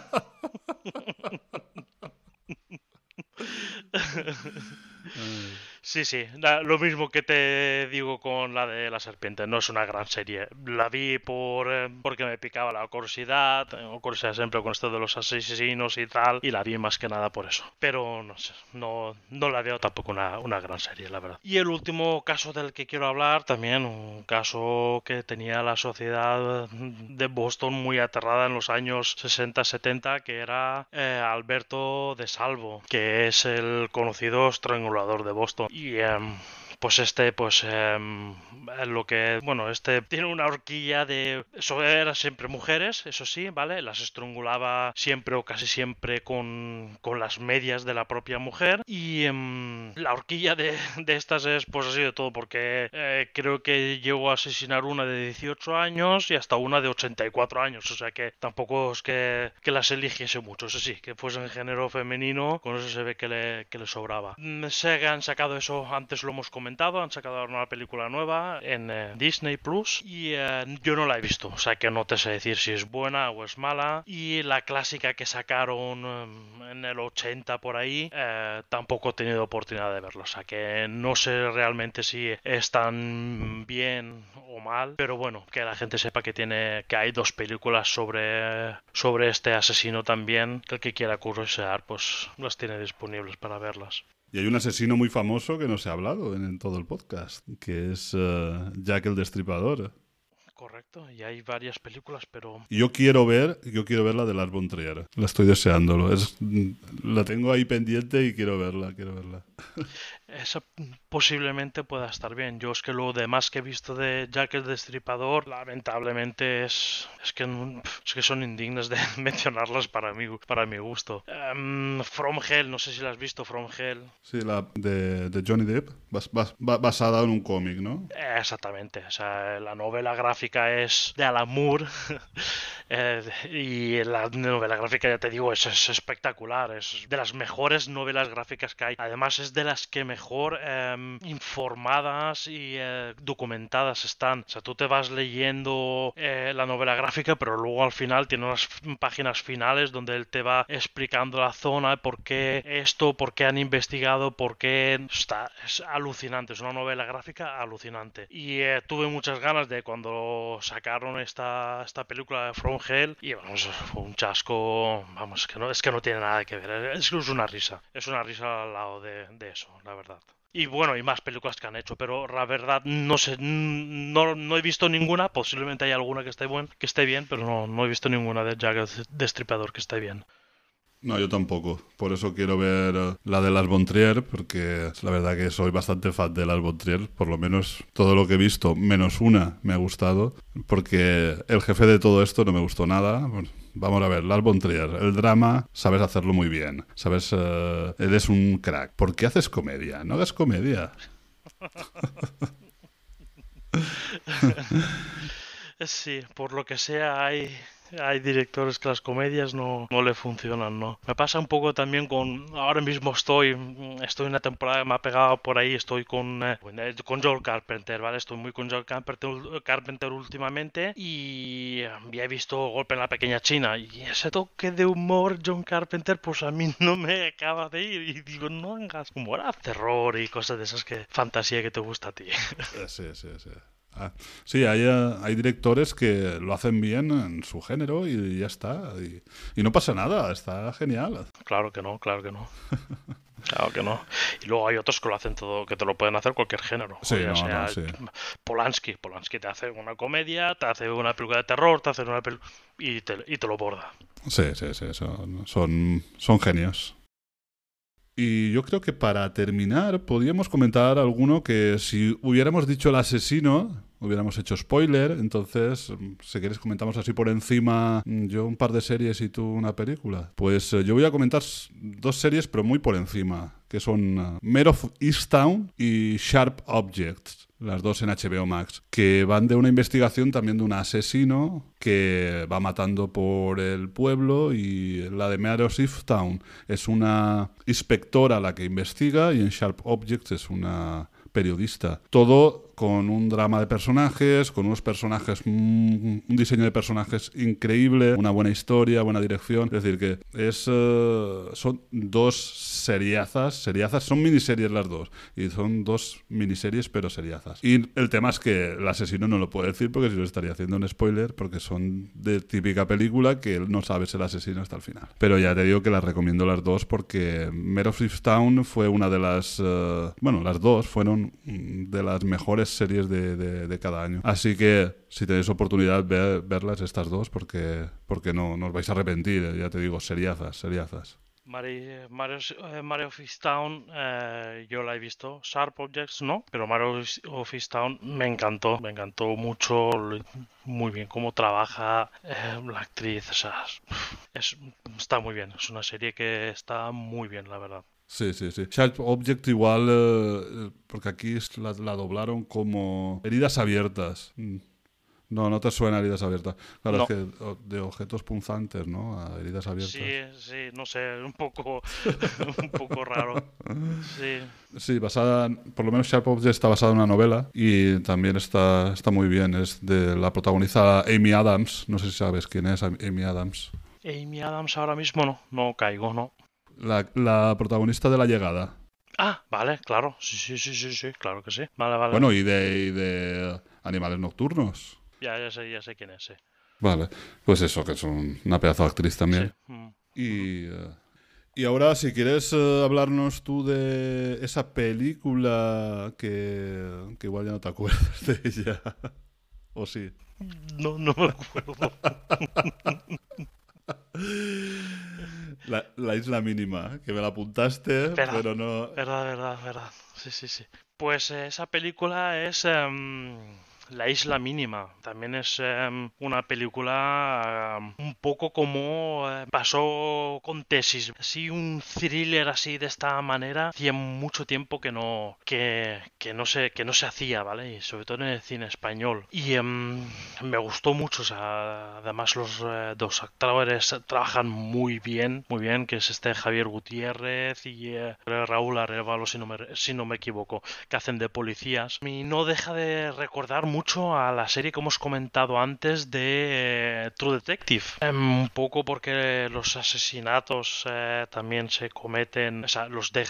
Sí, sí, la- lo mismo que te digo con la de la serpiente, no es una gran serie. La vi por eh, porque me picaba la curiosidad, tengo curiosidad siempre con esto de los asesinos y tal, y la vi más que nada por eso. Pero no sé, no, no la veo tampoco una, una gran serie, la verdad. Y el último caso del que quiero hablar, también un caso que tenía la sociedad de Boston muy aterrada en los años sesenta setenta, que era eh, Alberto de Salvo, que es el conocido estrangulador de Boston. Y em, pues este, pues em, lo que, bueno, este tiene una horquilla de, eso eran siempre mujeres, eso sí, ¿vale? Las estrangulaba siempre o casi siempre con, con las medias de la propia mujer. Y em, la horquilla de, de estas es pues así de todo, porque eh, creo que llegó a asesinar una de dieciocho años y hasta una de ochenta y cuatro años, o sea que tampoco es que, que las eligiese mucho, eso sí, que fuesen género femenino, con eso se ve que le, que le sobraba. Mm, Sé que han sacado eso, antes lo hemos comentado, han sacado ahora una película nueva en eh, Disney Plus y eh, yo no la he visto, o sea que no te sé decir si es buena o es mala. Y la clásica que sacaron eh, en el ochenta por ahí, eh, tampoco he tenido oportunidad de verla, o sea que no sé realmente si están bien o mal, pero bueno, que la gente sepa que tiene que hay dos películas sobre sobre este asesino también, que el que quiera curiosear pues las tiene disponibles para verlas. Y hay un asesino muy famoso que no se ha hablado en, en todo el podcast, que es eh, Jack el Destripador. Correcto, y hay varias películas, pero Y yo quiero ver, yo quiero ver la de Lars von Trier. La estoy deseándolo. Es, la tengo ahí pendiente y quiero verla, quiero verla. esa posiblemente pueda estar bien. Yo es que lo demás que he visto de Jack el Destripador, lamentablemente es es que no- es que son indignas de mencionarlas para mi para mi gusto. Em, From Hell, no sé si la has visto, From Hell. Sí, la de, de Johnny Depp, bas- bas- ba- basada en un cómic, ¿no? Eh, Exactamente, o sea, la novela gráfica es de Alan Moore eh, y la novela gráfica, ya te digo, es, es espectacular, es de las mejores novelas gráficas que hay. Además es de las que mejor em, informadas y eh, documentadas están. O sea, tú te vas leyendo eh, la novela gráfica, pero luego al final tiene unas f- páginas finales donde él te va explicando la zona, por qué esto, por qué han investigado, por qué... Está, es alucinante, es una novela gráfica alucinante. Y eh, tuve muchas ganas de cuando cuando sacaron esta, esta película de From Hell y vamos, fue un chasco, vamos, que no, es que no tiene nada que ver, es que es una risa, es una risa al lado de, de eso, la verdad. Y bueno, y más películas que han hecho, pero la verdad no sé, no, no he visto ninguna, posiblemente hay alguna que esté, buen, que esté bien, pero no, no he visto ninguna de Jack el Destripador que esté bien. No, yo tampoco. Por eso quiero ver eh, la de Lars von Trier, porque es la verdad que soy bastante fan de Lars von Trier. Por lo menos todo lo que he visto, menos una, me ha gustado. Porque el jefe de todo esto no me gustó nada. Bueno, vamos a ver, Lars von Trier, el drama, sabes hacerlo muy bien. Sabes, eh, eres un crack. ¿Por qué haces comedia? No hagas comedia. Sí, por lo que sea hay, hay directores que las comedias no, no le funcionan, ¿no? Me pasa un poco también con... Ahora mismo estoy estoy en una temporada que me ha pegado por ahí, estoy con, eh, con Joel Carpenter, ¿vale? Estoy muy con Joel Carpenter, Carpenter últimamente y ya he visto Golpe en la Pequeña China y ese toque de humor John Carpenter pues a mí no me acaba de ir y digo, no hagas humor, haz terror y cosas de esas que fantasía que te gusta a ti. Sí, sí, sí. Ah, sí, hay, eh, hay directores que lo hacen bien en su género y ya está. Y, y no pasa nada, está genial. Claro que no, claro que no. Claro que no. Y luego hay otros que lo hacen todo, que te lo pueden hacer cualquier género. Sí, O ya no, sea no, sí. Polanski. Polanski te hace una comedia, te hace una película de terror, te hace una película y te, y te lo borda. Sí, sí, sí, son, son, son genios. Y yo creo que para terminar podríamos comentar alguno que si hubiéramos dicho el asesino, hubiéramos hecho spoiler, entonces si quieres comentamos así por encima, yo un par de series y tú una película. Pues eh, yo voy a comentar dos series pero muy por encima, que son uh, Mare of Easttown y Sharp Objects, las dos en H B O Max, que van de una investigación también de un asesino que va matando por el pueblo, y la de Mare of Easttown es una inspectora la que investiga y en Sharp Objects es una periodista. Todo con un drama de personajes, con unos personajes, mm, un diseño de personajes increíble, una buena historia, buena dirección. Es decir, que es uh, son dos seriazas, seriazas, son miniseries las dos, y son dos miniseries pero seriazas. Y el tema es que el asesino no lo puede decir porque si lo estaría haciendo un spoiler, porque son de típica película que él no sabe ser el asesino hasta el final. Pero ya te digo que las recomiendo las dos porque Mare of Easttown fue una de las... Uh, bueno, las dos fueron de las mejores series de, de, de cada año. Así que si tenéis oportunidad ver, verlas estas dos porque, porque no, no os vais a arrepentir, eh, ya te digo, seriazas, seriazas. Mare, Mare, Mare of Easttown eh, yo la he visto, Sharp Objects no, pero Mare of Easttown me encantó, me encantó mucho, muy bien cómo trabaja eh, la actriz, o sea, es, está muy bien, es una serie que está muy bien, la verdad. Sí, sí, sí. Sharp Object igual, eh, porque aquí la, la doblaron como heridas abiertas. No, no te suena heridas abiertas. Claro, No. es que de objetos punzantes, ¿no? A heridas abiertas. Sí, sí, no sé, un poco, un poco raro. Sí. Sí, basada, por lo menos Sharp Object está basada en una novela y también está, está muy bien. Es de la protagoniza Amy Adams. No sé si sabes quién es Amy Adams. Amy Adams ahora mismo no, no caigo, no. La, la protagonista de La Llegada. Ah, vale, claro, sí, sí, sí, sí, sí, claro que sí. Vale, vale. Bueno, y de, y de Animales Nocturnos. Ya, ya sé, ya sé quién es, sí. Vale, pues eso, que es un- una pedazo de actriz también. Sí. Mm. Y, eh, y ahora, si quieres eh, hablarnos tú de esa película que, que igual ya no te acuerdas de ella. ¿O sí? No, no me acuerdo. La, la Isla Mínima, que me la apuntaste, Verdad, pero no... verdad, verdad, verdad. Sí, sí, sí. Pues eh, esa película es em, La Isla Mínima. También es em, una película em, un poco como eh, pasó con Tesis. Así un thriller así de esta manera. Hacía mucho tiempo que no que, que no se que no se hacía, ¿vale? Y sobre todo en el cine español. Y em, me gustó mucho. O sea, además los eh, dos actores trabajan muy bien, muy bien. Que es este Javier Gutiérrez y eh, Raúl Arevalo, si no me si no me equivoco, que hacen de policías. Y no deja de recordar mucho a la serie que hemos comentado antes de eh, True Detective. Eh, un poco porque los asesinatos eh, también se cometen, o sea, los dejan,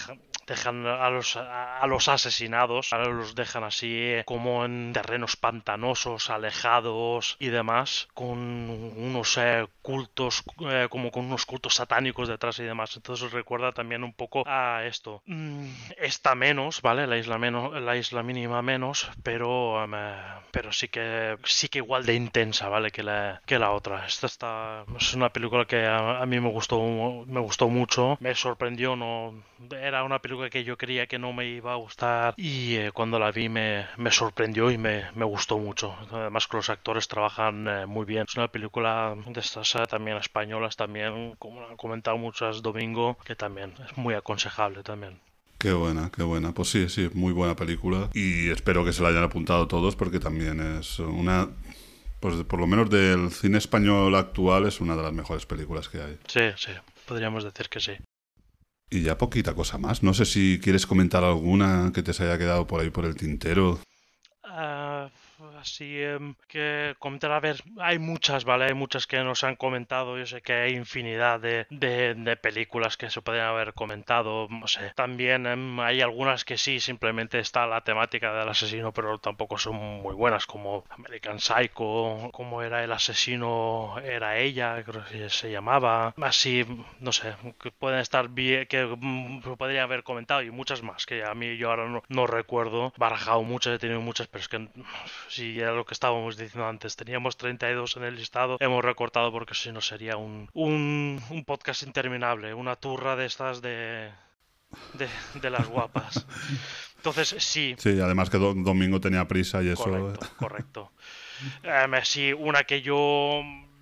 dejan a los, a, a los asesinados, ahora los dejan así eh, como en terrenos pantanosos, alejados y demás, con unos eh, cultos, eh, como con unos cultos satánicos detrás y demás. Entonces recuerda también un poco a esto. Mm, está menos, ¿vale? La isla menos, la isla mínima menos, pero um, eh, pero sí que sí que igual de intensa, ¿vale? Que la que la otra. Esta está es una película que a, a mí me gustó me gustó mucho, me sorprendió, no era una película que yo creía que no me iba a gustar y eh, cuando la vi me, me sorprendió y me, me gustó mucho. Además que los actores trabajan eh, muy bien. Es una película de estas eh, también españolas, también como han comentado muchas Domingo, que también es muy aconsejable también. Qué buena, qué buena. Pues sí, sí, muy buena película. Y espero que se la hayan apuntado todos porque también es una... Pues por lo menos del cine español actual es una de las mejores películas que hay. Sí, sí, podríamos decir que sí. Y ya poquita cosa más. No sé si quieres comentar alguna que te se haya quedado por ahí por el tintero. Uh, así um, que comentar, a ver, hay muchas, ¿vale? Hay muchas que nos han comentado. Yo sé que hay infinidad de, de, de películas que se podrían haber comentado. No sé. También um, hay algunas que sí, simplemente está la temática del asesino, pero tampoco son muy buenas, como American Psycho, como era el asesino, era ella, creo que se llamaba. Así, no sé, que pueden estar bien, que um, podría haber comentado, y muchas más, que a mí yo ahora no, no recuerdo. Barajado muchas, he tenido muchas, pero es que si era lo que estábamos diciendo antes, teníamos treinta y dos en el listado, hemos recortado porque si no sería un, un, un podcast interminable, una turra de estas de, de, de las guapas. Entonces sí. Sí, además que do- Domingo tenía prisa y eso... Correcto, correcto. Um, sí, una que yo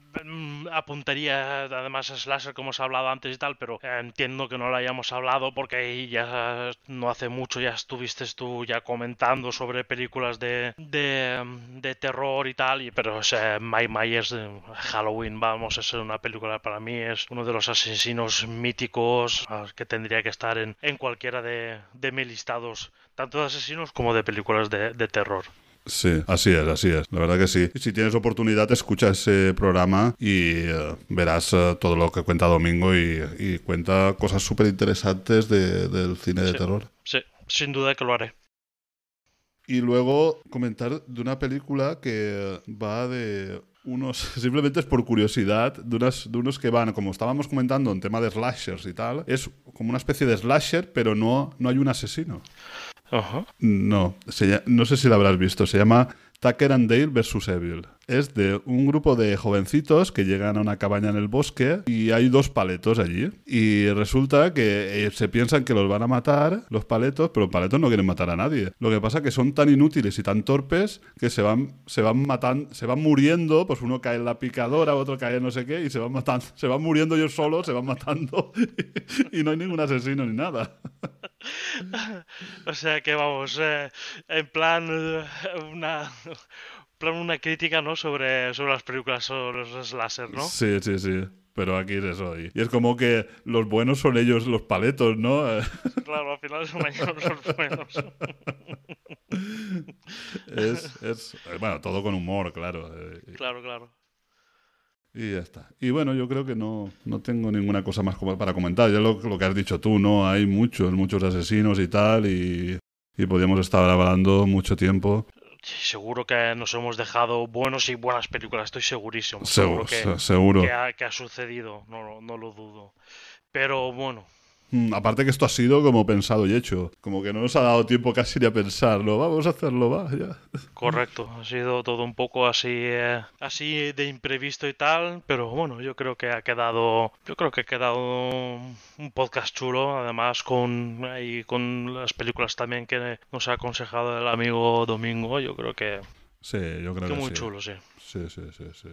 apuntaría, además es Slasher como os he hablado antes y tal, pero eh, entiendo que no la hayamos hablado porque ahí ya no hace mucho ya estuviste tú ya comentando sobre películas de de, de terror y tal, y, pero o sea, Mike Myers, Halloween, vamos, es una película para mí, es uno de los asesinos míticos que tendría que estar en, en cualquiera de, de mis listados, tanto de asesinos como de películas de, de terror. Sí, así es, así es. La verdad que sí. Y si tienes oportunidad, escucha ese programa y uh, verás uh, todo lo que cuenta Domingo y, y cuenta cosas súper interesantes de, del cine sí, de terror. Sí, sin duda que lo haré. Y luego comentar de una película que va de unos, simplemente es por curiosidad, de, unas, de unos que van, como estábamos comentando en tema de slashers y tal, es como una especie de slasher, pero no, no hay un asesino. Uh-huh. No, se, no sé si la habrás visto, se llama Tucker and Dale versus Evil. Es de un grupo de jovencitos que llegan a una cabaña en el bosque y hay dos paletos allí. Y resulta que eh, se piensan que los van a matar, los paletos, pero los paletos no quieren matar a nadie. Lo que pasa es que son tan inútiles y tan torpes que se van, se van matando, se van muriendo, pues uno cae en la picadora, otro cae en no sé qué, y se van matando, se van muriendo ellos solos, se van matando y no hay ningún asesino ni nada. O sea que vamos, eh, en plan eh, una plan una crítica, ¿no? Sobre, sobre las películas sobre los slasher, ¿no? Sí, sí, sí. Pero aquí es eso. Y es como que los buenos son ellos los paletos, ¿no? Claro, al final son ellos los buenos. es, es, bueno, todo con humor, claro. Claro, claro. Y ya está. Y bueno, yo creo que no, no tengo ninguna cosa más para comentar. Ya lo, lo que has dicho tú, ¿no? Hay muchos, muchos asesinos y tal, y, y podríamos estar hablando mucho tiempo. Sí, seguro que nos hemos dejado buenos y buenas películas, estoy segurísimo. Seguro, seguro que, seguro. Que ha, que ha sucedido, no, no lo dudo. Pero bueno. Mm, aparte que esto ha sido como pensado y hecho. Como que no nos ha dado tiempo casi ni a pensarlo. Vamos a hacerlo, va, ya. Correcto, ha sido todo un poco así, eh, así de imprevisto y tal, pero bueno, yo creo que ha quedado, yo creo que ha quedado un podcast chulo, además con, y con las películas también que nos ha aconsejado el amigo Domingo, yo creo que, sí, yo creo que, que muy sí. chulo, sí. Sí, sí, sí, sí.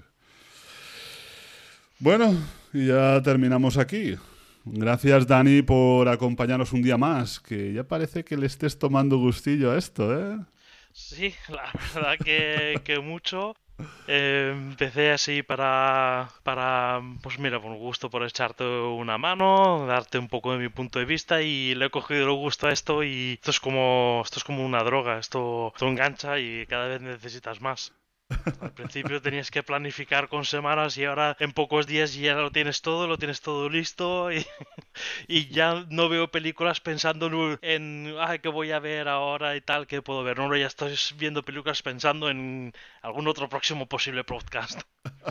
Bueno, y ya terminamos aquí. Gracias, Dani, por acompañarnos un día más, que ya parece que le estés tomando gustillo a esto, ¿eh? Sí, la verdad que, que mucho. Eh, empecé así para, para, pues mira, por gusto, por echarte una mano, darte un poco de mi punto de vista, y le he cogido el gusto a esto, y esto es como, esto es como una droga, esto, esto engancha y cada vez necesitas más. Al principio tenías que planificar con semanas y ahora en pocos días ya lo tienes todo, lo tienes todo listo y, y ya no veo películas pensando en, en ah, qué voy a ver ahora y tal, qué puedo ver. No, ya estoy viendo películas pensando en algún otro próximo posible podcast.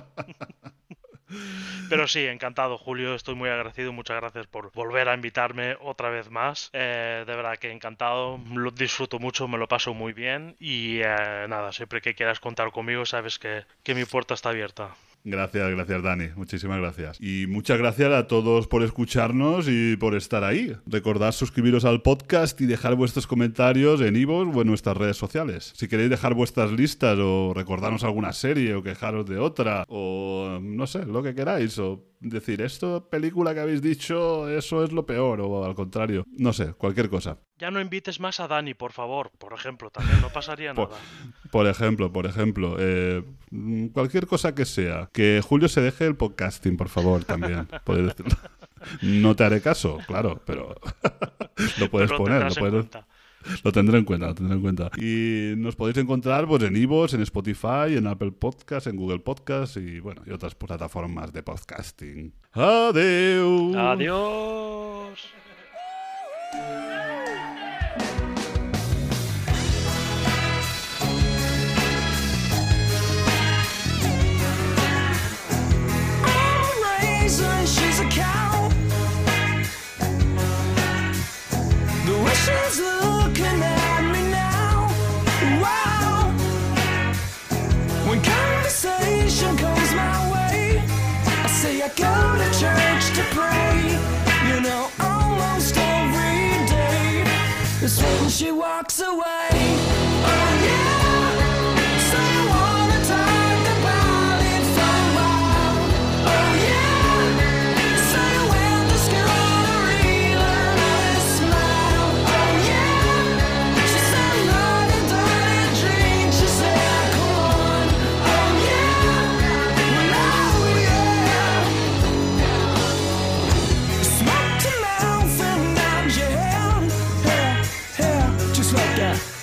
Pero sí, encantado, Julio, estoy muy agradecido, muchas gracias por volver a invitarme otra vez más. Eh, de verdad que encantado, lo disfruto mucho, me lo paso muy bien y eh, nada, siempre que quieras contar conmigo sabes que, que mi puerta está abierta. Gracias, gracias Dani, muchísimas gracias. Y muchas gracias a todos por escucharnos y por estar ahí. Recordad suscribiros al podcast y dejar vuestros comentarios en iVoox o en nuestras redes sociales. Si queréis dejar vuestras listas o recordarnos alguna serie o quejaros de otra o no sé, lo que queráis o decir, esto película que habéis dicho, eso es lo peor o al contrario, no sé, cualquier cosa. Ya no invites más a Dani, por favor, por ejemplo, también no pasaría Por, nada. por ejemplo, por ejemplo, eh, cualquier cosa que sea. Que Julio se deje el podcasting, por favor, también. Puedes decirlo. No te haré caso, claro, pero lo puedes Pero lo poner. Lo, tendrás en puedes, cuenta. lo tendré en cuenta, lo tendré en cuenta. Y nos podéis encontrar pues, en iVoox, en Spotify, en Apple Podcasts, en Google Podcasts y, bueno, y otras plataformas de podcasting. ¡Adiós! Adiós. She's a cow. The way she's looking at me now. Wow. When conversation comes my way, I say I go to church to pray. You know, almost every day. It's when she walks away. Oh yeah. So I wanna talk about it for a while. Oh yeah. So you went to school to relearn how to smile. Oh yeah. She said naughty, dirty drink. She said come on. Oh yeah. Well oh yeah. Smoke your mouth and nod your head. Yeah, yeah, just like that.